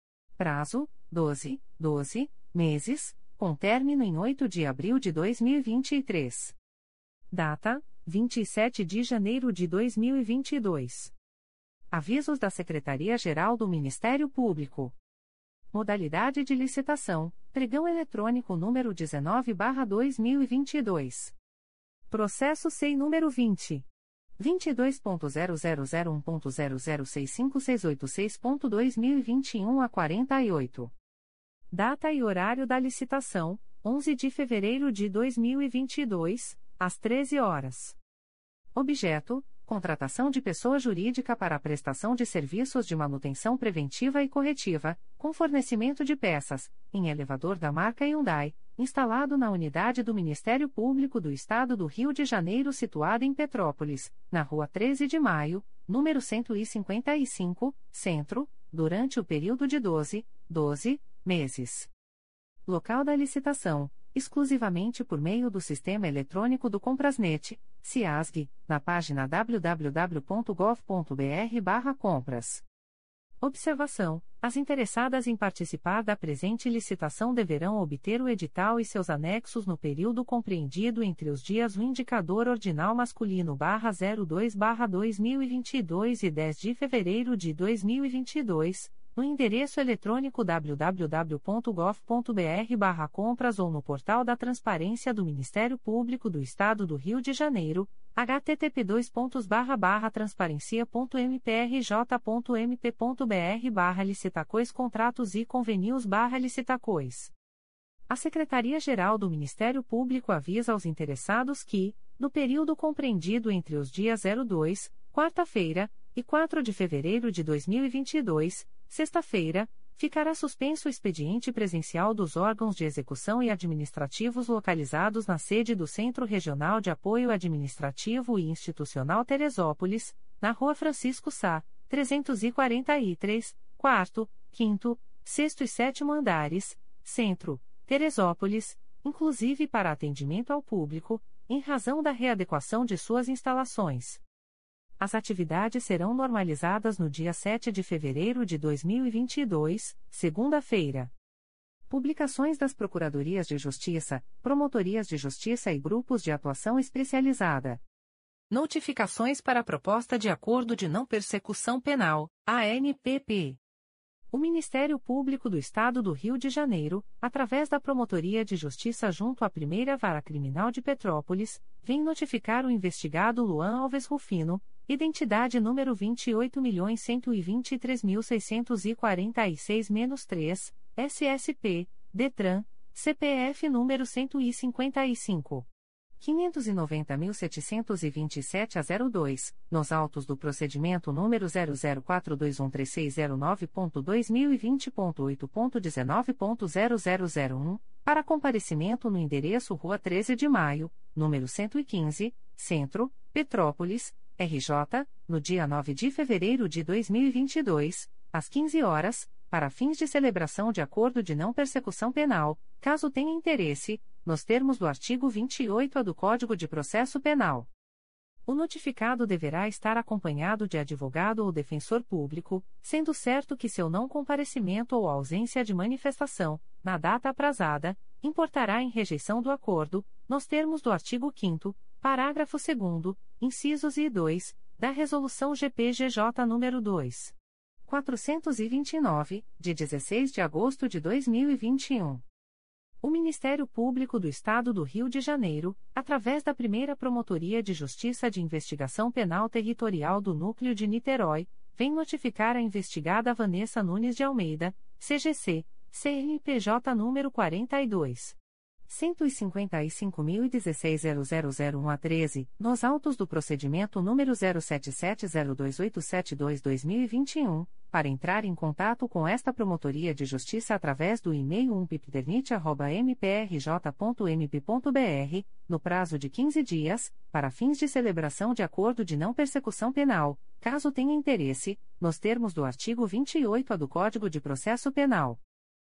Prazo: doze, doze meses, com término em oito de abril de dois mil e vinte e três. Data: vinte e sete de janeiro de dois mil e vinte e dois. Avisos da Secretaria-Geral do Ministério Público. Modalidade de licitação: pregão eletrônico número dezenove barra dois mil e vinte e dois. Processo S E I número vinte. vinte e dois ponto zero zero zero um ponto zero zero seis cinco seis oito seis ponto dois mil e vinte e um a quarenta e oito. Data e horário da licitação: onze de fevereiro de dois mil e vinte e dois, às treze horas. Objeto: contratação de pessoa jurídica para a prestação de serviços de manutenção preventiva e corretiva, com fornecimento de peças, em elevador da marca Hyundai, instalado na unidade do Ministério Público do Estado do Rio de Janeiro situada em Petrópolis, na Rua treze de Maio, número cento e cinquenta e cinco, Centro, durante o período de doze, doze meses. Local da licitação: exclusivamente por meio do Sistema Eletrônico do Comprasnet, CIASG, na página w w w ponto gov ponto b r barra compras. Observação: as interessadas em participar da presente licitação deverão obter o edital e seus anexos no período compreendido entre os dias do indicador ordinal masculino barra zero dois barra dois mil e vinte e dois e dez de fevereiro de dois mil e vinte e dois, no endereço eletrônico w w w ponto gov ponto b r barra compras ou no portal da Transparência do Ministério Público do Estado do Rio de Janeiro, h t t p dois pontos barra barra transparencia ponto m p r j ponto m p ponto b r barra licitacois contratos e convenios barra licitacois. A Secretaria-Geral do Ministério Público avisa aos interessados que, no período compreendido entre os dias zero dois, quarta-feira, e quatro de fevereiro de dois mil e vinte e dois, sexta-feira, ficará suspenso o expediente presencial dos órgãos de execução e administrativos localizados na sede do Centro Regional de Apoio Administrativo e Institucional Teresópolis, na Rua Francisco Sá, trezentos e quarenta e três, quarto, quinto, sexto e sétimo andares, Centro, Teresópolis, inclusive para atendimento ao público, em razão da readequação de suas instalações. As atividades serão normalizadas no dia sete de fevereiro de dois mil e vinte e dois, segunda-feira. Publicações das Procuradorias de Justiça, Promotorias de Justiça e Grupos de Atuação Especializada. Notificações para a Proposta de Acordo de Não Persecução Penal, A N P P. O Ministério Público do Estado do Rio de Janeiro, através da Promotoria de Justiça junto à Primeira Vara Criminal de Petrópolis, vem notificar o investigado Luan Alves Rufino, identidade número vinte e oito milhões cento e vinte e três mil seiscentos e quarenta e seis três, S S P, DETRAN, C P F número cento e cinquenta e cinco. quinhentos e noventa mil setecentos e vinte e sete a zero dois, nos autos do procedimento número zero zero quatro dois um três seis zero nove ponto dois mil e vinte ponto oito ponto dezenove ponto zero zero zero um, para comparecimento no endereço Rua treze de Maio, número cento e quinze, Centro, Petrópolis, R J, no dia nove de fevereiro de dois mil e vinte e dois, às quinze horas, para fins de celebração de acordo de não persecução penal, caso tenha interesse, nos termos do artigo vinte e oito A do Código de Processo Penal. O notificado deverá estar acompanhado de advogado ou defensor público, sendo certo que seu não comparecimento ou ausência de manifestação, na data aprazada, importará em rejeição do acordo, nos termos do artigo quinto, parágrafo segundo, incisos I e dois, da Resolução G P G J nº dois mil quatrocentos e vinte e nove, de dezesseis de agosto de dois mil e vinte e um. O Ministério Público do Estado do Rio de Janeiro, através da Primeira Promotoria de Justiça de Investigação Penal Territorial do Núcleo de Niterói, vem notificar a investigada Vanessa Nunes de Almeida, C G C, C N P J número quarenta e dois. cento e cinquenta e cinco mil e dezesseis zero zero zero um a treze, nos autos do procedimento número zero sete sete zero dois oito sete dois barra dois mil e vinte e um, para entrar em contato com esta Promotoria de Justiça através do e-mail umpipternit arroba m p r j ponto m p ponto b r, no prazo de quinze dias, para fins de celebração de acordo de não persecução penal, caso tenha interesse, nos termos do artigo vinte e oito A do Código de Processo Penal.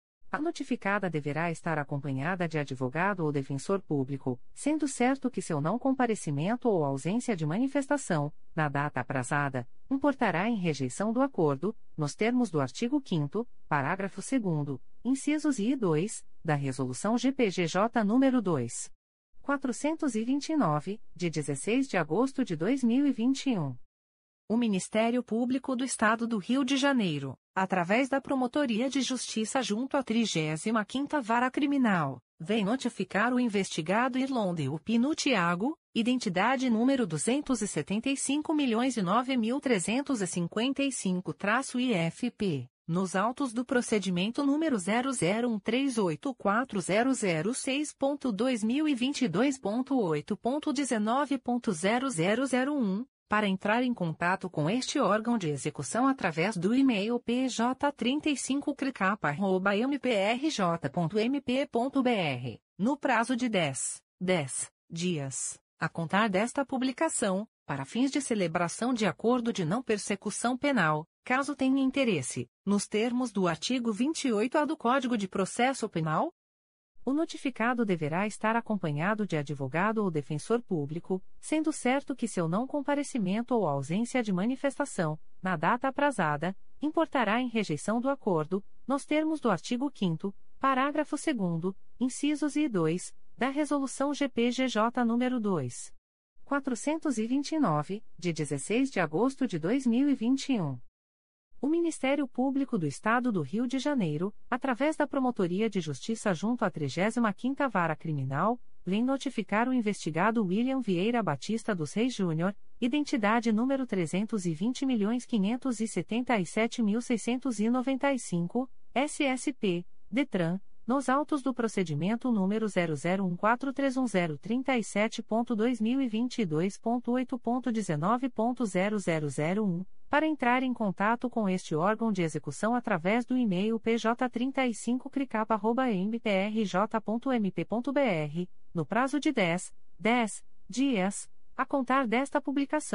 A notificada deverá estar acompanhada de advogado ou defensor público, sendo certo que seu não comparecimento ou ausência de manifestação, na data aprazada, importará em rejeição do acordo, nos termos do artigo quinto, parágrafo segundo, incisos I e dois, da Resolução G P G J nº dois mil quatrocentos e vinte e nove, de dezesseis de agosto de dois mil e vinte e um. O Ministério Público do Estado do Rio de Janeiro, através da Promotoria de Justiça junto à trigésima quinta Vara Criminal, vem notificar o investigado Irlonde Pino Thiago, identidade número duzentos e setenta e cinco milhões e nove mil trezentos e cinquenta e cinco I F P, nos autos do procedimento número zero zero um três oito quatro zero zero seis ponto dois mil e vinte e dois ponto oito ponto dezenove ponto zero zero zero um, para entrar em contato com este órgão de execução através do e-mail p j trinta e cinco cricapa arroba m p r j ponto m p ponto b r, no prazo de dez, dez dias, a contar desta publicação, para fins de celebração de acordo de não persecução penal, caso tenha interesse, nos termos do artigo vinte e oito A do Código de Processo Penal. O notificado deverá estar acompanhado de advogado ou defensor público, sendo certo que seu não comparecimento ou ausência de manifestação, na data aprazada, importará em rejeição do acordo, nos termos do artigo quinto, parágrafo segundo, incisos I e dois, da Resolução G P G J nº dois mil quatrocentos e vinte e nove, de dezesseis de agosto de dois mil e vinte e um. O Ministério Público do Estado do Rio de Janeiro, através da Promotoria de Justiça junto à trigésima quinta Vara Criminal, vem notificar o investigado William Vieira Batista dos Reis Júnior, identidade número trezentos e vinte milhões quinhentos e setenta e sete mil seiscentos e noventa e cinco, S S P, DETRAN, nos autos do procedimento número zero zero um quatro três um zero trinta e sete ponto dois mil e vinte e dois ponto oito ponto dezenove ponto zero zero zero um, para entrar em contato com este órgão de execução através do e-mail p j trinta e cinco cricapa arroba m p r j ponto m p ponto b r, no prazo de dez, dez dias, a contar desta publicação,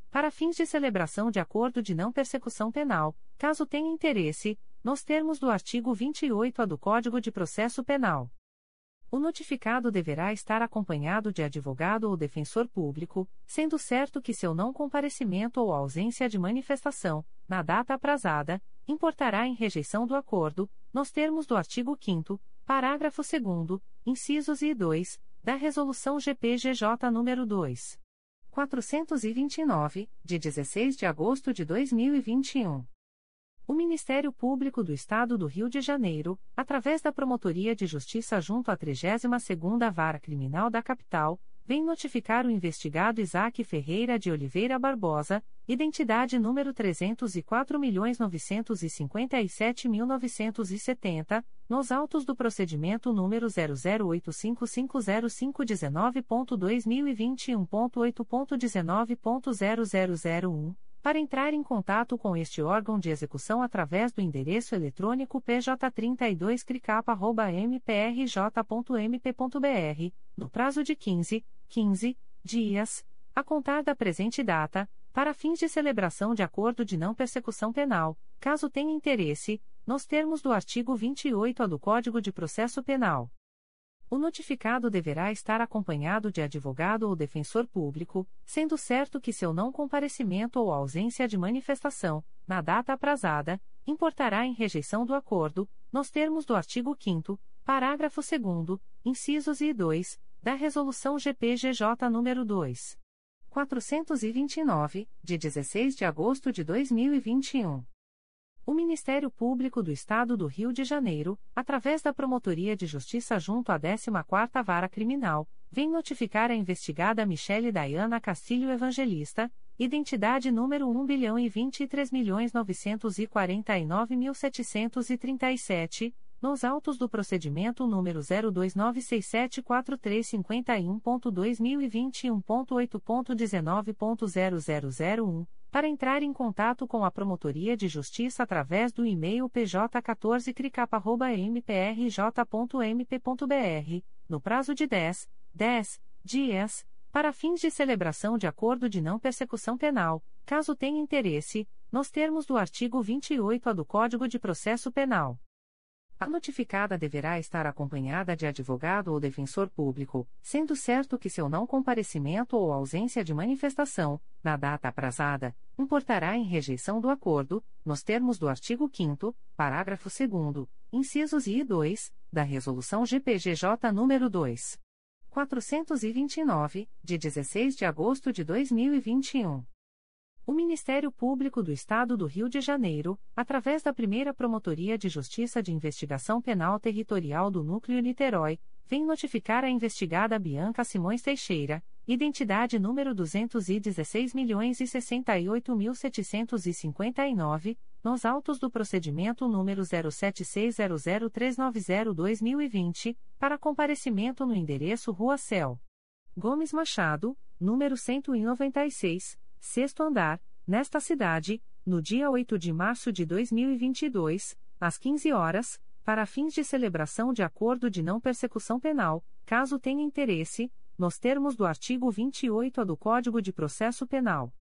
para fins de celebração de acordo de não persecução penal, caso tenha interesse, nos termos do artigo vinte e oito-A do Código de Processo Penal. O notificado deverá estar acompanhado de advogado ou defensor público, sendo certo que seu não comparecimento ou ausência de manifestação, na data aprazada, importará em rejeição do acordo, nos termos do artigo quinto, parágrafo segundo, incisos I e dois, da Resolução G P G J nº dois mil quatrocentos e vinte e nove, de dezesseis de agosto de dois mil e vinte e um. O Ministério Público do Estado do Rio de Janeiro, através da Promotoria de Justiça junto à trigésima segunda Vara Criminal da Capital, vem notificar o investigado Isaac Ferreira de Oliveira Barbosa, identidade número trezentos e quatro milhões novecentos e cinquenta e sete mil novecentos e setenta, nos autos do procedimento número zero zero oito cinco cinco zero cinco um nove ponto dois mil e vinte e um ponto oito ponto dezenove ponto zero zero zero um, para entrar em contato com este órgão de execução através do endereço eletrônico p j trinta e dois cricapa arroba m p r j ponto m p ponto b r, no prazo de quinze, quinze dias, a contar da presente data, para fins de celebração de acordo de não persecução penal, caso tenha interesse, nos termos do artigo vinte e oito-A do Código de Processo Penal. O notificado deverá estar acompanhado de advogado ou defensor público, sendo certo que seu não comparecimento ou ausência de manifestação, na data aprazada, importará em rejeição do acordo, nos termos do artigo quinto, parágrafo segundo, incisos I e dois, da Resolução G P G J nº dois mil quatrocentos e vinte e nove, de dezesseis de agosto de dois mil e vinte e um. O Ministério Público do Estado do Rio de Janeiro, através da Promotoria de Justiça junto à décima quarta Vara Criminal, vem notificar a investigada Michele Dayana Castilho Evangelista, identidade número um bilhão e vinte e três milhões novecentos e quarenta e nove mil setecentos e trinta e sete, nos autos do procedimento número zero dois nove seis sete quatro três cinco um ponto dois mil e vinte e um ponto oito ponto dezenove ponto zero zero zero um, para entrar em contato com a Promotoria de Justiça através do e-mail p j quatorze cricapa arroba m p r j ponto m p ponto b r, no prazo de dez, dez dias, para fins de celebração de acordo de não persecução penal, caso tenha interesse, nos termos do artigo vinte e oito-A do Código de Processo Penal. A notificada deverá estar acompanhada de advogado ou defensor público, sendo certo que seu não comparecimento ou ausência de manifestação, na data aprazada, importará em rejeição do acordo, nos termos do artigo quinto, parágrafo segundo, incisos I e dois, da Resolução G P G J nº dois mil quatrocentos e vinte e nove, de dezesseis de agosto de dois mil e vinte e um. O Ministério Público do Estado do Rio de Janeiro, através da primeira Promotoria de Justiça de Investigação Penal Territorial do Núcleo Niterói, vem notificar a investigada Bianca Simões Teixeira, identidade número duzentos e dezesseis milhões e sessenta e oito mil setecentos e cinquenta e nove, nos autos do procedimento número zero sete seis zero zero três nove zero barra dois mil e vinte, para comparecimento no endereço Rua Céu Gomes Machado, número cento e noventa e seis, sexto andar, nesta cidade, no dia oito de março de dois mil e vinte e dois, às quinze horas, para fins de celebração de acordo de não persecução penal, caso tenha interesse, nos termos do artigo vinte e oito-A do Código de Processo Penal.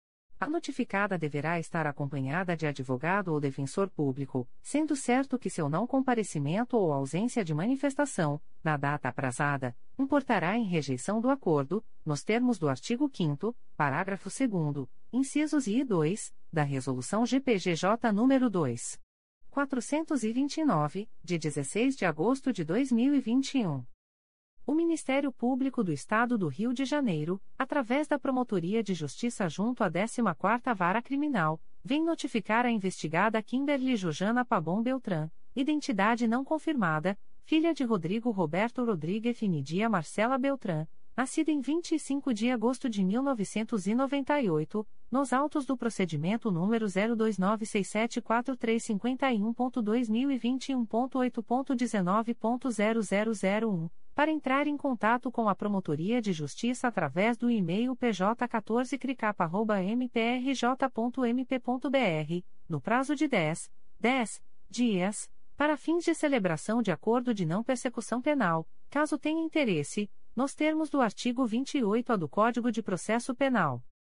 A notificada deverá estar acompanhada de advogado ou defensor público, sendo certo que seu não comparecimento ou ausência de manifestação, na data aprazada, importará em rejeição do acordo, nos termos do artigo quinto, parágrafo segundo, incisos I e dois, da Resolução G P G J nº dois mil quatrocentos e vinte e nove, de dezesseis de agosto de dois mil e vinte e um. O Ministério Público do Estado do Rio de Janeiro, através da Promotoria de Justiça junto à décima quarta Vara Criminal, vem notificar a investigada Kimberly Jojana Pabon Beltrán, identidade não confirmada, filha de Rodrigo Roberto Rodrigues Finidia Marcela Beltrán, nascida em vinte e cinco de agosto de mil novecentos e noventa e oito, nos autos do procedimento número zero dois nove seis sete quatro três cinco um ponto dois mil e vinte e um ponto oito ponto dezenove ponto zero zero zero um, para entrar em contato com a Promotoria de Justiça através do e-mail p j quatorze cricapa arroba m p r j ponto m p ponto b r, no prazo de dez, dez dias, para fins de celebração de acordo de não persecução penal, caso tenha interesse, nos termos do artigo vinte e oito-A do Código de Processo Penal.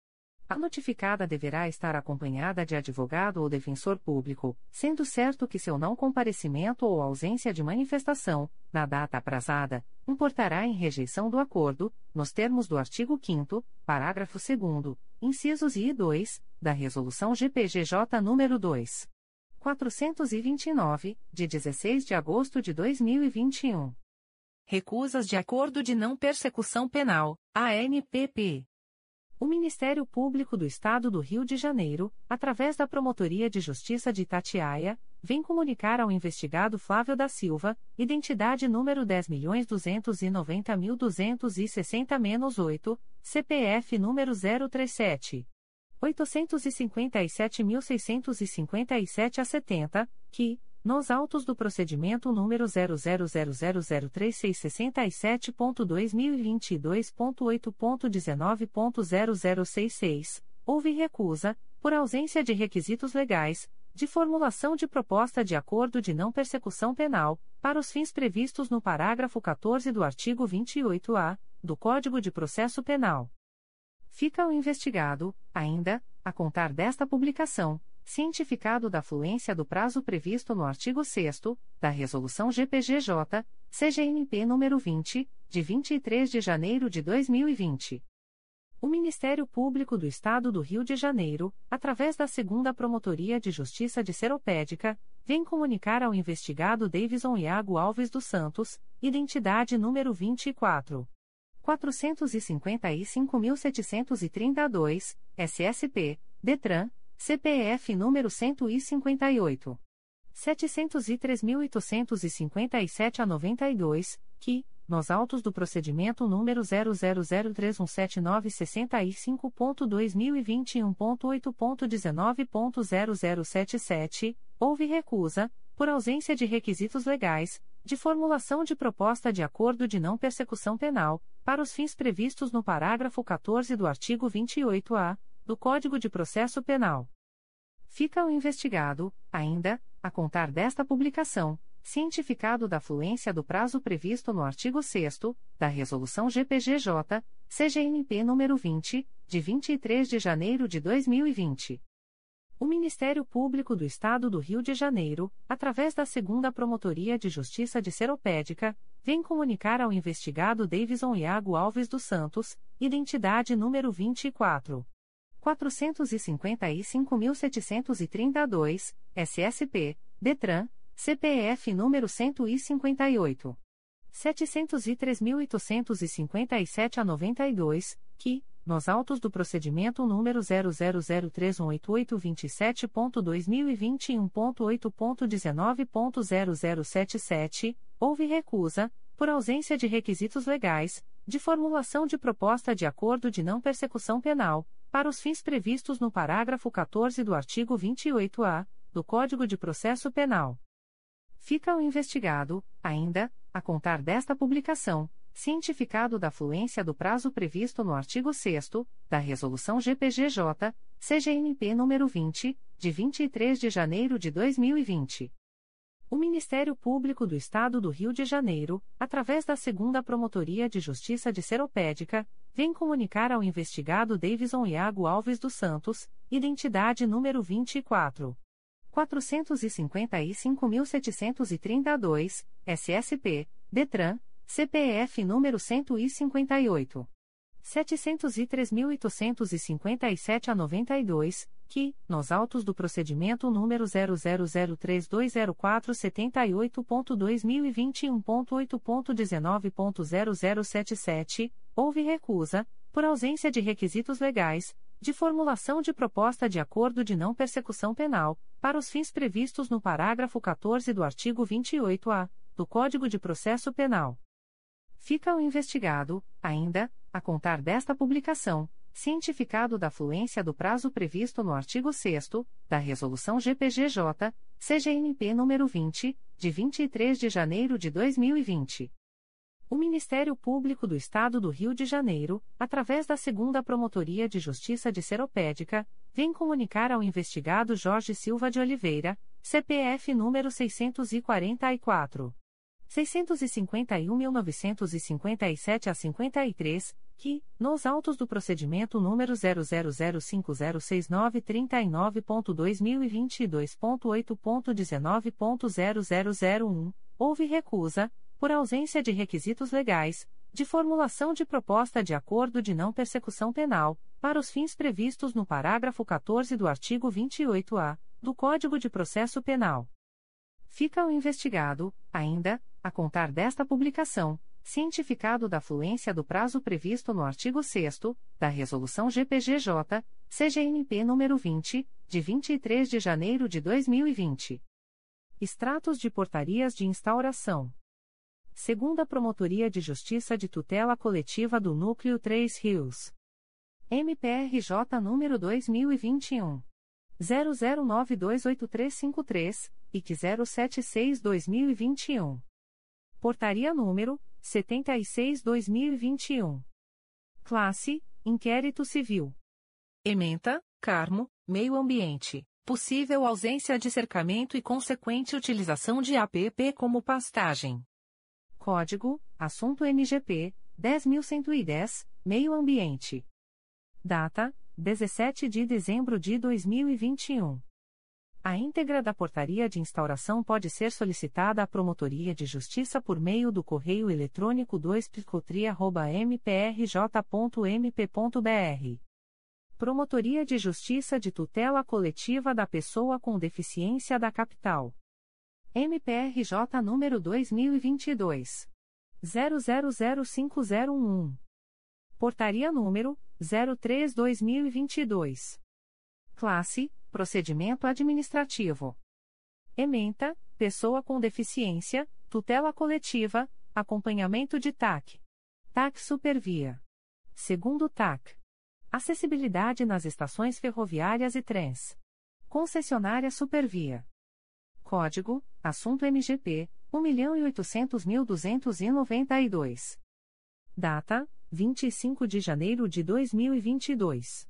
A notificada deverá estar acompanhada de advogado ou defensor público, sendo certo que seu não comparecimento ou ausência de manifestação, na data aprazada, importará em rejeição do acordo, nos termos do artigo quinto, parágrafo segundo, incisos I e dois, da Resolução G P G J nº dois mil quatrocentos e vinte e nove, de dezesseis de agosto de dois mil e vinte e um. Recusas de Acordo de Não Persecução Penal, A N P P. O Ministério Público do Estado do Rio de Janeiro, através da Promotoria de Justiça de Itatiaia, vem comunicar ao investigado Flávio da Silva, identidade número dez milhões duzentos e noventa mil duzentos e sessenta oito, C P F número zero trinta e sete, oitocentos e cinquenta e sete mil seiscentos e cinquenta e sete a setenta, que, nos autos do procedimento número zero zero zero zero zero três seis seis sete ponto dois mil e vinte e dois ponto oito ponto dezenove ponto zero zero seis seis, houve recusa, por ausência de requisitos legais, de formulação de proposta de acordo de não persecução penal, para os fins previstos no parágrafo quatorze do artigo vinte e oito A, do Código de Processo Penal. Fica o investigado, ainda, a contar desta publicação, cientificado da fluência do prazo previsto no artigo sexto, da Resolução G P G J, C G N P número vinte, de vinte e três de janeiro de dois mil e vinte. O Ministério Público do Estado do Rio de Janeiro, através da segunda Promotoria de Justiça de Seropédica, vem comunicar ao investigado Davison Iago Alves dos Santos, identidade número vinte e quatro. quatrocentos e cinquenta e cinco mil setecentos e trinta e dois, S S P, DETRAN, C P F número cento e cinquenta e oito. setecentos e três mil oitocentos e cinquenta e sete a noventa e dois, que, nos autos do procedimento número zero zero zero três um sete nove seis cinco ponto dois mil e vinte e um ponto oito ponto dezenove ponto zero zero sete sete, houve recusa, por ausência de requisitos legais, de formulação de proposta de acordo de não persecução penal, para os fins previstos no parágrafo quatorze do artigo vinte e oito A, do Código de Processo Penal. Fica o investigado, ainda, a contar desta publicação, cientificado da fluência do prazo previsto no artigo sexto, da Resolução G P G J, C G N P número vinte, de vinte e três de janeiro de dois mil e vinte. O Ministério Público do Estado do Rio de Janeiro, através da segunda Promotoria de Justiça de Seropédica, vem comunicar ao investigado Davison Iago Alves dos Santos, identidade número vinte e quatro. quatrocentos e cinquenta e cinco mil setecentos e trinta e dois, S S P, DETRAN, C P F número cento e cinquenta e oito. setecentos e três mil oitocentos e cinquenta e sete a noventa e dois, que, nos autos do procedimento número zero zero zero três um oito oito dois sete ponto dois mil e vinte e um ponto oito ponto dezenove ponto zero zero sete sete, houve recusa, por ausência de requisitos legais, de formulação de proposta de acordo de não persecução penal, para os fins previstos no parágrafo quatorze do artigo vinte e oito A, do Código de Processo Penal. Fica o investigado, ainda, a contar desta publicação, cientificado da fluência do prazo previsto no artigo sexto, da Resolução G P G J, C G N P número vinte, de vinte e três de janeiro de dois mil e vinte. O Ministério Público do Estado do Rio de Janeiro, através da segunda Promotoria de Justiça de Seropédica, vem comunicar ao investigado Davison Iago Alves dos Santos, identidade número vinte e quatro. quatrocentos e cinquenta e cinco mil setecentos e trinta e dois, S S P, DETRAN, C P F número cento e cinquenta e oito. setecentos e três mil oitocentos e cinquenta e sete a noventa e dois, que, nos autos do procedimento número zero zero zero três dois zero quatro sete oito ponto dois mil e vinte e um ponto oito ponto dezenove ponto zero zero sete sete, houve recusa, por ausência de requisitos legais, de formulação de proposta de acordo de não persecução penal, para os fins previstos no parágrafo quatorze do artigo vinte e oito A, do Código de Processo Penal. Fica o investigado, ainda, a contar desta publicação, cientificado da fluência do prazo previsto no artigo sexto, da Resolução G P G J, C G N P número vinte, de vinte e três de janeiro de dois mil e vinte. O Ministério Público do Estado do Rio de Janeiro, através da segunda Promotoria de Justiça de Seropédica, vem comunicar ao investigado Jorge Silva de Oliveira, C P F número seiscentos e quarenta e quatro. seiscentos e cinquenta e um mil novecentos e cinquenta e sete a cinquenta e três, que, nos autos do procedimento número zero zero zero cinco zero seis nove três nove ponto dois mil e vinte e dois ponto oito ponto dezenove ponto zero zero zero um, houve recusa, por ausência de requisitos legais, de formulação de proposta de acordo de não persecução penal, para os fins previstos no parágrafo quatorze do artigo vinte e oito A, do Código de Processo Penal. Fica o investigado, ainda, a contar desta publicação, cientificado da fluência do prazo previsto no artigo sexto da Resolução G P G J, C G N P número vinte, de vinte e três de janeiro de dois mil e vinte. Extratos de portarias de instauração. Segunda Promotoria de Justiça de Tutela Coletiva do Núcleo três Rios. M P R J número dois mil e vinte e um. zero zero nove dois oito três cinco três, I C zero sete seis barra dois mil e vinte e um. Portaria número setenta e seis barra dois mil e vinte e um. Classe: Inquérito Civil. Ementa: Carmo, Meio Ambiente. Possível ausência de cercamento e consequente utilização de A P P como pastagem. Código: Assunto M G P dez mil cento e dez, Meio Ambiente. Data: dezessete de dezembro de dois mil e vinte e um. A íntegra da portaria de instauração pode ser solicitada à Promotoria de Justiça por meio do correio eletrônico dois picotria arroba m p r j ponto m p ponto b r. Promotoria de Justiça de Tutela Coletiva da Pessoa com Deficiência da Capital. M P R J número dois mil e vinte e dois. zero zero zero cinco zero um. Portaria número zero três barra dois mil e vinte e dois. Classe: Procedimento Administrativo. Ementa: Pessoa com Deficiência, Tutela Coletiva, Acompanhamento de T A C. T A C Supervia. Segundo T A C. Acessibilidade nas estações ferroviárias e trens. Concessionária Supervia. Código: Assunto M G P um milhão e oitocentos mil duzentos e noventa e dois. Data: vinte e cinco de janeiro de dois mil e vinte e dois.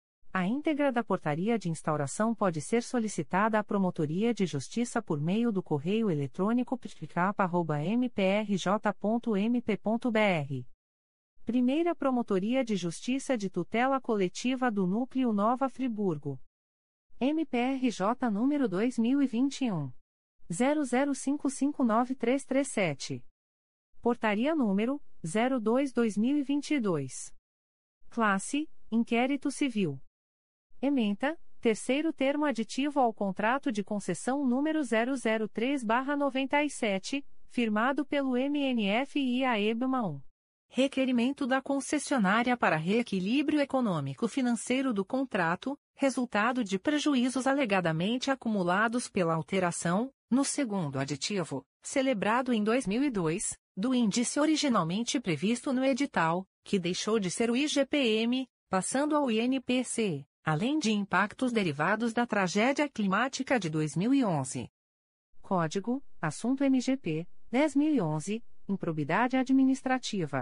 A íntegra da portaria de instauração pode ser solicitada à Promotoria de Justiça por meio do correio eletrônico p t c a p arroba m p r j ponto m p ponto b r. Primeira Promotoria de Justiça de Tutela Coletiva do Núcleo Nova Friburgo. M P R J número dois mil e vinte e um. zero zero cinco cinco nove três três sete. Portaria número zero dois barra dois mil e vinte e dois. Classe: Inquérito Civil. Ementa: Terceiro termo aditivo ao contrato de concessão número zero zero três barra noventa e sete, firmado pelo M N F e a EBMA um. Requerimento da concessionária para reequilíbrio econômico-financeiro do contrato, resultado de prejuízos alegadamente acumulados pela alteração, no segundo aditivo, celebrado em dois mil e dois, do índice originalmente previsto no edital, que deixou de ser o I G P M, passando ao I N P C, além de impactos derivados da tragédia climática de dois mil e onze. Código: Assunto M G P dez mil e onze, Improbidade Administrativa.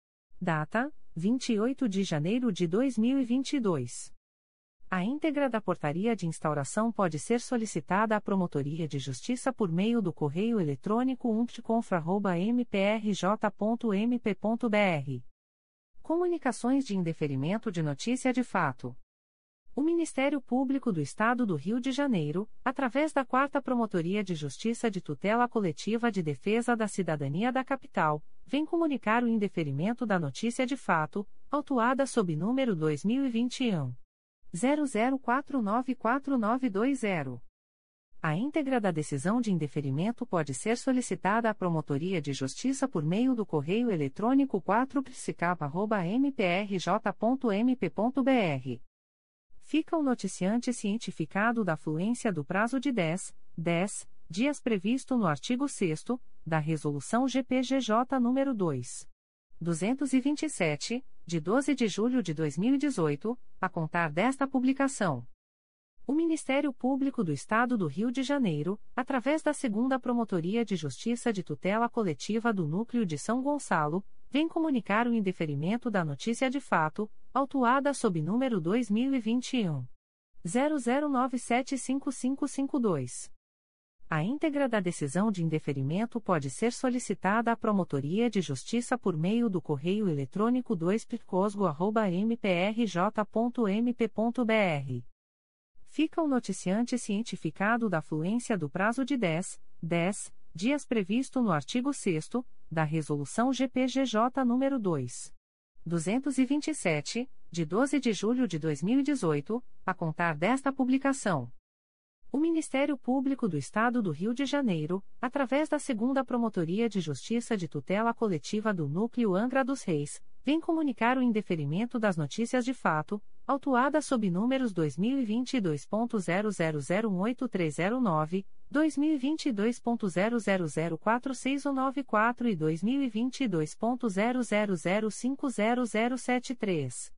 Data: vinte e oito de janeiro de dois mil e vinte e dois. A íntegra da portaria de instauração pode ser solicitada à Promotoria de Justiça por meio do correio eletrônico umptconf arroba m p r j ponto m p ponto b r. Comunicações de indeferimento de notícia de fato. O Ministério Público do Estado do Rio de Janeiro, através da quarta Promotoria de Justiça de Tutela Coletiva de Defesa da Cidadania da Capital, vem comunicar o indeferimento da notícia de fato, autuada sob número dois mil e vinte e um. zero zero quatro nove quatro nove dois zero. A íntegra da decisão de indeferimento pode ser solicitada à Promotoria de Justiça por meio do correio eletrônico quatro psicap arroba m p r j ponto m p ponto b r. Fica o noticiante cientificado da fluência do prazo de dez, dez dias previsto no artigo sexto da Resolução G P G J nº dois mil duzentos e vinte e sete, de doze de julho de dois mil e dezoito, a contar desta publicação. O Ministério Público do Estado do Rio de Janeiro, através da segunda Promotoria de Justiça de Tutela Coletiva do Núcleo de São Gonçalo, vem comunicar o indeferimento da notícia de fato, autuada sob número dois mil e vinte e um. zero zero nove sete cinco cinco cinco dois. A íntegra da decisão de indeferimento pode ser solicitada à Promotoria de Justiça por meio do correio eletrônico dois picosgo arroba m p r j ponto m p ponto b r. Fica o noticiante cientificado da fluência do prazo de dez, dez dias previsto no artigo sexto da Resolução G P G J nº dois mil duzentos e vinte e sete, de doze de julho de dois mil e dezoito, a contar desta publicação. O Ministério Público do Estado do Rio de Janeiro, através da segunda Promotoria de Justiça de Tutela Coletiva do Núcleo Angra dos Reis, vem comunicar o indeferimento das notícias de fato, autuadas sob números dois mil e vinte e dois ponto zero zero zero um oito três zero nove, dois mil e vinte e dois ponto zero zero zero quatro seis um nove quatro e dois mil e vinte e dois ponto zero zero zero cinco zero zero sete três.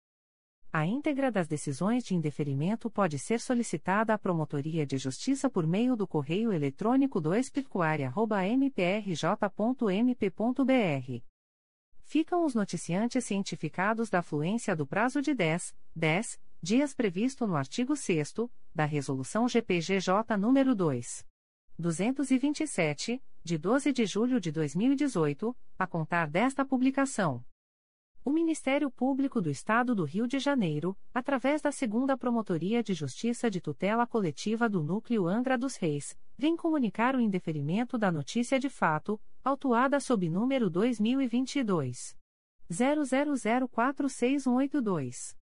A íntegra das decisões de indeferimento pode ser solicitada à Promotoria de Justiça por meio do correio eletrônico dois picuari arroba m p r j ponto m p ponto b r. Ficam os noticiantes cientificados da fluência do prazo de dez, dez dias previsto no artigo sexto da Resolução G P G J nº dois mil duzentos e vinte e sete, de doze de julho de dois mil e dezoito, a contar desta publicação. O Ministério Público do Estado do Rio de Janeiro, através da segunda Promotoria de Justiça de Tutela Coletiva do Núcleo Angra dos Reis, vem comunicar o indeferimento da notícia de fato, autuada sob número dois mil e vinte e dois ponto zero zero zero quatro seis um oito dois.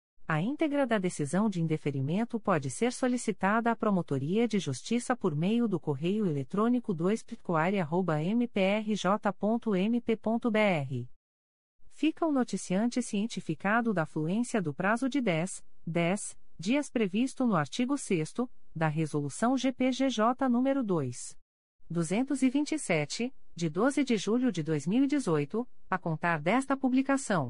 A íntegra da decisão de indeferimento pode ser solicitada à Promotoria de Justiça por meio do correio eletrônico dois picuari arroba m p r j ponto m p ponto b r. Fica o noticiante cientificado da fluência do prazo de dez, dez dias previsto no artigo sexto da Resolução G P G J nº dois mil duzentos e vinte e sete, de doze de julho de dois mil e dezoito, a contar desta publicação.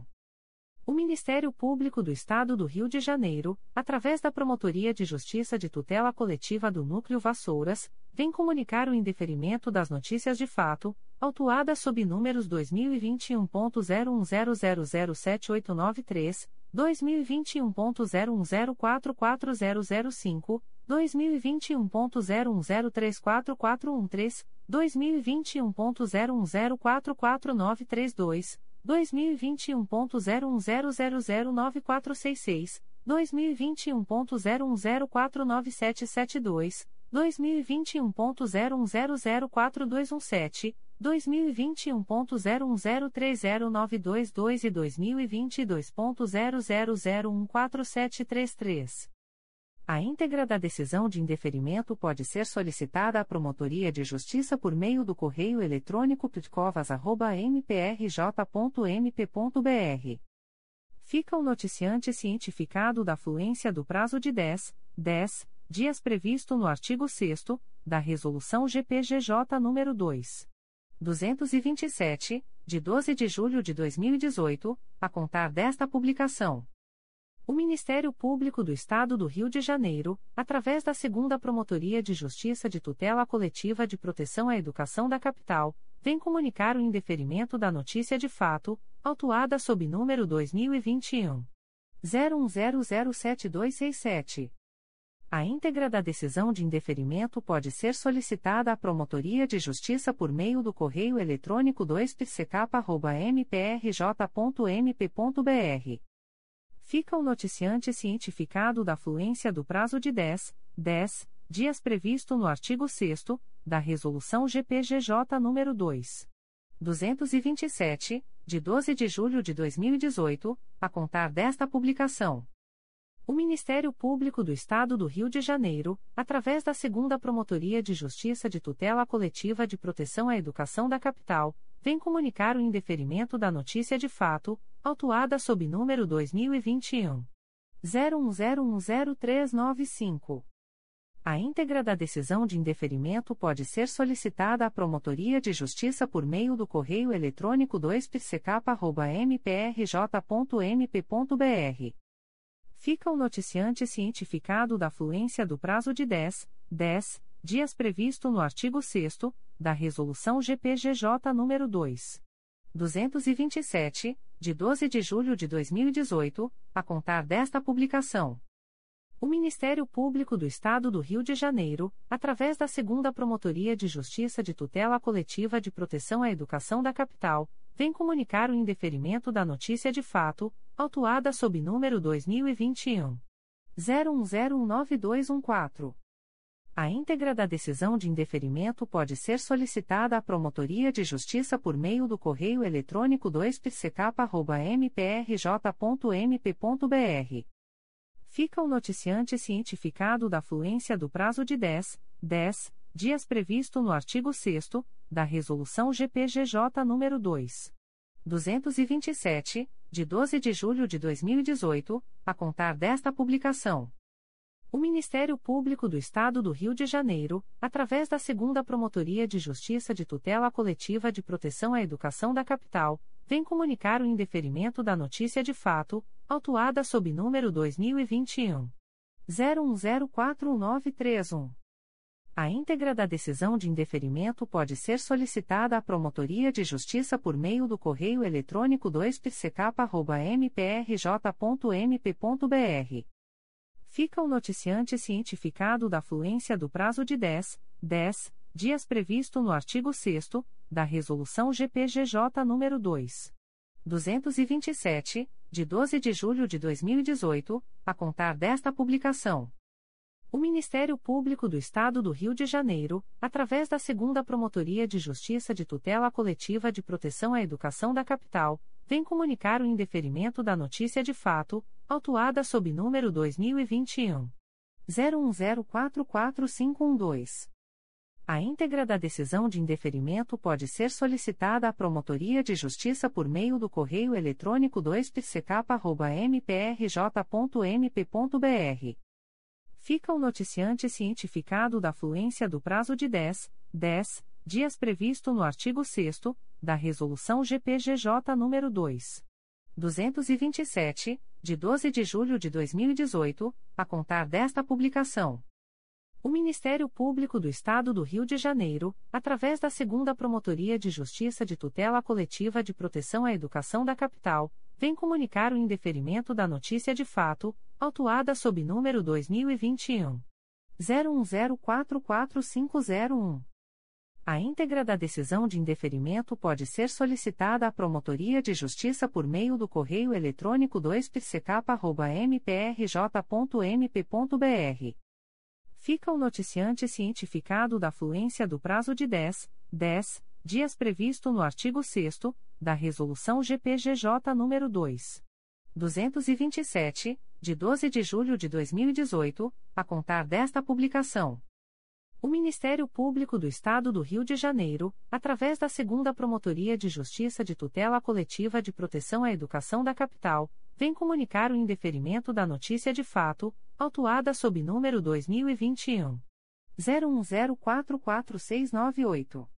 O Ministério Público do Estado do Rio de Janeiro, através da Promotoria de Justiça de Tutela Coletiva do Núcleo Vassouras, vem comunicar o indeferimento das notícias de fato, autuadas sob números dois mil e vinte e um ponto zero um zero zero zero sete oito nove três, dois mil e vinte e um ponto zero um zero quatro quatro zero zero cinco, dois mil e vinte e um ponto zero um zero três quatro quatro um três, dois mil e vinte e um ponto zero um zero quatro quatro nove três dois, dois mil e vinte e um ponto zero um zero zero zero nove quatro seis seis, dois mil e vinte e um ponto zero um zero quatro nove sete sete dois, dois mil e vinte e um ponto zero um zero zero quatro dois um sete, dois mil e vinte e um ponto zero um zero três zero nove dois dois e dois mil e vinte e dois ponto zero zero zero um quatro sete três três. A íntegra da decisão de indeferimento pode ser solicitada à Promotoria de Justiça por meio do correio eletrônico pitcovas arroba m p r j ponto m p ponto b r. Fica o noticiante cientificado da fluência do prazo de dez, dez dias previsto no artigo sexto da Resolução G P G J nº dois mil duzentos e vinte e sete, de doze de julho de dois mil e dezoito, a contar desta publicação. O Ministério Público do Estado do Rio de Janeiro, através da segunda Promotoria de Justiça de Tutela Coletiva de Proteção à Educação da Capital, vem comunicar o indeferimento da notícia de fato, autuada sob número dois mil e vinte e um ponto zero um zero zero sete dois seis sete. A íntegra da decisão de indeferimento pode ser solicitada à Promotoria de Justiça por meio do correio eletrônico dois p c k arroba m p r j ponto m p ponto b r. Fica o noticiante cientificado da fluência do prazo de dez, dez dias previsto no artigo sexto da Resolução G P G J nº dois mil duzentos e vinte e sete, de doze de julho de dois mil e dezoito, a contar desta publicação. O Ministério Público do Estado do Rio de Janeiro, através da segunda Promotoria de Justiça de Tutela Coletiva de Proteção à Educação da Capital, vem comunicar o indeferimento da notícia de fato, autuada sob número dois mil e vinte e um ponto zero um zero um zero três nove cinco. A íntegra da decisão de indeferimento pode ser solicitada à Promotoria de Justiça por meio do correio eletrônico dois p c k arroba m p r j ponto m p ponto b r. Fica o noticiante cientificado da fluência do prazo de dez, dez dias previsto no artigo sexto da Resolução G P G J nº dois mil duzentos e vinte e sete, de doze de julho de dois mil e dezoito, a contar desta publicação. O Ministério Público do Estado do Rio de Janeiro, através da Segunda Promotoria de Justiça de Tutela Coletiva de Proteção à Educação da Capital, vem comunicar o indeferimento da notícia de fato, autuada sob número dois mil e vinte e um zero um zero um nove dois um quatro. A íntegra da decisão de indeferimento pode ser solicitada à Promotoria de Justiça por meio do correio eletrônico dois p c k arroba m p r j ponto m p ponto b r. Fica o noticiante cientificado da fluência do prazo de dez, dez dias previsto no artigo sexto da Resolução G P G J nº dois mil duzentos e vinte e sete, de doze de julho de dois mil e dezoito, a contar desta publicação. O Ministério Público do Estado do Rio de Janeiro, através da Segunda Promotoria de Justiça de Tutela Coletiva de Proteção à Educação da Capital, vem comunicar o indeferimento da notícia de fato, autuada sob número dois mil e vinte e um zero um zero quatro um nove três um. A íntegra da decisão de indeferimento pode ser solicitada à Promotoria de Justiça por meio do correio eletrônico dois p c k arroba m p r j ponto m p ponto b r. Fica o noticiante cientificado da fluência do prazo de dez, dez dias previsto no artigo sexto da Resolução G P G J nº dois mil duzentos e vinte e sete, de doze de julho de dois mil e dezoito, a contar desta publicação. O Ministério Público do Estado do Rio de Janeiro, através da Segunda Promotoria de Justiça de Tutela Coletiva de Proteção à Educação da Capital, vem comunicar o indeferimento da notícia de fato, autuada sob número dois mil e vinte e um zero um zero quatro quatro cinco um dois. A íntegra da decisão de indeferimento pode ser solicitada à Promotoria de Justiça por meio do correio eletrônico dois p c k arroba m p r j ponto m p ponto b r. Fica o noticiante cientificado da fluência do prazo de dez, dez dias previsto no artigo sexto da Resolução G P G J nº dois mil duzentos e vinte e sete, de doze de julho de dois mil e dezoito, a contar desta publicação. O Ministério Público do Estado do Rio de Janeiro, através da Segunda Promotoria de Justiça de Tutela Coletiva de Proteção à Educação da Capital, vem comunicar o indeferimento da notícia de fato, autuada sob número dois mil e vinte e um zero um zero quatro quatro cinco zero um. A íntegra da decisão de indeferimento pode ser solicitada à Promotoria de Justiça por meio do correio eletrônico dois p c k arroba m p r j ponto m p ponto b r. Fica o noticiante cientificado da fluência do prazo de dez, dez dias previsto no artigo sexto da Resolução G P G J nº dois mil duzentos e vinte e sete, de doze de julho de dois mil e dezoito, a contar desta publicação. O Ministério Público do Estado do Rio de Janeiro, através da Segunda Promotoria de Justiça de Tutela Coletiva de Proteção à Educação da Capital, vem comunicar o indeferimento da notícia de fato, autuada sob número dois mil e vinte e um zero um zero quatro quatro seis nove oito.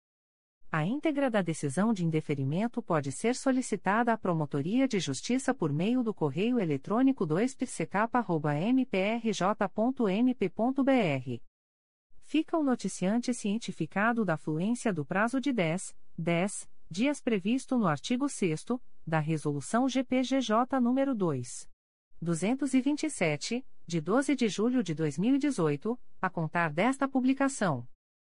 A íntegra da decisão de indeferimento pode ser solicitada à Promotoria de Justiça por meio do correio eletrônico dois p c k arroba m p r j ponto m p ponto b r. Fica o noticiante cientificado da fluência do prazo de dez, dez dias previsto no artigo sexto da Resolução G P G J nº dois mil duzentos e vinte e sete, de doze de julho de dois mil e dezoito, a contar desta publicação.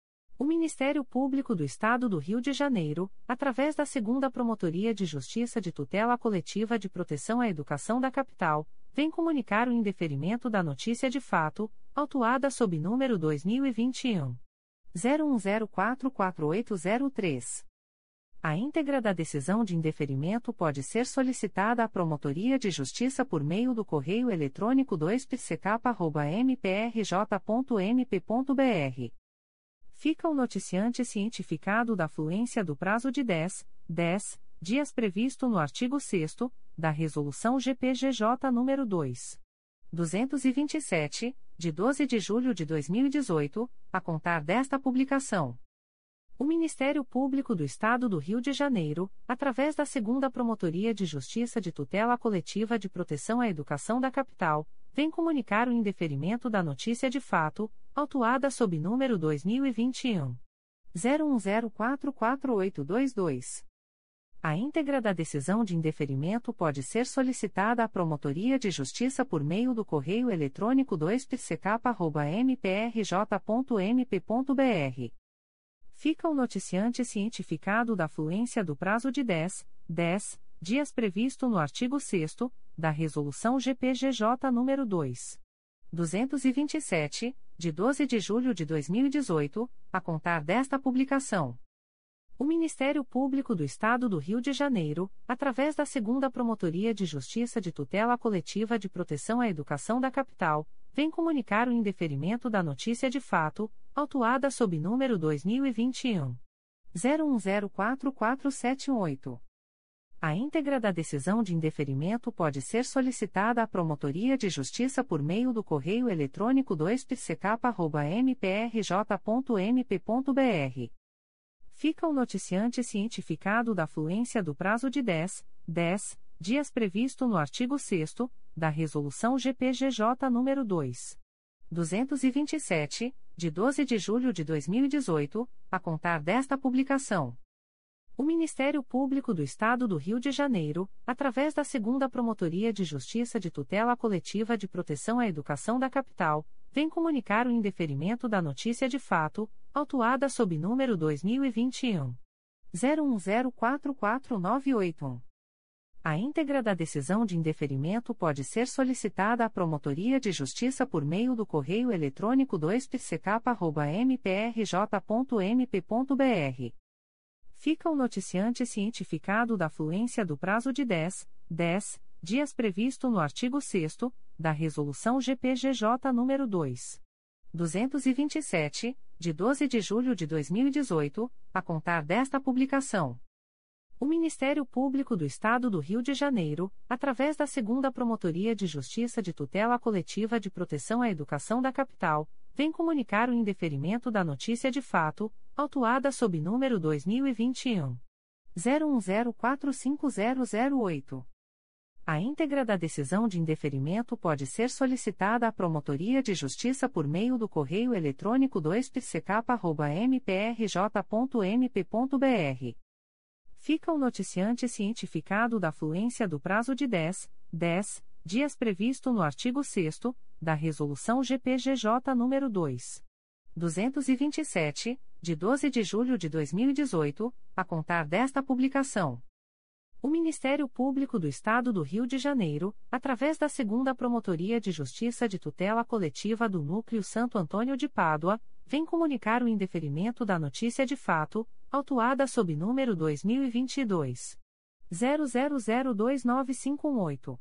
O Ministério Público do Estado do Rio de Janeiro, através da Segunda Promotoria de Justiça de Tutela Coletiva de Proteção à Educação da Capital, vem comunicar o indeferimento da notícia de fato, autuada sob número dois mil e vinte e um zero um zero quatro quatro oito zero três. A íntegra da decisão de indeferimento pode ser solicitada à Promotoria de Justiça por meio do correio eletrônico dois p c k arroba m p r j ponto m p ponto b r. Fica o noticiante cientificado da fluência do prazo de dez, dez dias previsto no artigo sexto da Resolução G P G J nº dois mil duzentos e vinte e sete, de doze de julho de dois mil e dezoito, a contar desta publicação. O Ministério Público do Estado do Rio de Janeiro, através da Segunda Promotoria de Justiça de Tutela Coletiva de Proteção à Educação da Capital, vem comunicar o indeferimento da notícia de fato, autuada sob número dois mil e vinte e um zero um zero quatro quatro oito dois dois. A íntegra da decisão de indeferimento pode ser solicitada à Promotoria de Justiça por meio do correio eletrônico dois p c k arroba m p r j ponto m p ponto b r. Fica o noticiante cientificado da fluência do prazo de dez, dez dias previsto no artigo sexto da Resolução G P G J nº dois mil duzentos e vinte e sete, de doze de julho de dois mil e dezoito, a contar desta publicação. O Ministério Público do Estado do Rio de Janeiro, através da segunda Promotoria de Justiça de Tutela Coletiva de Proteção à Educação da Capital, vem comunicar o indeferimento da notícia de fato, autuada sob número dois mil e vinte e um. zero um zero quatro quatro sete oito. A íntegra da decisão de indeferimento pode ser solicitada à Promotoria de Justiça por meio do correio eletrônico dois p c k arroba m p r j ponto m p ponto b r. Fica o noticiante cientificado da fluência do prazo de dez, dez dias previsto no artigo sexto da Resolução G P G J nº dois mil duzentos e vinte e sete, de doze de julho de dois mil e dezoito, a contar desta publicação. O Ministério Público do Estado do Rio de Janeiro, através da segunda Promotoria de Justiça de Tutela Coletiva de Proteção à Educação da Capital, vem comunicar o indeferimento da notícia de fato, autuada sob número dois mil e vinte e um. zero um zero quatro quatro nove oito um. A íntegra da decisão de indeferimento pode ser solicitada à Promotoria de Justiça por meio do correio eletrônico dois p c k arroba m p r j ponto m p ponto b r. Fica o noticiante cientificado da fluência do prazo de dez, dez dias previsto no artigo sexto da Resolução G P G J nº dois mil duzentos e vinte e sete, de doze de julho de dois mil e dezoito, a contar desta publicação. O Ministério Público do Estado do Rio de Janeiro, através da segunda Promotoria de Justiça de Tutela Coletiva de Proteção à Educação da Capital, vem comunicar o indeferimento da notícia de fato, autuada sob número dois mil e vinte e um. zero um zero quatro cinco zero zero oito. A íntegra da decisão de indeferimento pode ser solicitada à Promotoria de Justiça por meio do correio eletrônico dois p c k arroba m p r j ponto m p ponto b r. Fica o noticiante cientificado da fluência do prazo de dez, dez dias previsto no artigo sexto da Resolução G P G J nº dois mil duzentos e vinte e sete, de doze de julho de dois mil e dezoito, a contar desta publicação. O Ministério Público do Estado do Rio de Janeiro, através da segunda Promotoria de Justiça de Tutela Coletiva do Núcleo Santo Antônio de Pádua, vem comunicar o indeferimento da notícia de fato, autuada sob número dois mil e vinte e dois. zero zero zero dois nove cinco um oito.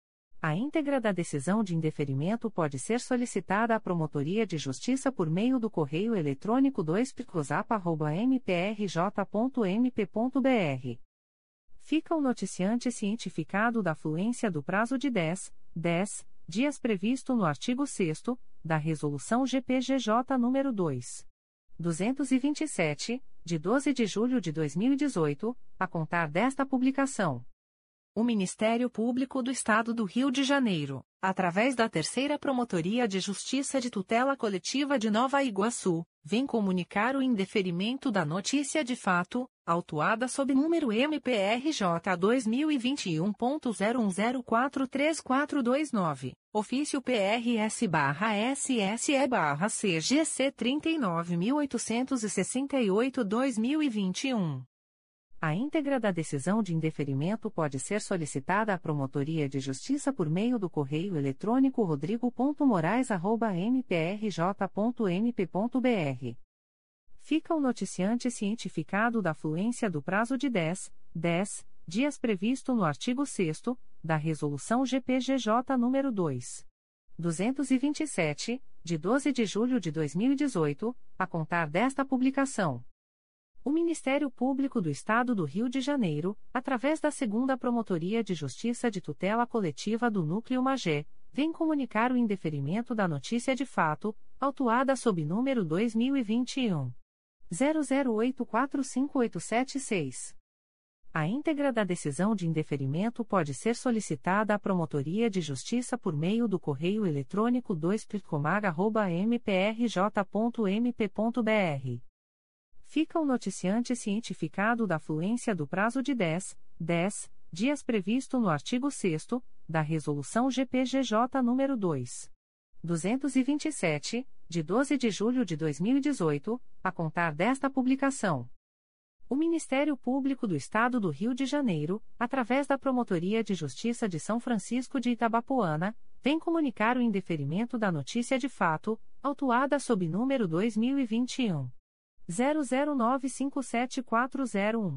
A íntegra da decisão de indeferimento pode ser solicitada à Promotoria de Justiça por meio do correio eletrônico dois p c o s a p arroba m p r j ponto m p ponto b r. Fica o noticiante cientificado da fluência do prazo de dez, dez dias previsto no artigo sexto da Resolução G P G J nº dois mil duzentos e vinte e sete, de doze de julho de dois mil e dezoito, a contar desta publicação. O Ministério Público do Estado do Rio de Janeiro, através da Terceira Promotoria de Justiça de Tutela Coletiva de Nova Iguaçu, vem comunicar o indeferimento da notícia de fato, autuada sob número M P R J dois mil e vinte e um ponto zero um zero quatro três quatro dois nove, ofício P R S barra S S E barra C G C trinta e nove mil oitocentos e sessenta e oito barra dois mil e vinte e um. A íntegra da decisão de indeferimento pode ser solicitada à Promotoria de Justiça por meio do correio eletrônico rodrigo ponto moraes arroba m p r j ponto m p ponto b r. Fica o noticiante cientificado da fluência do prazo de dez, dez dias previsto no artigo sexto da Resolução G P G J nº dois mil duzentos e vinte e sete, de doze de julho de dois mil e dezoito, a contar desta publicação. O Ministério Público do Estado do Rio de Janeiro, através da segunda Promotoria de Justiça de Tutela Coletiva do Núcleo Magé, vem comunicar o indeferimento da notícia de fato, autuada sob número dois mil e vinte e um. zero zero oito quatro cinco oito sete seis. A íntegra da decisão de indeferimento pode ser solicitada à Promotoria de Justiça por meio do correio eletrônico dois p c o m a g arroba m p r j ponto m p ponto b r. Fica o noticiante cientificado da fluência do prazo de dez, dez dias previsto no artigo sexto da Resolução G P G J nº dois mil duzentos e vinte e sete, de doze de julho de dois mil e dezoito, a contar desta publicação. O Ministério Público do Estado do Rio de Janeiro, através da Promotoria de Justiça de São Francisco de Itabapoana, vem comunicar o indeferimento da notícia de fato, autuada sob número dois mil e vinte e um. zero zero nove cinco sete quatro zero um.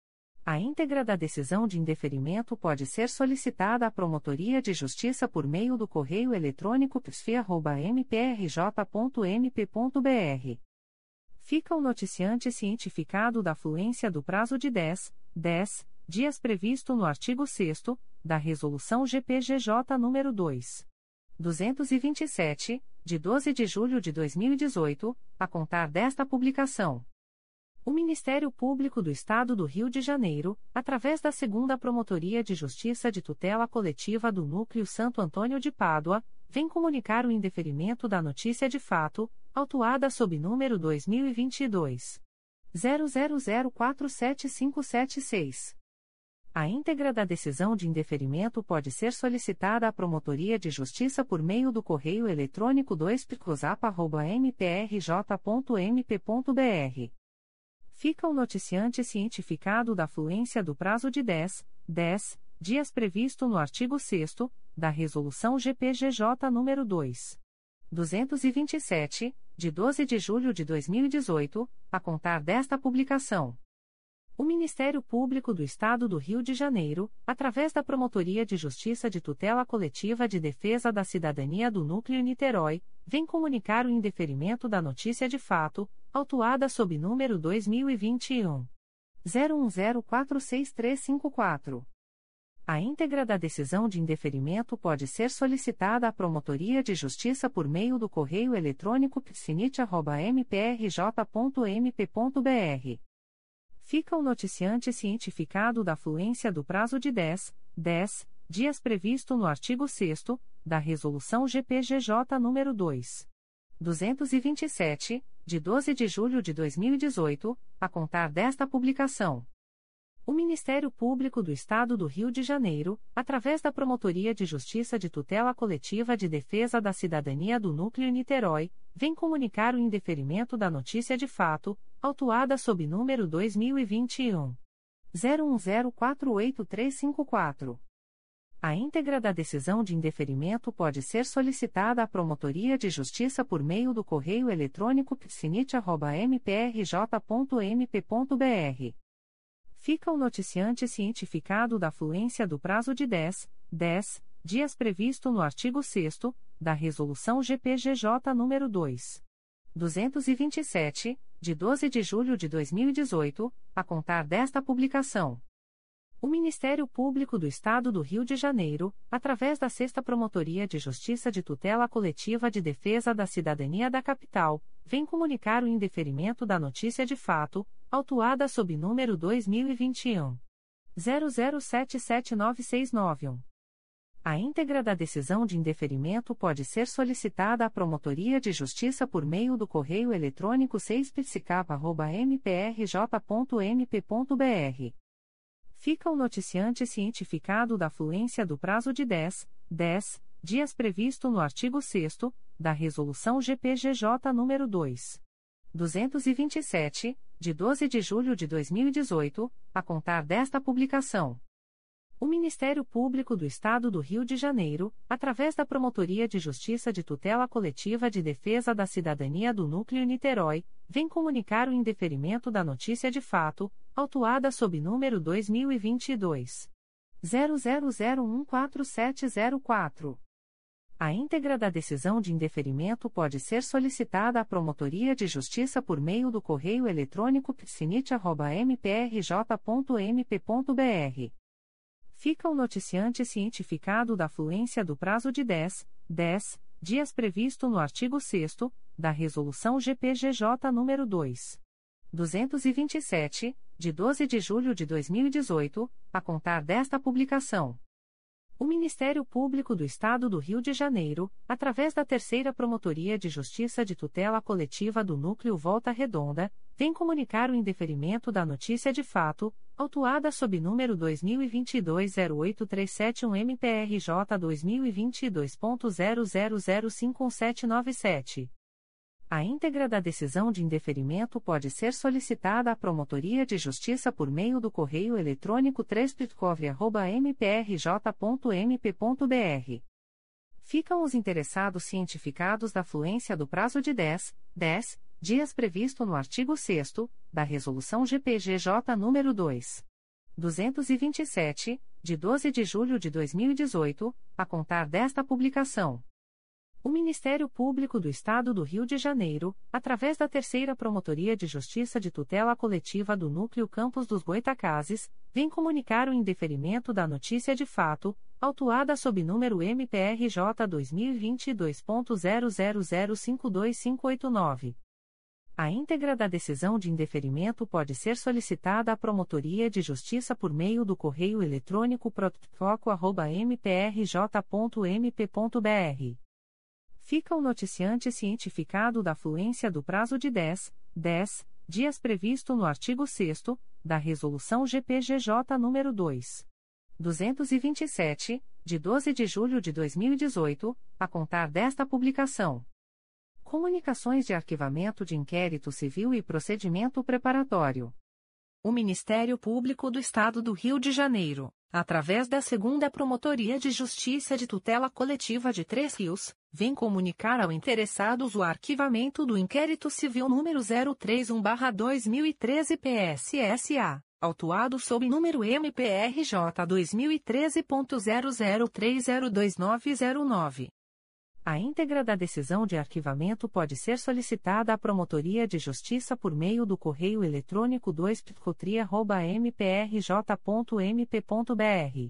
A íntegra da decisão de indeferimento pode ser solicitada à Promotoria de Justiça por meio do correio eletrônico p s f i arroba m p r j ponto m p ponto b r. Fica o noticiante cientificado da fluência do prazo de dez, dez dias previsto no artigo sexto da Resolução G P G J nº dois mil duzentos e vinte e sete, de doze de julho de dois mil e dezoito, a contar desta publicação. O Ministério Público do Estado do Rio de Janeiro, através da segunda Promotoria de Justiça de Tutela Coletiva do Núcleo Santo Antônio de Pádua, vem comunicar o indeferimento da notícia de fato, autuada sob número dois mil e vinte e dois. zero zero zero quatro sete cinco sete seis. A íntegra da decisão de indeferimento pode ser solicitada à Promotoria de Justiça por meio do correio eletrônico dois p cruzap arroba m p r j ponto m p ponto b r. Fica o noticiante cientificado da fluência do prazo de dez, dez dias previsto no artigo sexto da Resolução G P G J nº dois mil duzentos e vinte e sete, de doze de julho de dois mil e dezoito, a contar desta publicação. O Ministério Público do Estado do Rio de Janeiro, através da Promotoria de Justiça de Tutela Coletiva de Defesa da Cidadania do Núcleo Niterói, vem comunicar o indeferimento da notícia de fato, autuada sob número dois mil e vinte e um. zero um zero quatro seis três cinco quatro. A íntegra da decisão de indeferimento pode ser solicitada à Promotoria de Justiça por meio do correio eletrônico psinit arroba m p r j ponto m p ponto b r. Fica o noticiante cientificado da fluência do prazo de dez, dez dias previsto no artigo sexto da Resolução G P G J nº dois mil duzentos e vinte e sete, de doze de julho de dois mil e dezoito, a contar desta publicação. O Ministério Público do Estado do Rio de Janeiro, através da Promotoria de Justiça de Tutela Coletiva de Defesa da Cidadania do Núcleo Niterói, vem comunicar o indeferimento da notícia de fato, autuada sob número dois mil e vinte e um. zero um zero quatro oito três cinco quatro. A íntegra da decisão de indeferimento pode ser solicitada à Promotoria de Justiça por meio do correio eletrônico psinit arroba m p r j ponto m p ponto b r. Fica o noticiante cientificado da fluência do prazo de dez, dez dias previsto no artigo sexto da Resolução G P G J nº dois mil duzentos e vinte e sete, de doze de julho de dois mil e dezoito, a contar desta publicação. O Ministério Público do Estado do Rio de Janeiro, através da sexta Promotoria de Justiça de Tutela Coletiva de Defesa da Cidadania da Capital, vem comunicar o indeferimento da notícia de fato, autuada sob número dois mil e vinte e um. zero zero sete sete nove seis nove um. A íntegra da decisão de indeferimento pode ser solicitada à Promotoria de Justiça por meio do correio eletrônico seis psicap arroba m p r j ponto m p ponto b r. Fica o noticiante cientificado da fluência do prazo de dez, dez dias previsto no artigo sexto da Resolução G P G J nº dois mil duzentos e vinte e sete, de doze de julho de dois mil e dezoito, a contar desta publicação. O Ministério Público do Estado do Rio de Janeiro, através da Promotoria de Justiça de Tutela Coletiva de Defesa da Cidadania do Núcleo Niterói, vem comunicar o indeferimento da notícia de fato, autuada sob número dois mil e vinte e dois. zero zero zero um quatro sete zero quatro. A íntegra da decisão de indeferimento pode ser solicitada à Promotoria de Justiça por meio do correio eletrônico psinit arroba m p r j ponto m p ponto b r. Fica o noticiante cientificado da fluência do prazo de dez, dez dias previsto no artigo sexto da Resolução G P G J nº dois mil duzentos e vinte e sete, de doze de julho de dois mil e dezoito, a contar desta publicação. O Ministério Público do Estado do Rio de Janeiro, através da Terceira Promotoria de Justiça de Tutela Coletiva do Núcleo Volta Redonda, vem comunicar o indeferimento da notícia de fato, autuada sob número dois mil e vinte e dois zero oito três sete um M P R J dois mil e vinte e dois ponto zero zero zero cinco um sete nove sete. A íntegra da decisão de indeferimento pode ser solicitada à Promotoria de Justiça por meio do correio eletrônico três pitcov arroba m p r j ponto m p ponto b r. Ficam os interessados cientificados da fluência do prazo de dez, dez dias previsto no artigo sexto da Resolução G P G J nº dois mil duzentos e vinte e sete, de doze de julho de dois mil e dezoito, a contar desta publicação. O Ministério Público do Estado do Rio de Janeiro, através da Terceira Promotoria de Justiça de Tutela Coletiva do Núcleo Campos dos Goitacazes, vem comunicar o indeferimento da notícia de fato, autuada sob número M P R J dois mil e vinte e dois ponto zero zero zero cinco dois cinco oito nove. A íntegra da decisão de indeferimento pode ser solicitada à Promotoria de Justiça por meio do correio eletrônico protfoco arroba m p r j ponto m p ponto b r. Fica o noticiante cientificado da fluência do prazo de dez, dez dias previsto no artigo sexto da Resolução G P G J nº dois mil duzentos e vinte e sete, de doze de julho de dois mil e dezoito, a contar desta publicação. Comunicações de arquivamento de inquérito civil e procedimento preparatório. O Ministério Público do Estado do Rio de Janeiro, através da Segunda Promotoria de Justiça de Tutela Coletiva de Três Rios, vem comunicar ao interessados o arquivamento do inquérito civil número zero trinta e um barra dois mil e treze P S S A, autuado sob número M P R J dois mil e treze ponto zero zero três zero dois nove zero nove. A íntegra da decisão de arquivamento pode ser solicitada à Promotoria de Justiça por meio do correio eletrônico dois pitcotri arroba m p r j ponto m p ponto b r.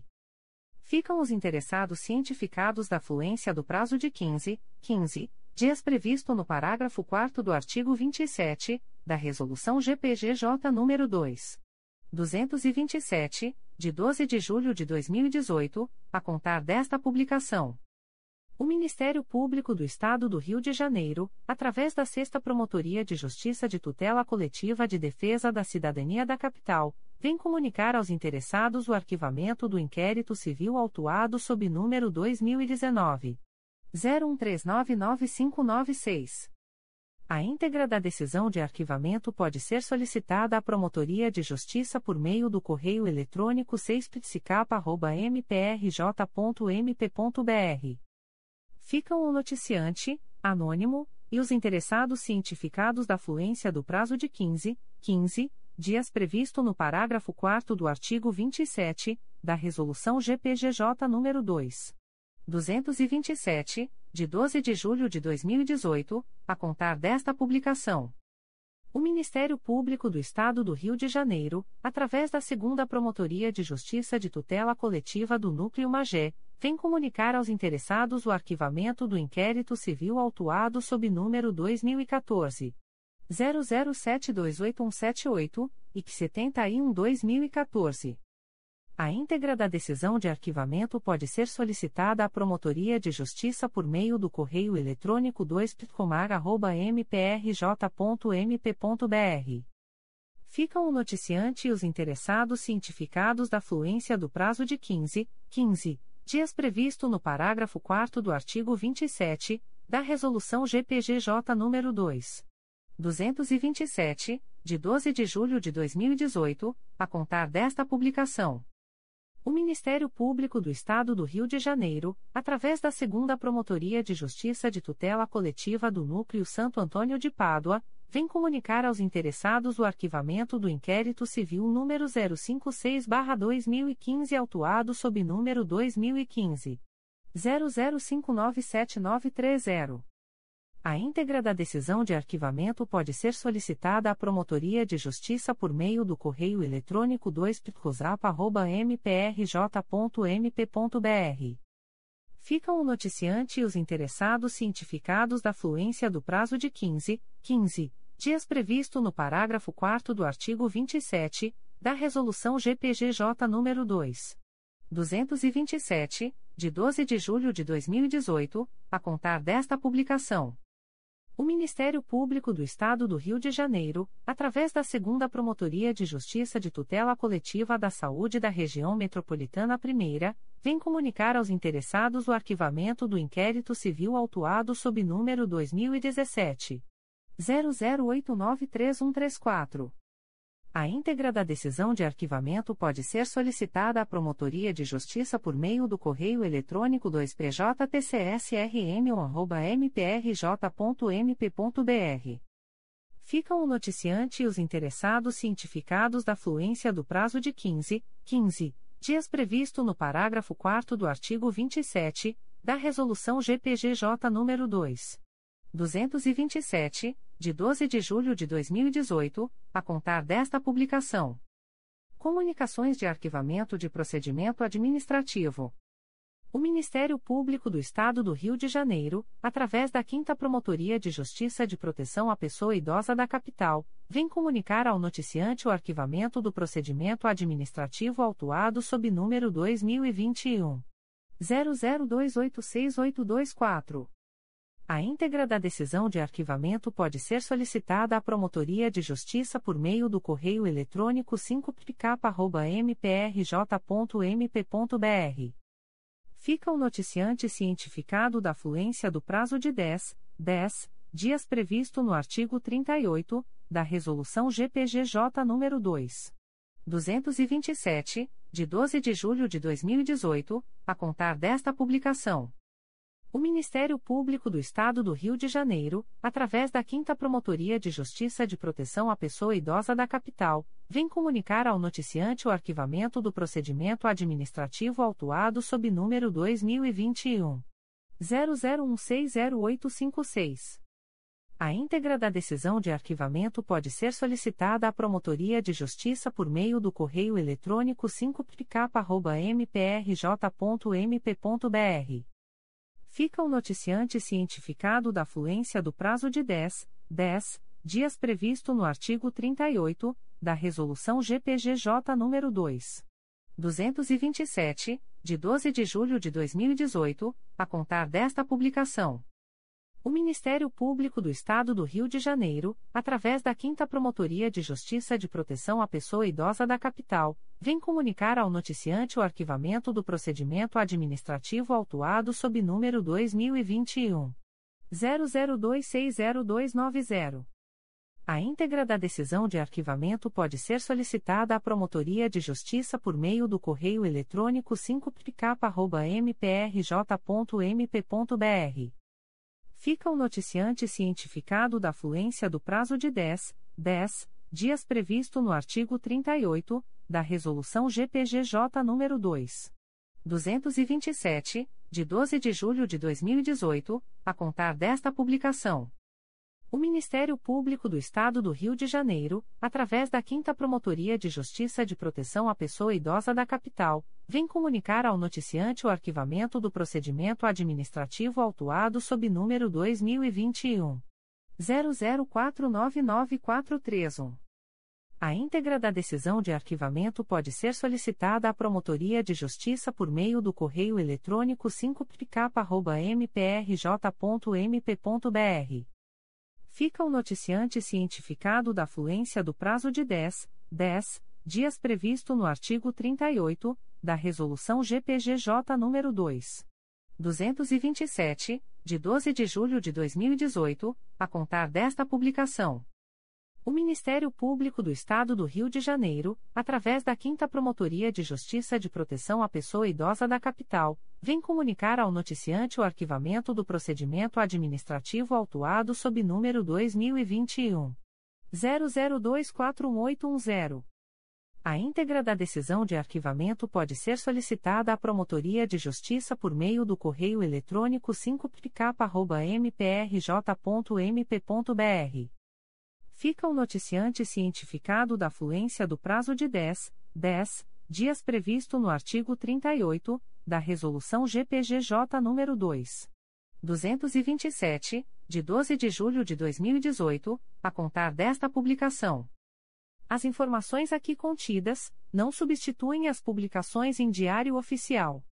Ficam os interessados cientificados da fluência do prazo de quinze, quinze dias previsto no parágrafo quarto do artigo vinte e sete da Resolução G P G J nº dois mil duzentos e vinte e sete, de doze de julho de dois mil e dezoito, a contar desta publicação. O Ministério Público do Estado do Rio de Janeiro, através da Sexta Promotoria de Justiça de Tutela Coletiva de Defesa da Cidadania da Capital, vem comunicar aos interessados o arquivamento do inquérito civil autuado sob número dois mil e dezenove. zero um três nove nove cinco nove seis. A íntegra da decisão de arquivamento pode ser solicitada à Promotoria de Justiça por meio do correio eletrônico seis pitsicapa arroba m p r j ponto m p ponto b r. Ficam o noticiante, anônimo, e os interessados cientificados da fluência do prazo de quinze, quinze dias previsto no parágrafo quarto do artigo vinte e sete da Resolução G P G J nº dois mil duzentos e vinte e sete, de doze de julho de dois mil e dezoito, a contar desta publicação. O Ministério Público do Estado do Rio de Janeiro, através da Segunda Promotoria de Justiça de Tutela Coletiva do Núcleo Magé, vem comunicar aos interessados o arquivamento do inquérito civil autuado sob número dois mil e quatorze. zero zero sete dois oito um sete oito, e C setenta e um barra dois mil e quatorze. A íntegra da decisão de arquivamento pode ser solicitada à Promotoria de Justiça por meio do correio eletrônico dois pitcomar arroba m p r j ponto m p ponto b r. Ficam o noticiante e os interessados cientificados da fluência do prazo de quinze, quinze dias previsto no parágrafo quarto do artigo vinte e sete da Resolução G P G J nº dois mil duzentos e vinte e sete, de doze de julho de dois mil e dezoito, a contar desta publicação. O Ministério Público do Estado do Rio de Janeiro, através da Segunda Promotoria de Justiça de Tutela Coletiva do Núcleo Santo Antônio de Pádua, vem comunicar aos interessados o arquivamento do inquérito civil número zero cinco seis barra dois mil e quinze autuado sob número dois mil e quinze. zero zero cinco nove sete nove três zero. A íntegra da decisão de arquivamento pode ser solicitada à Promotoria de Justiça por meio do correio eletrônico dois pitcosap arroba m p r j ponto m p ponto b r. Ficam o noticiante e os interessados cientificados da fluência do prazo de quinze, quinze dias previsto no parágrafo quarto do artigo vinte e sete da Resolução G P G J nº dois duzentos e vinte e sete, de doze de julho de dois mil e dezoito, a contar desta publicação. O Ministério Público do Estado do Rio de Janeiro, através da segunda Promotoria de Justiça de Tutela Coletiva da Saúde da Região Metropolitana I, vem comunicar aos interessados o arquivamento do inquérito civil autuado sob número dois mil e dezessete. zero zero oito nove três um três quatro. A íntegra da decisão de arquivamento pode ser solicitada à Promotoria de Justiça por meio do correio eletrônico dois p j t c s r m arroba m p r j ponto m p ponto b r. Ficam o noticiante e os interessados cientificados da fluência do prazo de quinze, quinze dias previsto no parágrafo quarto do artigo vinte e sete, da Resolução G P G J nº dois mil duzentos e vinte e sete, de doze de julho de dois mil e dezoito, a contar desta publicação. Comunicações de arquivamento de procedimento administrativo. O Ministério Público do Estado do Rio de Janeiro, através da quinta Promotoria de Justiça de Proteção à Pessoa Idosa da Capital, vem comunicar ao noticiante o arquivamento do procedimento administrativo autuado sob número dois mil e vinte e um. zero zero dois oito seis oito dois quatro. A íntegra da decisão de arquivamento pode ser solicitada à Promotoria de Justiça por meio do correio eletrônico cinco p k arroba m p r j ponto m p ponto b r. Fica o noticiante cientificado da fluência do prazo de dez, dez dias previsto no artigo trinta e oito, da Resolução G P G J nº dois mil duzentos e vinte e sete, de doze de julho de dois mil e dezoito, a contar desta publicação. O Ministério Público do Estado do Rio de Janeiro, através da quinta Promotoria de Justiça de Proteção à Pessoa Idosa da Capital, vem comunicar ao noticiante o arquivamento do procedimento administrativo autuado sob número dois mil e vinte e um. zero zero um seis zero oito cinco seis. A íntegra da decisão de arquivamento pode ser solicitada à Promotoria de Justiça por meio do correio eletrônico cinco p k arroba m p r j ponto m p ponto b r. Fica o noticiante cientificado da fluência do prazo de dez, dez dias previsto no artigo trinta e oito, da Resolução G P G J nº dois mil duzentos e vinte e sete, de doze de julho de dois mil e dezoito, a contar desta publicação. O Ministério Público do Estado do Rio de Janeiro, através da quinta Promotoria de Justiça de Proteção à Pessoa Idosa da Capital, vem comunicar ao noticiante o arquivamento do procedimento administrativo autuado sob número dois mil e vinte e um. zero zero dois seis zero dois nove zero. A íntegra da decisão de arquivamento pode ser solicitada à Promotoria de Justiça por meio do correio eletrônico cinco p k arroba m p r j ponto m p ponto b r. Fica o noticiante cientificado da fluência do prazo de dez, dez dias previsto no artigo trinta e oito, da Resolução G P G J nº dois mil duzentos e vinte e sete, de doze de julho de dois mil e dezoito, a contar desta publicação. O Ministério Público do Estado do Rio de Janeiro, através da quinta Promotoria de Justiça de Proteção à Pessoa Idosa da Capital, vem comunicar ao noticiante o arquivamento do procedimento administrativo autuado sob número dois mil e vinte e um. zero zero quatro nove nove quatro três um. A íntegra da decisão de arquivamento pode ser solicitada à Promotoria de Justiça por meio do correio eletrônico cinco p k arroba m p r j ponto m p ponto b r. Fica o noticiante cientificado da fluência do prazo de dez, dez dias previsto no artigo trinta e oito, da Resolução G P G J nº dois mil duzentos e vinte e sete, de doze de julho de dois mil e dezoito, a contar desta publicação. O Ministério Público do Estado do Rio de Janeiro, através da quinta Promotoria de Justiça de Proteção à Pessoa Idosa da Capital, vem comunicar ao noticiante o arquivamento do procedimento administrativo autuado sob número dois mil e vinte e um. zero zero dois quatro um oito um zero. A íntegra da decisão de arquivamento pode ser solicitada à Promotoria de Justiça por meio do correio eletrônico cinco p k arroba m p r j ponto m p ponto b r. Fica o noticiante cientificado da fluência do prazo de dez, dez dias previsto no artigo trinta e oito, da Resolução G P G J nº dois mil duzentos e vinte e sete, de doze de julho de dois mil e dezoito, a contar desta publicação. As informações aqui contidas não substituem as publicações em Diário Oficial.